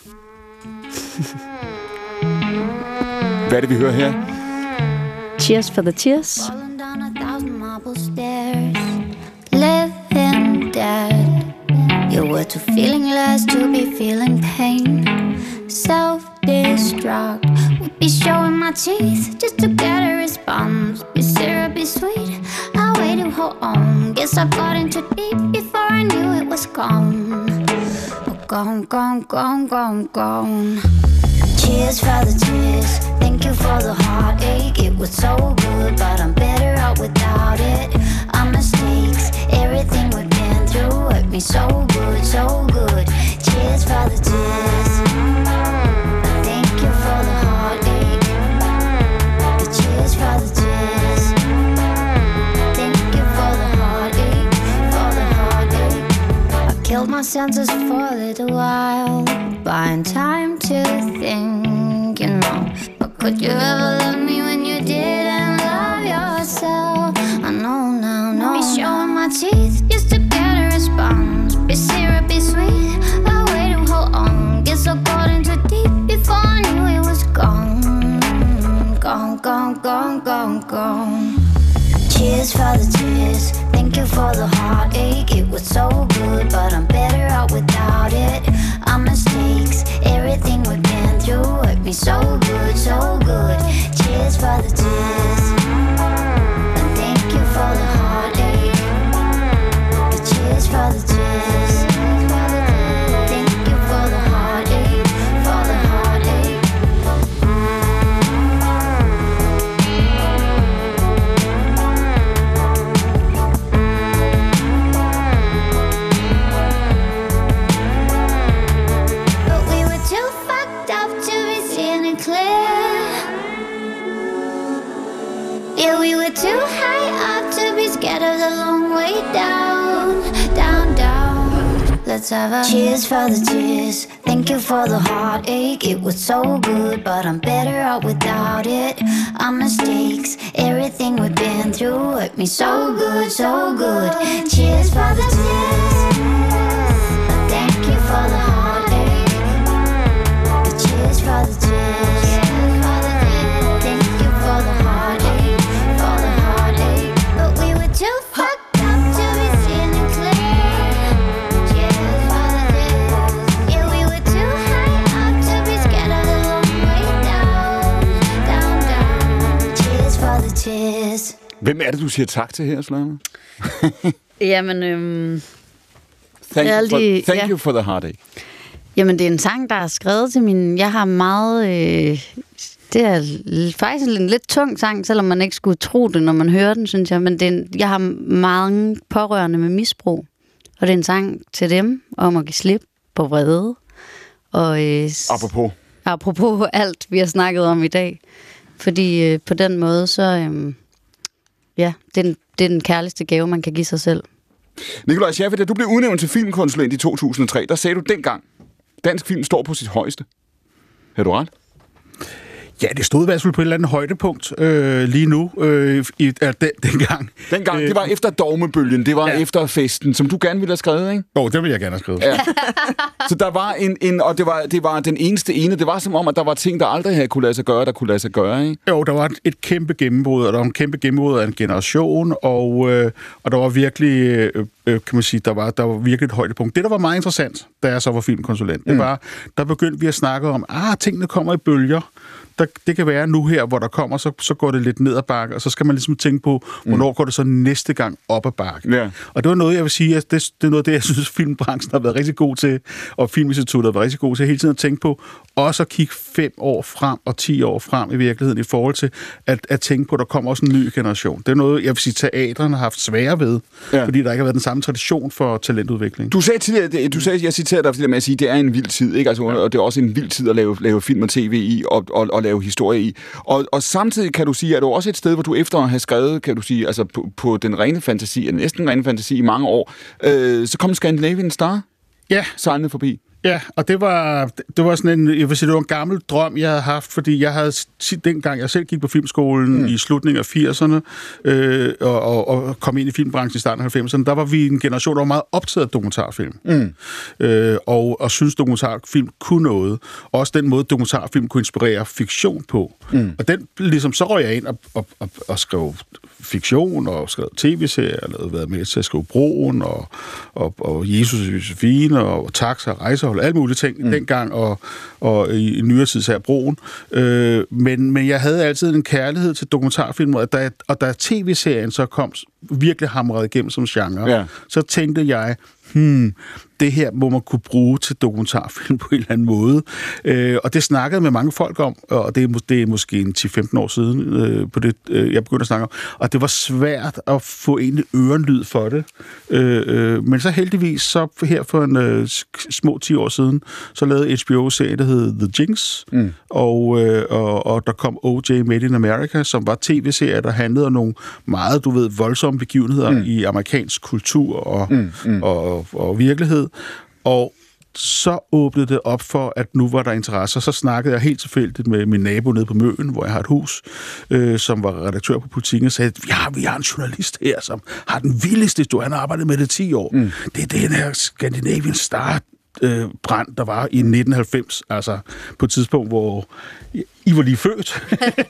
Hvad er det, vi hører her? Cheers for the tears. Living dead. You were too feeling less to be feeling pain. Self-destruct. Would be showing my teeth just to get a response. Be syrupy sweet. I waited, hold on. Guess I got in too deep before I knew it was gone. Oh, gone, gone, gone, gone, gone. Cheers for the tears. Thank you for the heartache. It was so good, but I'm better out without it. Our mistakes, everything we've been through hurt me so good, so good. Cheers for the tears. Thank you for the heartache. The cheers for the tears. Thank you for the heartache, for the heartache. I killed my senses for a little while, buying time to think, you know. But could you ever love me when you didn't love yourself? I know now, no. Be showing my teeth just to get a response. Be syrupy sweet. I waited, hold on. Guess I got into deep gone, gone, gone, gone. Cheers for the tears, thank you for the heartache. It was so good, but I'm better out without it. Our mistakes, everything we've been through hurt me so good, so good. Cheers for the tears, and thank you for the heartache. Cheers for the tears, thank you for the heartache, for the heartache. But we were too fucked up to be seeing it clear. Yeah, we were too high up to be scared of the long way down, down, down. Let's have a cheers for the tears, thank you for the heartache. It was so good, but I'm better out without it. Our mistakes, everything we've been through hurt me so good, so good. Cheers for the tears, thank you for the heartache. Cheers for the tears, thank you for the heartache, for the heartache. But we were too fucked up to be seeing it clear. Cheers for the tears. Yeah, we were too high up to be scared of the long way down, down, down. Cheers for the tears. Hvem er det, du siger tak til her, Slama? Jamen, øhm, Thank, alle you for, de- thank ja. you for the heartache. Jamen, det er en sang, der er skrevet til min... Jeg har meget... Øh, det er l- faktisk en lidt tung sang, selvom man ikke skulle tro det, når man hører den, synes jeg. Men det er en, jeg har mange pårørende med misbrug. Og det er en sang til dem, om at give slip på vrede. Og øh, s- Apropos. apropos alt, vi har snakket om i dag. Fordi øh, på den måde, så... Øh, ja, det er, den, det er den kærligste gave, man kan give sig selv. Nikolaj Schaffer, da du blev udnævnt til filmkonsulent i to tusind og tre, der sagde du dengang, dansk film står på sit højeste. Har du ret? Ja, det stod i hvert fald på et eller andet højdepunkt øh, lige nu, øh, i, øh, den, dengang. Dengang, Øh, det var efter dogmebølgen, det var ja. efter festen, som du gerne ville have skrevet, ikke? Jo, det vil jeg gerne have skrevet. Ja. Så der var en, en og det var, det var den eneste ene, det var som om, at der var ting, der aldrig havde kunne lade sig gøre, der kunne lade sig gøre, ikke? Jo, der var et, et kæmpe gennembrud, og der var en kæmpe gennembrud af en generation, og, øh, og der var virkelig, øh, øh, kan man sige, der var, der var virkelig et højdepunkt. Det, der var meget interessant, da jeg så var filmkonsulent, mm. det var, der begyndte vi at snakke om, ah, tingene kommer i bølger. Der, det kan være nu her, hvor der kommer, så, så går det lidt ned ad bakke, og så skal man ligesom tænke på, hvornår mm. går det så næste gang op ad bakke. Ja. Og det var noget, jeg vil sige, at det, det er noget af det, jeg synes, filmbranchen har været rigtig god til, og Filminstituttet har været rigtig god til hele tiden at tænke på, også at kigge fem år frem og ti år frem i virkeligheden, i forhold til at, at tænke på, at der kommer også en ny generation. Det er noget, jeg vil sige, teatrene har haft svære ved, ja. fordi der ikke har været den samme tradition for talentudvikling. Du sagde tidligere, du sagde, jeg citerede dig for det med at sige, at det er en vild tid, ikke? Altså, og det er også en vild tid at lave, lave film og tv i, og, og, og lave historie i. Og, og samtidig kan du sige, at du også et sted, hvor du efter at have skrevet, kan du sige, altså på, på den rene fantasi, eller næsten rene fantasi i mange år, øh, så kom Scandinavian Star ja. sejlende forbi. Ja, og det var, det var sådan en, jeg vil sige, det var en gammel drøm, jeg havde haft, fordi jeg havde, dengang jeg selv gik på filmskolen mm. i slutningen af firserne, øh, og, og, og kom ind i filmbranchen i starten af halvfemserne, der var vi en generation, der var meget optaget af dokumentarfilm. Mm. Øh, og, og synes dokumentarfilm kunne noget. Også den måde, dokumentarfilm kunne inspirere fiktion på. Mm. Og den, ligesom, så røg jeg ind og, og, og, og skrev fiktion, og skrev tv-serier, og været med til at skrive Broen, og, og, og Jesus og Josefine, og Taxa, Rejsehold, alle mulige ting mm. dengang, og, og i, i nyere tid så her Broen. Øh, men, men jeg havde altid en kærlighed til dokumentarfilm, og da, og da tv-serien så kom, virkelig hamrede igennem som genre, ja. så tænkte jeg, hmm, det her må man kunne bruge til dokumentarfilm på en eller anden måde. Øh, og det snakkede med mange folk om, og det er, det er måske en ti til femten år siden, øh, på det, øh, jeg begyndte at snakke om, og det var svært at få egentlig ørenlyd for det. Øh, øh, men så heldigvis, så her for en øh, små ti år siden, så lavede H B O-serien, der hed The Jinx, mm. og, øh, og, og der kom O J Made in America, som var tv-serier, der handlede om nogle meget, du ved, voldsomme begivenheder mm. i amerikansk kultur og, mm. Mm. og, og, og virkelighed. Og så åbnede det op for, at nu var der interesse, og så snakkede jeg helt tilfældigt med min nabo nede på Møen, hvor jeg har et hus, øh, som var redaktør på Politiken, og sagde, ja, vi har en journalist her, som har den vildeste historie. Han har arbejdet med det ti år. Mm. Det er den her Scandinavian Star øh, brand, der var i nitten halvfems, altså på et tidspunkt, hvor I var lige født.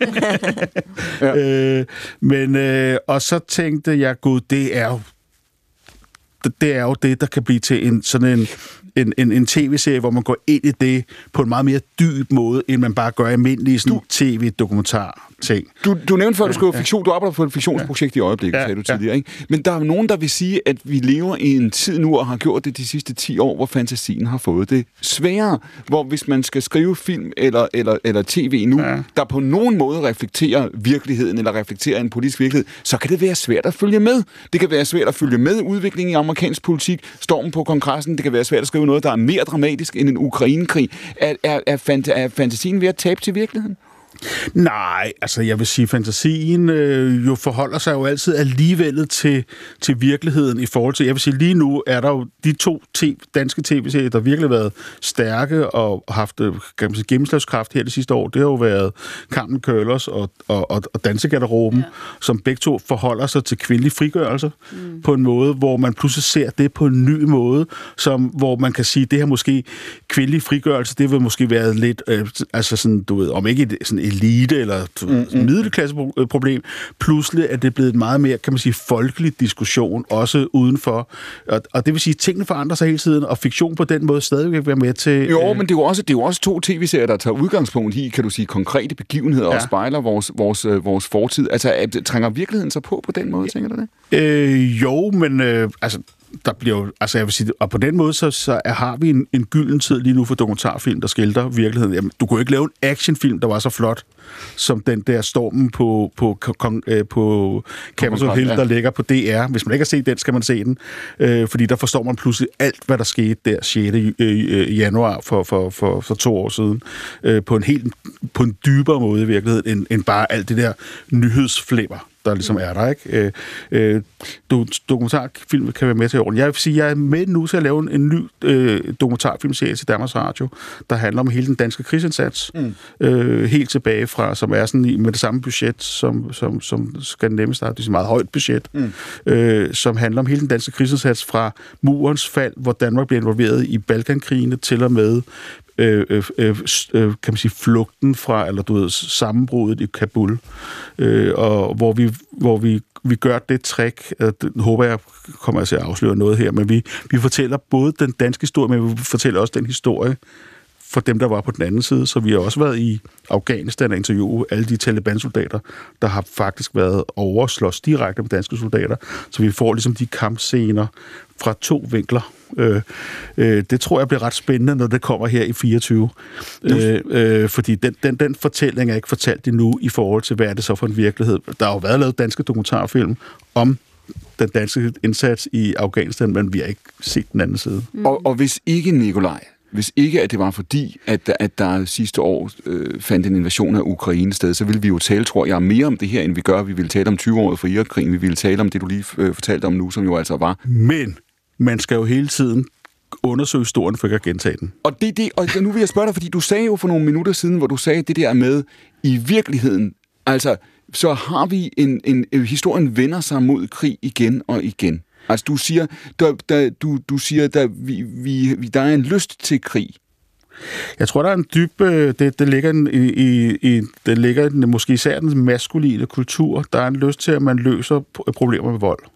ja. øh, men, øh, og så tænkte jeg, gud, det er jo det er jo det, der kan blive til en sådan en, en, en, en tv-serie, hvor man går ind i det på en meget mere dyb måde, end man bare gør almindelige sådan tv-dokumentar-ting. Du, du nævnte før, du skriver ja. fiktion. Du arbejder på et fiktionsprojekt ja. i øjeblikket, ja. sagde du tidligere. Ikke? Men der er nogen, der vil sige, at vi lever i en tid nu, og har gjort det de sidste ti år, hvor fantasien har fået det sværere. Hvor hvis man skal skrive film eller, eller, eller tv nu, ja. der på nogen måde reflekterer virkeligheden, eller reflekterer en politisk virkelighed, så kan det være svært at følge med. Det kan være svært at følge med udviklingen i amerikansk politik, stormen på kongressen. Det kan være svært at skrive noget, der er mere dramatisk end en Ukraine-krig. Er, er, er, fant- er fantasien ved at tabe til virkeligheden? Nej, altså jeg vil sige, fantasien øh, jo forholder sig jo altid alligevel til, til virkeligheden i forhold til, jeg vil sige, lige nu er der jo de to te- danske tv-serier, der virkelig har været stærke og haft kan man sige, gennemslagskraft her de sidste år. Det har jo været Carmen Køllers og, og, og, og Dansegarderoben, ja. som begge to forholder sig til kvindelig frigørelse mm. på en måde, hvor man pludselig ser det på en ny måde, som, hvor man kan sige, det her måske kvindelig frigørelse, det vil måske være lidt, øh, altså sådan, du ved, om ikke et, sådan elite eller mm-hmm. middelklasseproblem. Pludselig er det blevet en meget mere, kan man sige, folkelig diskussion, også udenfor. Og, og det vil sige, at tingene forandrer sig hele tiden, og fiktion på den måde stadig vil være med til... Jo, øh... men det er jo, også, det er jo også to tv-serier, der tager udgangspunkt i, kan du sige, konkrete begivenheder ja. og spejler vores, vores, vores fortid. Altså, trænger virkeligheden sig på på den måde, tænker du det? Øh, jo, men øh, altså... Der bliver jo, altså jeg vil sige, og på den måde, så, så har vi en, en gylden tid lige nu for dokumentarfilm, der skildrer virkeligheden. Jamen, du kunne ikke lave en actionfilm, der var så flot, som den der Stormen på, på, på, på Capitol Hill, der ligger på D R. Hvis man ikke har set den, skal man se den. Øh, fordi der forstår man pludselig alt, hvad der skete der sjette januar for, for, for, for to år siden. Øh, på en helt på en dybere måde i virkeligheden, end, end bare alt det der nyhedsflimmer, der ligesom er der, ikke? Øh, øh, dokumentarfilm kan være med til orden. Jeg vil sige, jeg er med nu til at lave en, en ny øh, dokumentarfilmserie til Danmarks Radio, der handler om hele den danske krigsindsats. Mm. Øh, helt tilbage fra, som er sådan i, med det samme budget, som, som, som Skandinavien starter. Det er et meget højt budget, mm. øh, som handler om hele den danske krigsindsats fra murens fald, hvor Danmark bliver involveret i Balkankrigene, til og med Øh, øh, øh, kan man sige, flugten fra, eller du ved, sammenbruddet i Kabul, øh, og hvor vi, hvor vi, vi gør det trick, at, håber jeg kommer jeg til at afsløre noget her, men vi, vi fortæller både den danske historie, men vi fortæller også den historie for dem, der var på den anden side, så vi har også været i Afghanistan og interviewet alle de Taliban-soldater, der har faktisk været overslås direkte med danske soldater, så vi får ligesom de kampscener fra to vinkler. Øh, øh, det tror jeg bliver ret spændende, når det kommer her i fireogtyve. Øh, øh, fordi den, den, den fortælling er ikke fortalt endnu i forhold til, hvad er det så for en virkelighed. Der har jo været lavet danske dokumentarfilm om den danske indsats i Afghanistan, men vi har ikke set den anden side. Mm. Og, og hvis ikke, Nikolaj, hvis ikke, at det var fordi, at, at der sidste år øh, fandt en invasion af Ukraine sted, så ville vi jo tale, tror jeg, mere om det her, end vi gør. Vi ville tale om tyve-året for Irakkrigen. Vi ville tale om det, du lige øh, fortalte om nu, som jo altså var. Men man skal jo hele tiden undersøge historien, for ikke at gentage den. Og, det, det, og nu vil jeg spørge dig, fordi du sagde jo for nogle minutter siden, hvor du sagde det der med, i virkeligheden, altså, så har vi en, en, en historien vender sig mod krig igen og igen. Altså, du siger, der, der, du, du siger der, vi, vi, der er en lyst til krig. Jeg tror, der er en dyb... Det, det ligger, i, i, i, det ligger måske især den maskuline kultur. Der er en lyst til, at man løser problemer med vold.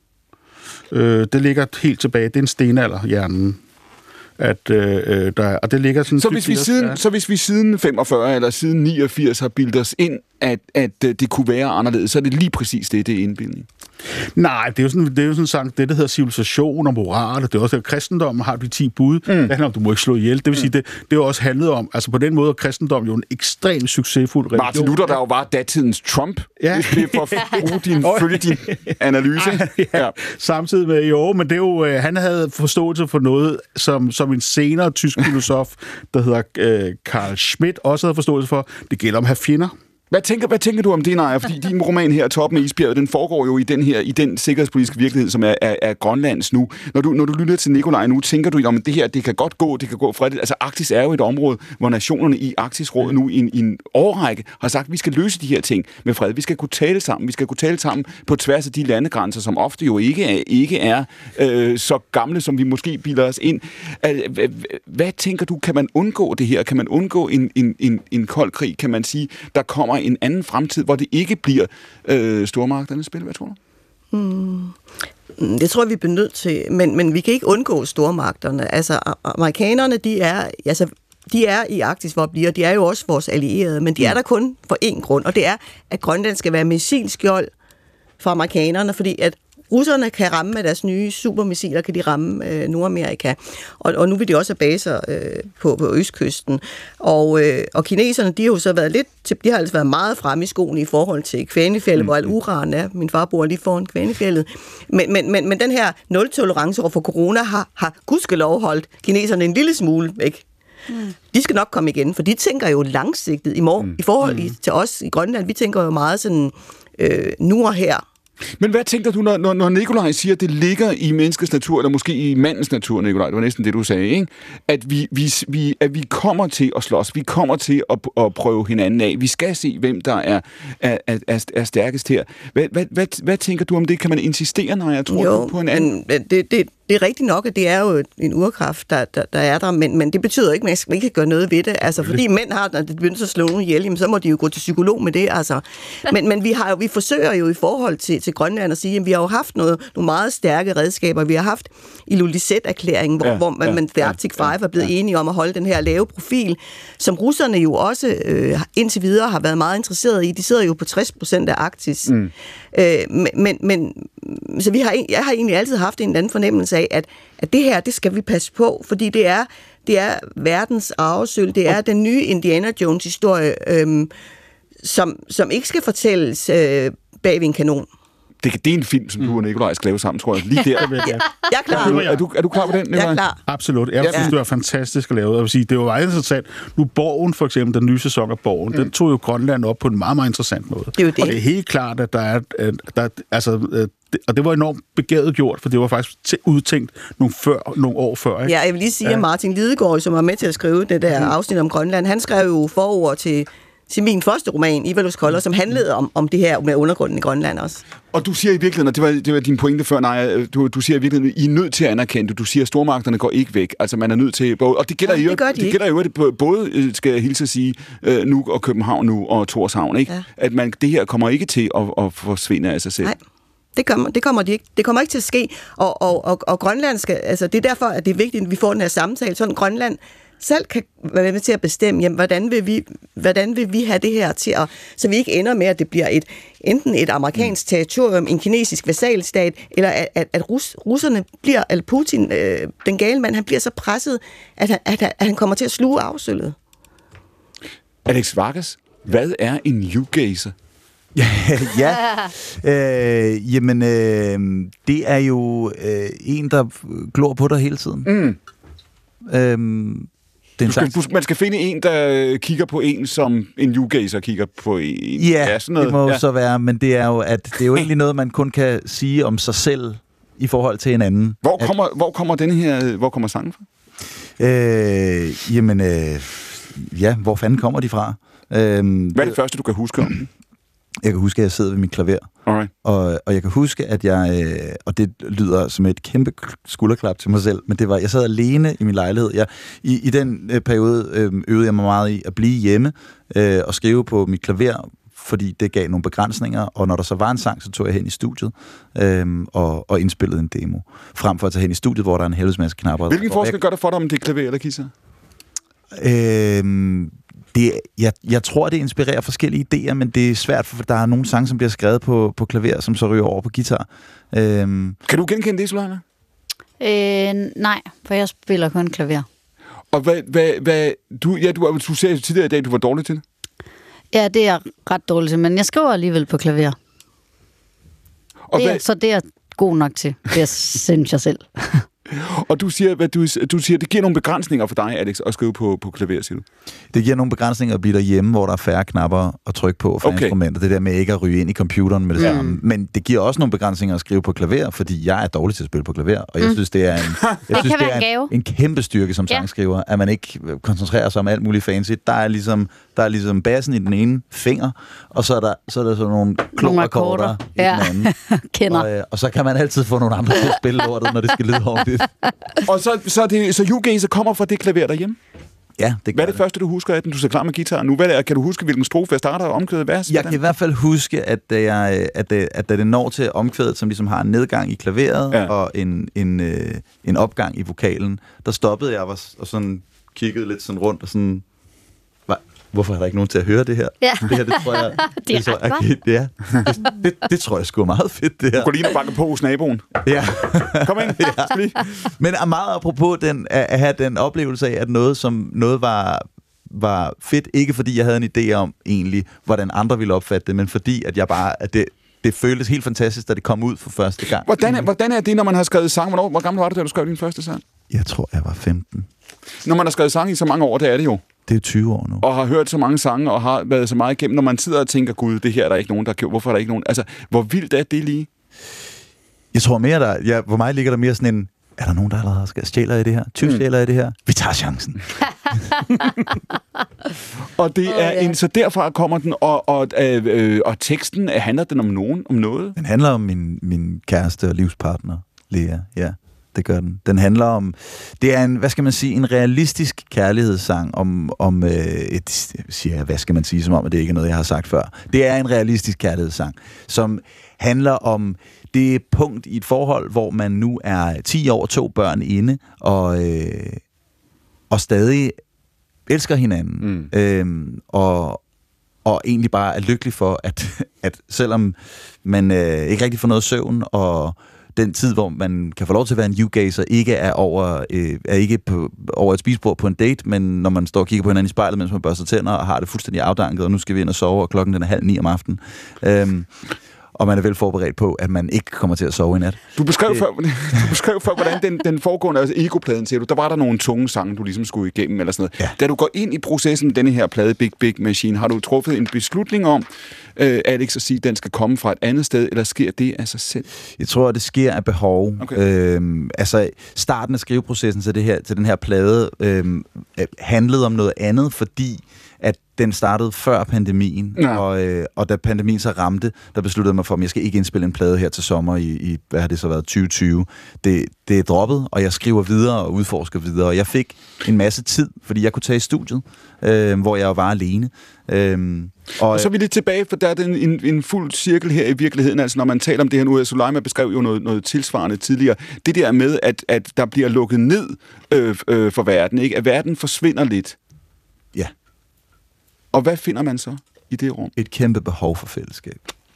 Øh, det ligger helt tilbage. Det er en stenalder, hjernen. At, øh, der, og det ligger sådan... Så hvis, vi siden, ja. så hvis vi siden femogfyrre eller siden niogfirs har bildet os ind, at, at det kunne være anderledes, så er det lige præcis det, det er indbildning. Nej, det er jo sådan, det er jo sådan sagt, det der hedder civilisation og moral, det er også, at kristendommen har de ti bud, mm. det handler om, du må ikke slå ihjel. Det vil sige, det, det er jo også handlet om, altså på den måde er kristendom jo en ekstremt succesfuld religion. Martin Luther, der jo var datidens Trump, ja. Hvis det er for at bruge din, følge din analyse. ja. Ja. Samtidig med, jo, men det er jo, øh, han havde forståelse for noget, som, som en senere tysk filosof, der hedder øh, Carl Schmitt, også havde forståelse for. Det gælder om at have fjender. Hvad tænker, hvad tænker du om det, Naja? Fordi din roman her, Toppen af isbjerget, den foregår jo i den her i den sikkerhedspolitiske virkelighed, som er, er, er Grønlands nu. Når du, når du lytter til Nikolaj nu, tænker du om det her, det kan godt gå, det kan gå fredeligt. Altså Arktis er jo et område, hvor nationerne i Arktisk Råd nu i en, i en årrække har sagt, at vi skal løse de her ting med fred. Vi skal kunne tale sammen. Vi skal kunne tale sammen på tværs af de landegrænser, som ofte jo ikke er, ikke er øh, så gamle, som vi måske bilder os ind. Hvad, hvad tænker du, kan man undgå det her? Kan man undgå en, en, en, en kold krig? Kan man sige, der kommer en anden fremtid, hvor det ikke bliver øh, stormagternes spil? Hvad tror du? Hmm. Det tror jeg, vi er nødt til, men, men vi kan ikke undgå stormagterne. Altså, amerikanerne, de er, altså, de er i Arktis, hvor bliver, de er jo også vores allierede, men de er der kun for én grund, og det er, at Grønland skal være missilskjold for amerikanerne, fordi at russerne kan ramme med deres nye supermissiler, kan de ramme øh, Nordamerika. Og, og nu vil de også have baser øh, på, på østkysten. Og, øh, og kineserne, de har jo så været lidt, de har altså været meget fremme i skoene i forhold til Kvanefjeldet, mm. hvor al uran er. Min far bor lige foran Kvanefjeldet. Men, men, men, men den her nul-tolerance over for corona har, har gudskelov holdt kineserne en lille smule væk. Mm. De skal nok komme igen, for de tænker jo langsigtet i morgen. Mm. I forhold mm. til os i Grønland, vi tænker jo meget sådan øh, nu og her. Men hvad tænker du, når, når, når Nikolaj siger, at det ligger i menneskets natur, eller måske i mandens natur, Nikolaj, det var næsten det, du sagde, ikke? At, vi, vi, vi, at vi kommer til at slås, vi kommer til at, at prøve hinanden af, vi skal se, hvem der er, er, er, er stærkest her. Hvad, hvad, hvad, hvad tænker du om det? Kan man insistere, når jeg tror jo, på en anden? Det, det, det er rigtigt nok, at det er jo en urkraft, der, der, der er der, men, men det betyder ikke, at man ikke kan gøre noget ved det. Altså, fordi mænd har, når det begynder at slå nogen ihjel, jamen, så må de jo gå til psykolog med det. Altså. Men, men vi, har jo, vi forsøger jo i forhold til, til Grønland at sige, at vi har jo haft noget, nogle meget stærke redskaber. Vi har haft Ilulissat-erklæringen, hvor, ja, hvor man, ja, man The Arctic Five ja, er blevet ja. enige om at holde den her lave profil, som russerne jo også øh, indtil videre har været meget interesserede i. De sidder jo på tres procent af Arktis. Mm. Øh, men, men, så vi har, jeg har egentlig altid haft en eller anden fornemmelse af, at, at det her, det skal vi passe på, fordi det er, det er verdens arvesølv, det er den nye Indiana Jones-historie, øhm, som, som ikke skal fortælles øh, bag ved en kanon. Det, det er en film, som du og Nikolaj skal lave sammen, tror jeg. Lige der. Ja, jeg er klar. Er du, er, du, er du klar på den, Nikolaj? Jeg er klar. Absolut. Jeg synes, ja. det var fantastisk at lave. Jeg vil sige, det var meget interessant. Nu Borgen, for eksempel, den nye sæson af Borgen, mm. den tog jo Grønland op på en meget, meget interessant måde. Det er jo det. Og det er helt klart, at der er... At der, altså, og det var enormt begavet gjort, for det var faktisk udtænkt nogle, før, nogle år før. Ikke? Ja, jeg vil lige sige, at Martin Lidegaard, som var med til at skrive det der afsnit om Grønland, han skrev jo forord til... til min første roman, Ivalus Kolder, som handlede om, om det her med undergrunden i Grønland også. Og du siger i virkeligheden, og det var, det var din pointe før, nej, du, du siger i virkeligheden, I er nødt til at anerkende det. Du siger, at stormagterne går ikke væk. Altså, man er nødt til... Og det gælder, ja, det gør de det gælder jo, det både, skal jeg hilse at sige, Nuuk og København nu, og Torshavn, ikke? Ja. At man, det her kommer ikke til at, at forsvinde af sig selv. Nej. Det kommer, det kommer de ikke. Det kommer ikke til at ske. Og, og, og, og Grønland skal... Altså, det er derfor, at det er vigtigt, at vi får den her samtale. Sådan Grønland selv kan være med til at bestemme, jamen, hvordan, vil vi, hvordan vil vi have det her til at... Så vi ikke ender med, at det bliver et, enten et amerikansk territorium, en kinesisk vasalstat, eller at, at, at rus, russerne bliver... Eller Putin, øh, den gale mand, han bliver så presset, at han, at, at han kommer til at sluge afsøllet. Alex Vargas, hvad er en YouGazer? ja, øh, jamen, øh, det er jo øh, en, der glor på dig hele tiden. Mm. Øhm, du skal, du, man skal finde en, der kigger på en, som en YouGazer kigger på en. Ja, ja sådan noget. Det må ja. jo så være, men det er jo, at det er jo egentlig noget, man kun kan sige om sig selv i forhold til en anden. Hvor kommer, at, hvor kommer den her, hvor kommer sangen fra? Øh, jamen, øh, ja, hvor fanden kommer de fra? Øh, Hvad er det første, du kan huske om den? Jeg kan huske, at jeg sidder ved mit klaver, og, og jeg kan huske, at jeg, øh, og det lyder som et kæmpe skulderklap til mig selv, men det var, jeg sad alene i min lejlighed. Jeg, i, I den øh, periode øh, øvede jeg mig meget i at blive hjemme øh, og skrive på mit klaver, fordi det gav nogle begrænsninger, og når der så var en sang, så tog jeg hen i studiet øh, og, og indspillede en demo, frem for at tage hen i studiet, hvor der er en helvedes masse knapper. Hvilken forskel gør det for dig, om det er klaver eller guitar? Øh, Det, jeg, jeg tror, det inspirerer forskellige idéer, men det er svært, for der er nogle sange, som bliver skrevet på, på klaver, som så ryger over på guitar. Øhm. Kan du genkende det, Solana? Øh, nej, for jeg spiller kun klaver. Og hvad, hvad, hvad du, ja, du, du sagde tidligere i dag, at du var dårlig til det? Ja, det er jeg ret dårlig til, men jeg skriver alligevel på klaver. Og det er, hvad, så det er jeg god nok til, det synes jeg selv. Og du siger, hvad du, du siger, det giver nogle begrænsninger for dig, Alex, at skrive på, på klaver, siger du? Det giver nogle begrænsninger at blive derhjemme, hvor der er færre knapper at trykke på for okay. instrumenter. Det der med ikke at ryge ind i computeren med det mm. samme. Men det giver også nogle begrænsninger at skrive på klaver, fordi jeg er dårlig til at spille på klaver, og jeg mm. synes, det er en, jeg synes, det er en, en kæmpe styrke som sangskriver, ja. At man ikke koncentrerer sig om alt muligt fancy. Der er ligesom, der er ligesom bassen i den ene finger, og så er der, så er der sådan nogle klokakkorder i ja. Den anden. Kender. Og, øh, og så kan man altid få nogle andre til at spille lortet, når det skal lyde ordentligt. Og så, så, det, så U G så kommer fra det klaver derhjemme? Ja, det Hvad er det, det første, du husker af den? Du er klar med guitar nu. Hvad er det? Kan du huske, hvilken strofe jeg starter og omkvædet vers? Jeg kan i hvert fald huske, at da, jeg, at, det, at da det når til omkvædet, som ligesom har en nedgang i klaveret ja. Og en, en, øh, en opgang i vokalen, der stoppede jeg og, og sådan kiggede lidt sådan rundt og sådan... Hvorfor er der ikke nogen til at høre det her? Ja. Det her, det tror jeg... det, det, tror, okay, ja. det, det, det tror jeg sgu er meget fedt, det her. Du går lige og banker på hos naboen. Ja. Kom ind. Ja. Men er meget apropos den, at have den oplevelse af, at noget, som noget var, var fedt, ikke fordi jeg havde en idé om egentlig, hvordan andre ville opfatte det, men fordi, at jeg bare... At det, det føltes helt fantastisk, da det kom ud for første gang. Hvordan er, hvordan er det, når man har skrevet sang? Hvornår, hvor gammel var du, da du skrev din første sang? Jeg tror, jeg var femten. Når man har skrevet sang i så mange år, det er det jo. Det er tyve år nu. Og har hørt så mange sange, og har været så meget igennem, når man sidder og tænker, gud, det her er der ikke nogen, der har gjort. Hvorfor er der ikke nogen? Altså, hvor vildt er det lige? Jeg tror mere, der... Ja, for mig ligger der mere sådan en... Er der nogen, der allerede skal stjæler i det her? tyve stjæler mm. i det her? Vi tager chancen. Og det er en, så derfra kommer den, og, og, øh, øh, og teksten, handler den om nogen, om noget? Den handler om min, min kæreste og livspartner, Lea, ja. Det gør den. Den handler om... Det er en, hvad skal man sige, en realistisk kærlighedssang om... om øh, et, siger jeg, hvad skal man sige, som om, at det ikke er noget, jeg har sagt før. Det er en realistisk kærlighedssang, som handler om det punkt i et forhold, hvor man nu er ti år, to børn inde, og, øh, og stadig elsker hinanden. Mm. Øhm, og, og egentlig bare er lykkelig for, at, at selvom man øh, ikke rigtig får noget søvn, og den tid, hvor man kan få lov til at være en U-gazer, ikke er over, øh, er ikke på, over et spisebord på en date, men når man står og kigger på hinanden i spejlet, mens man børster tænder og har det fuldstændig afdanket, og nu skal vi ind og sove, og klokken den er halv ni om aftenen. Øhm, og man er vel forberedt på, at man ikke kommer til at sove i nat. Du beskrev før, du beskrev før hvordan den, den foregående, altså Ego-pladen, siger du, der var der nogle tunge sange, du ligesom skulle igennem, eller sådan noget. Ja. Da du går ind i processen med denne her plade, Big Big Machine, har du truffet en beslutning om, øh, Alex, at sige, at den skal komme fra et andet sted, eller sker det af sig selv? Jeg tror, at det sker af behov. Okay. Øhm, altså, starten af skriveprocessen til, det her, til den her plade øhm, handlede om noget andet, fordi at den startede før pandemien, ja. og, øh, og da pandemien så ramte, der besluttede mig for, at jeg skal ikke indspille en plade her til sommer i, i hvad har det så været, tyve tyve. Det, det er droppet, og jeg skriver videre og udforsker videre, og jeg fik en masse tid, fordi jeg kunne tage i studiet, øh, hvor jeg var alene. Øh, og, og så er vi lidt tilbage, for der er en, en, en fuld cirkel her i virkeligheden, altså når man taler om det her nu, Soleima beskrev jo noget, noget tilsvarende tidligere, det der med, at, at der bliver lukket ned øh, øh, for verden, ikke? At verden forsvinder lidt. Ja. Og hvad finder man så i det rum? Et kæmpe behov for fællesskab.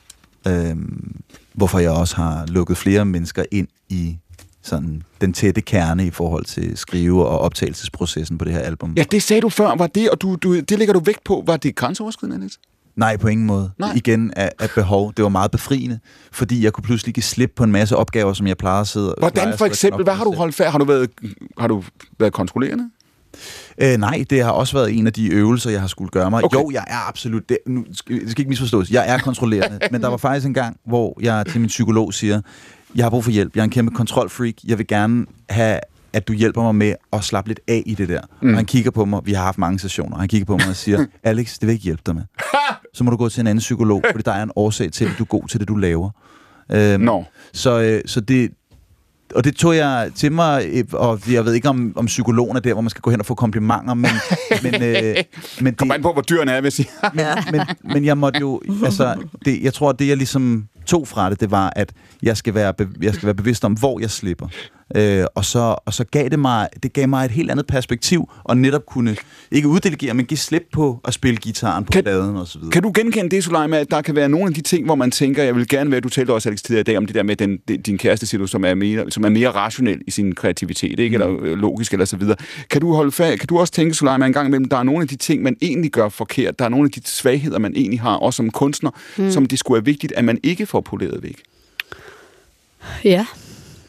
Øhm, hvorfor jeg også har lukket flere mennesker ind i sådan den tætte kerne i forhold til skrive- og optagelsesprocessen på det her album. Ja, det sagde du før, var det, og du, du, det lægger du vægt på. Var det grænseoverskridende, Niels? Nej, på ingen måde. Nej. Igen af, af behov. Det var meget befriende, fordi jeg kunne pludselig give slip på en masse opgaver, som jeg plejede at sidde... Hvordan for eksempel? Hvad har du holdt færd? Har du været, har du været kontrollerende? Øh, nej, det har også været en af de øvelser, jeg har skulle gøre mig. Okay. Jo, jeg er absolut... Det, nu, det skal ikke misforstås. Jeg er kontrollerende. Men der var faktisk en gang, hvor jeg til min psykolog siger, jeg har brug for hjælp. Jeg er en kæmpe kontrolfreak. Jeg vil gerne have, at du hjælper mig med at slappe lidt af i det der. Mm. Og han kigger på mig. Vi har haft mange sessioner. Han kigger på mig og siger, Alex, det vil ikke hjælpe dig med. Så må du gå til en anden psykolog, fordi der er en årsag til, at du er god til det, du laver. Øhm, no. Så, øh, så det... Og det tog jeg til mig, og jeg ved ikke, om, om psykologen er der, hvor man skal gå hen og få komplimenter, men... men, øh, men Kom an på, hvor dyrene er, vil jeg sige. men, men, men jeg måtte jo... Altså, det, jeg tror, at det, jeg ligesom tog fra det, det var, at jeg skal være, be, jeg skal være bevidst om, hvor jeg slipper. Øh, og, så, og så gav det mig, det gav mig et helt andet perspektiv, og netop kunne, ikke uddelegere, men give slip på at spille gitaren på pladen og så videre. Kan du genkende det, Soleima, at der kan være nogle af de ting, hvor man tænker, jeg vil gerne være, du talte også, Alex, tidligere i dag, om det der med den, din kæreste, siger du, som er mere, som er mere rationel i sin kreativitet, ikke? Eller øh, logisk, eller så videre. Kan du holde fast, kan du også tænke, Soleima, en gang imellem, der er nogle af de ting, man egentlig gør forkert, der er nogle af de svagheder, man egentlig har, også som kunstner, mm. som det skulle være vigtigt, at man ikke får poleret væk? Ja,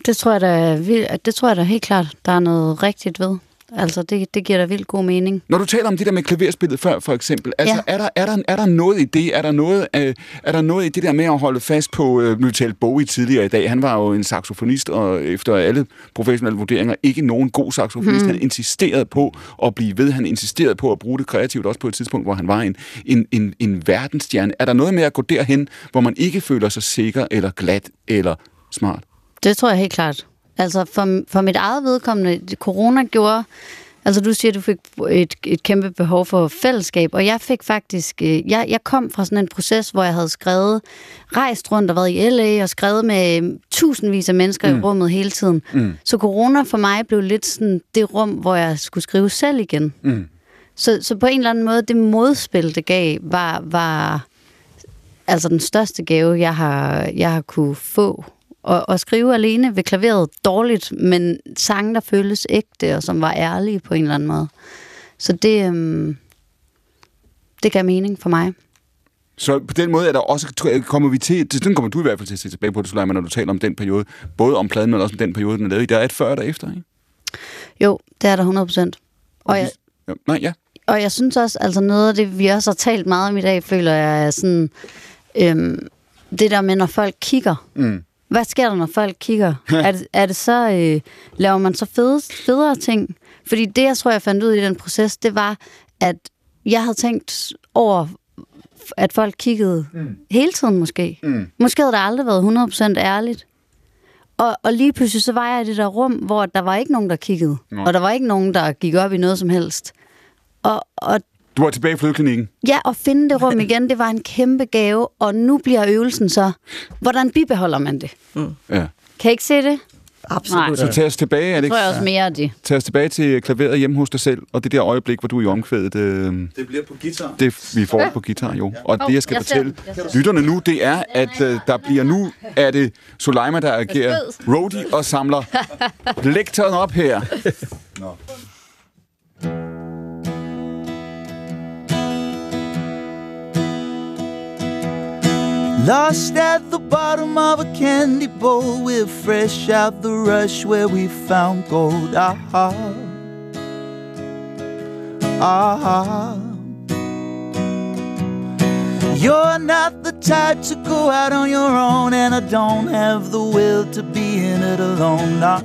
Det tror jeg da, det tror jeg da helt klart, der er noget rigtigt ved. Altså, det, det giver da vildt god mening. Når du taler om det der med klaverspillet før, for eksempel, altså, ja. er, der, er, der, er der noget i det? Er der noget, øh, er der noget i det der med at holde fast på, øh, nu talte Bowie tidligere i dag, han var jo en saxofonist, og efter alle professionelle vurderinger, ikke nogen god saxofonist. Hmm. Han insisterede på at blive ved, han insisterede på at bruge det kreativt, også på et tidspunkt, hvor han var en, en, en, en verdensstjerne. Er der noget med at gå derhen, hvor man ikke føler sig sikker, eller glat, eller smart? Det tror jeg helt klart. Altså, for, for mit eget vedkommende, corona gjorde... Altså, du siger, at du fik et, et kæmpe behov for fællesskab, og jeg fik faktisk... Jeg, jeg kom fra sådan en proces, hvor jeg havde skrevet, rejst rundt og været i L A og skrevet med tusindvis af mennesker mm. i rummet hele tiden. Mm. Så corona for mig blev lidt sådan det rum, hvor jeg skulle skrive selv igen. Mm. Så, så på en eller anden måde, det modspil, det gav, var, var altså den største gave, jeg har, jeg har kunne få. Og, og skrive alene ved klaveret dårligt, men sange, der føles ægte, og som var ærlige på en eller anden måde. Så det, øhm, det gav mening for mig. Så på den måde er der også, kommer vi til, sådan kommer du i hvert fald til at se tilbage på det, Soleima, når du taler om den periode, både om pladen, men også om den periode, den er lavet i. Der er et før og efter, ikke? Jo, det er der hundrede procent. Og jeg, ja, nej, ja. Og jeg synes også, altså noget af det, vi også har talt meget om i dag, føler jeg er sådan, øhm, det der med, når folk kigger. Mm. Hvad sker der, når folk kigger? er, det, er det så, øh, laver man så fede, federe ting? Fordi det, jeg tror, jeg fandt ud i den proces, det var, at jeg havde tænkt over, at folk kiggede mm. hele tiden måske. Mm. Måske havde det aldrig været hundrede procent ærligt. Og, og lige pludselig så var jeg i det der rum, hvor der var ikke nogen, der kiggede. Mm. Og der var ikke nogen, der gik op i noget som helst. Og, og du var tilbage i fødeklinikken? Ja, og finde det rum igen, det var en kæmpe gave, og nu bliver øvelsen så, hvordan bibeholder man det? Mm. Ja. Kan I ikke se det? Absolut. Nej. Så tag os tilbage, Alex. Det tror jeg også mere af det. Tag os tilbage til klaveret hjemme hos dig selv, og det der øjeblik, hvor du er i omkvædet. Øh, det bliver på guitar. Det vi får på guitar, jo. Og det, jeg skal jeg fortælle lytterne nu, det er, at øh, der bliver nu, er det Soleima, der agerer roadie og samler lektoren op her. Nå. Lost at the bottom of a candy bowl, we're fresh out the rush where we found gold. Ah, ah. You're not the type to go out on your own, and I don't have the will to be in it alone. Ah,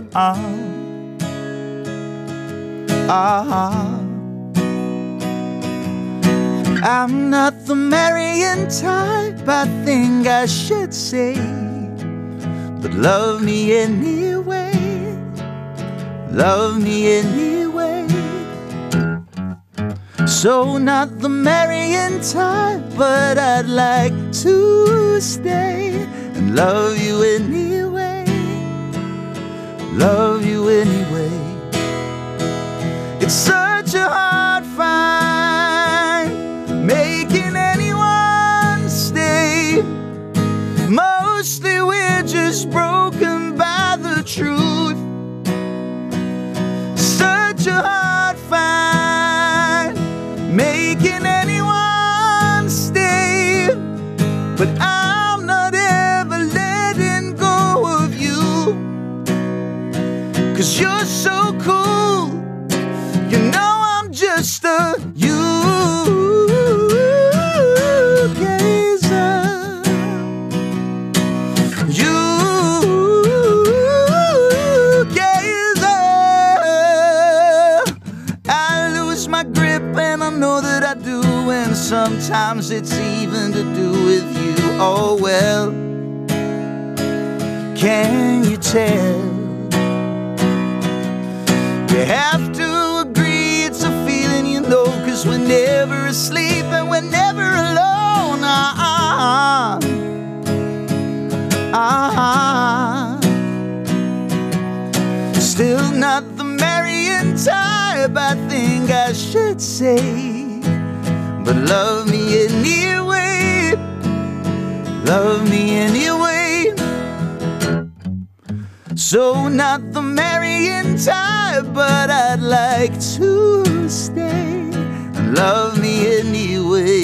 ah. I'm not the marrying type, I think I should say, but love me anyway, love me anyway. So not the marrying type, but I'd like to stay and love you anyway, love you anyway. It's such a hard find, making anyone stay. Mostly we're just broken by the truth. Such a hard find, making anyone stay. But I'm not ever letting go of you, 'cause you're so cool. You know I'm just a you. Sometimes it's even to do with you. Oh well, can you tell? You have to agree it's a feeling you know, 'cause we're never asleep and we're never alone. Ah, ah, ah. Still not the marrying type, I think I should say, but love me anyway, love me anyway. So not the marrying type, but I'd like to stay and love me anyway,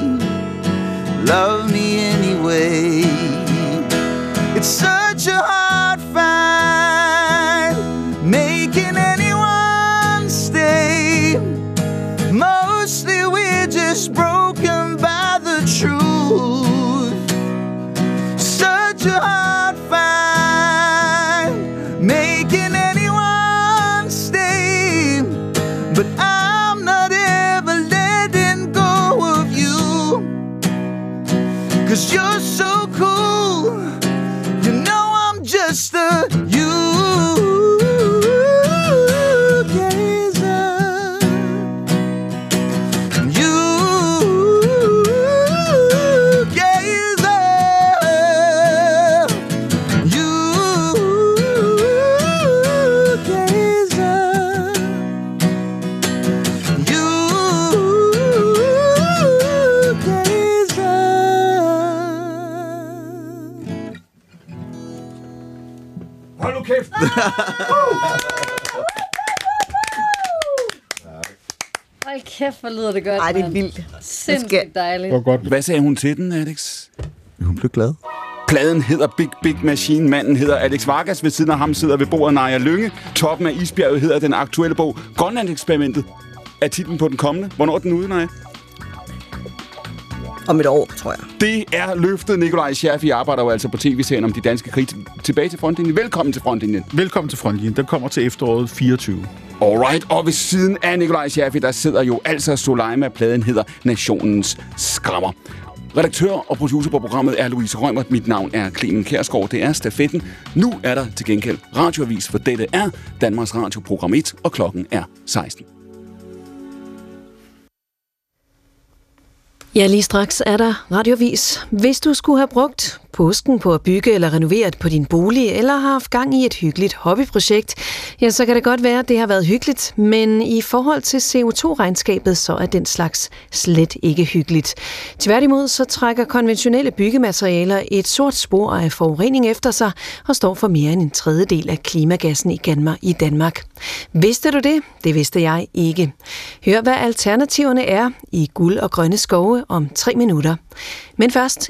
love me anyway. It's such a hard find, such a hard find, making anyone stay. But I'm not ever letting go of you, 'cause you're so cool. You know I'm just a you. Hold kæft, hvor lyder det godt. Ej, det er mand. vildt. Sindssygt dejligt. Det var godt. Hvad sagde hun til den, Alex? Hun blev glad. Pladen hedder Big Big Machine. Manden hedder Alex Vargas. Ved siden af ham sidder ved bordet Naja Lynge. Toppen af isbjerget hedder den aktuelle bog Grønlandseksperimentet. Er titlen på den kommende. Hvornår er den ude, Naja? Om et år, tror jeg. Det er løftet. Nikolaj Scherfig arbejder jo altså på tv-serien om de danske krig. Tilbage til frontlinjen. Velkommen til frontlinjen. Velkommen til frontlinjen. Den kommer til efteråret fireogtyve. Alright, og ved siden af Nikolaj Scherfig, der sidder jo altså Soleima. Pladen hedder Nationens Skrammer. Redaktør og producer på programmet er Louise Rømert. Mit navn er Clemen Kjærsgaard. Det er stafetten. Nu er der til gengæld radioavis, for dette er Danmarks Radio Program et, og klokken er seksten. Ja, lige straks er der radiovis. Hvis du skulle have brugt påsken på at bygge eller renovere på din bolig, eller har haft gang i et hyggeligt hobbyprojekt, ja, så kan det godt være, at det har været hyggeligt, men i forhold til C O to regnskabet, så er den slags slet ikke hyggeligt. Tværtimod så trækker konventionelle byggematerialer et sort spor af forurening efter sig, og står for mere end en tredjedel af klimagassen i Danmark. Vidste du det? Det vidste jeg ikke. Hør, hvad alternativerne er i guld og grønne skove om tre minutter. Men først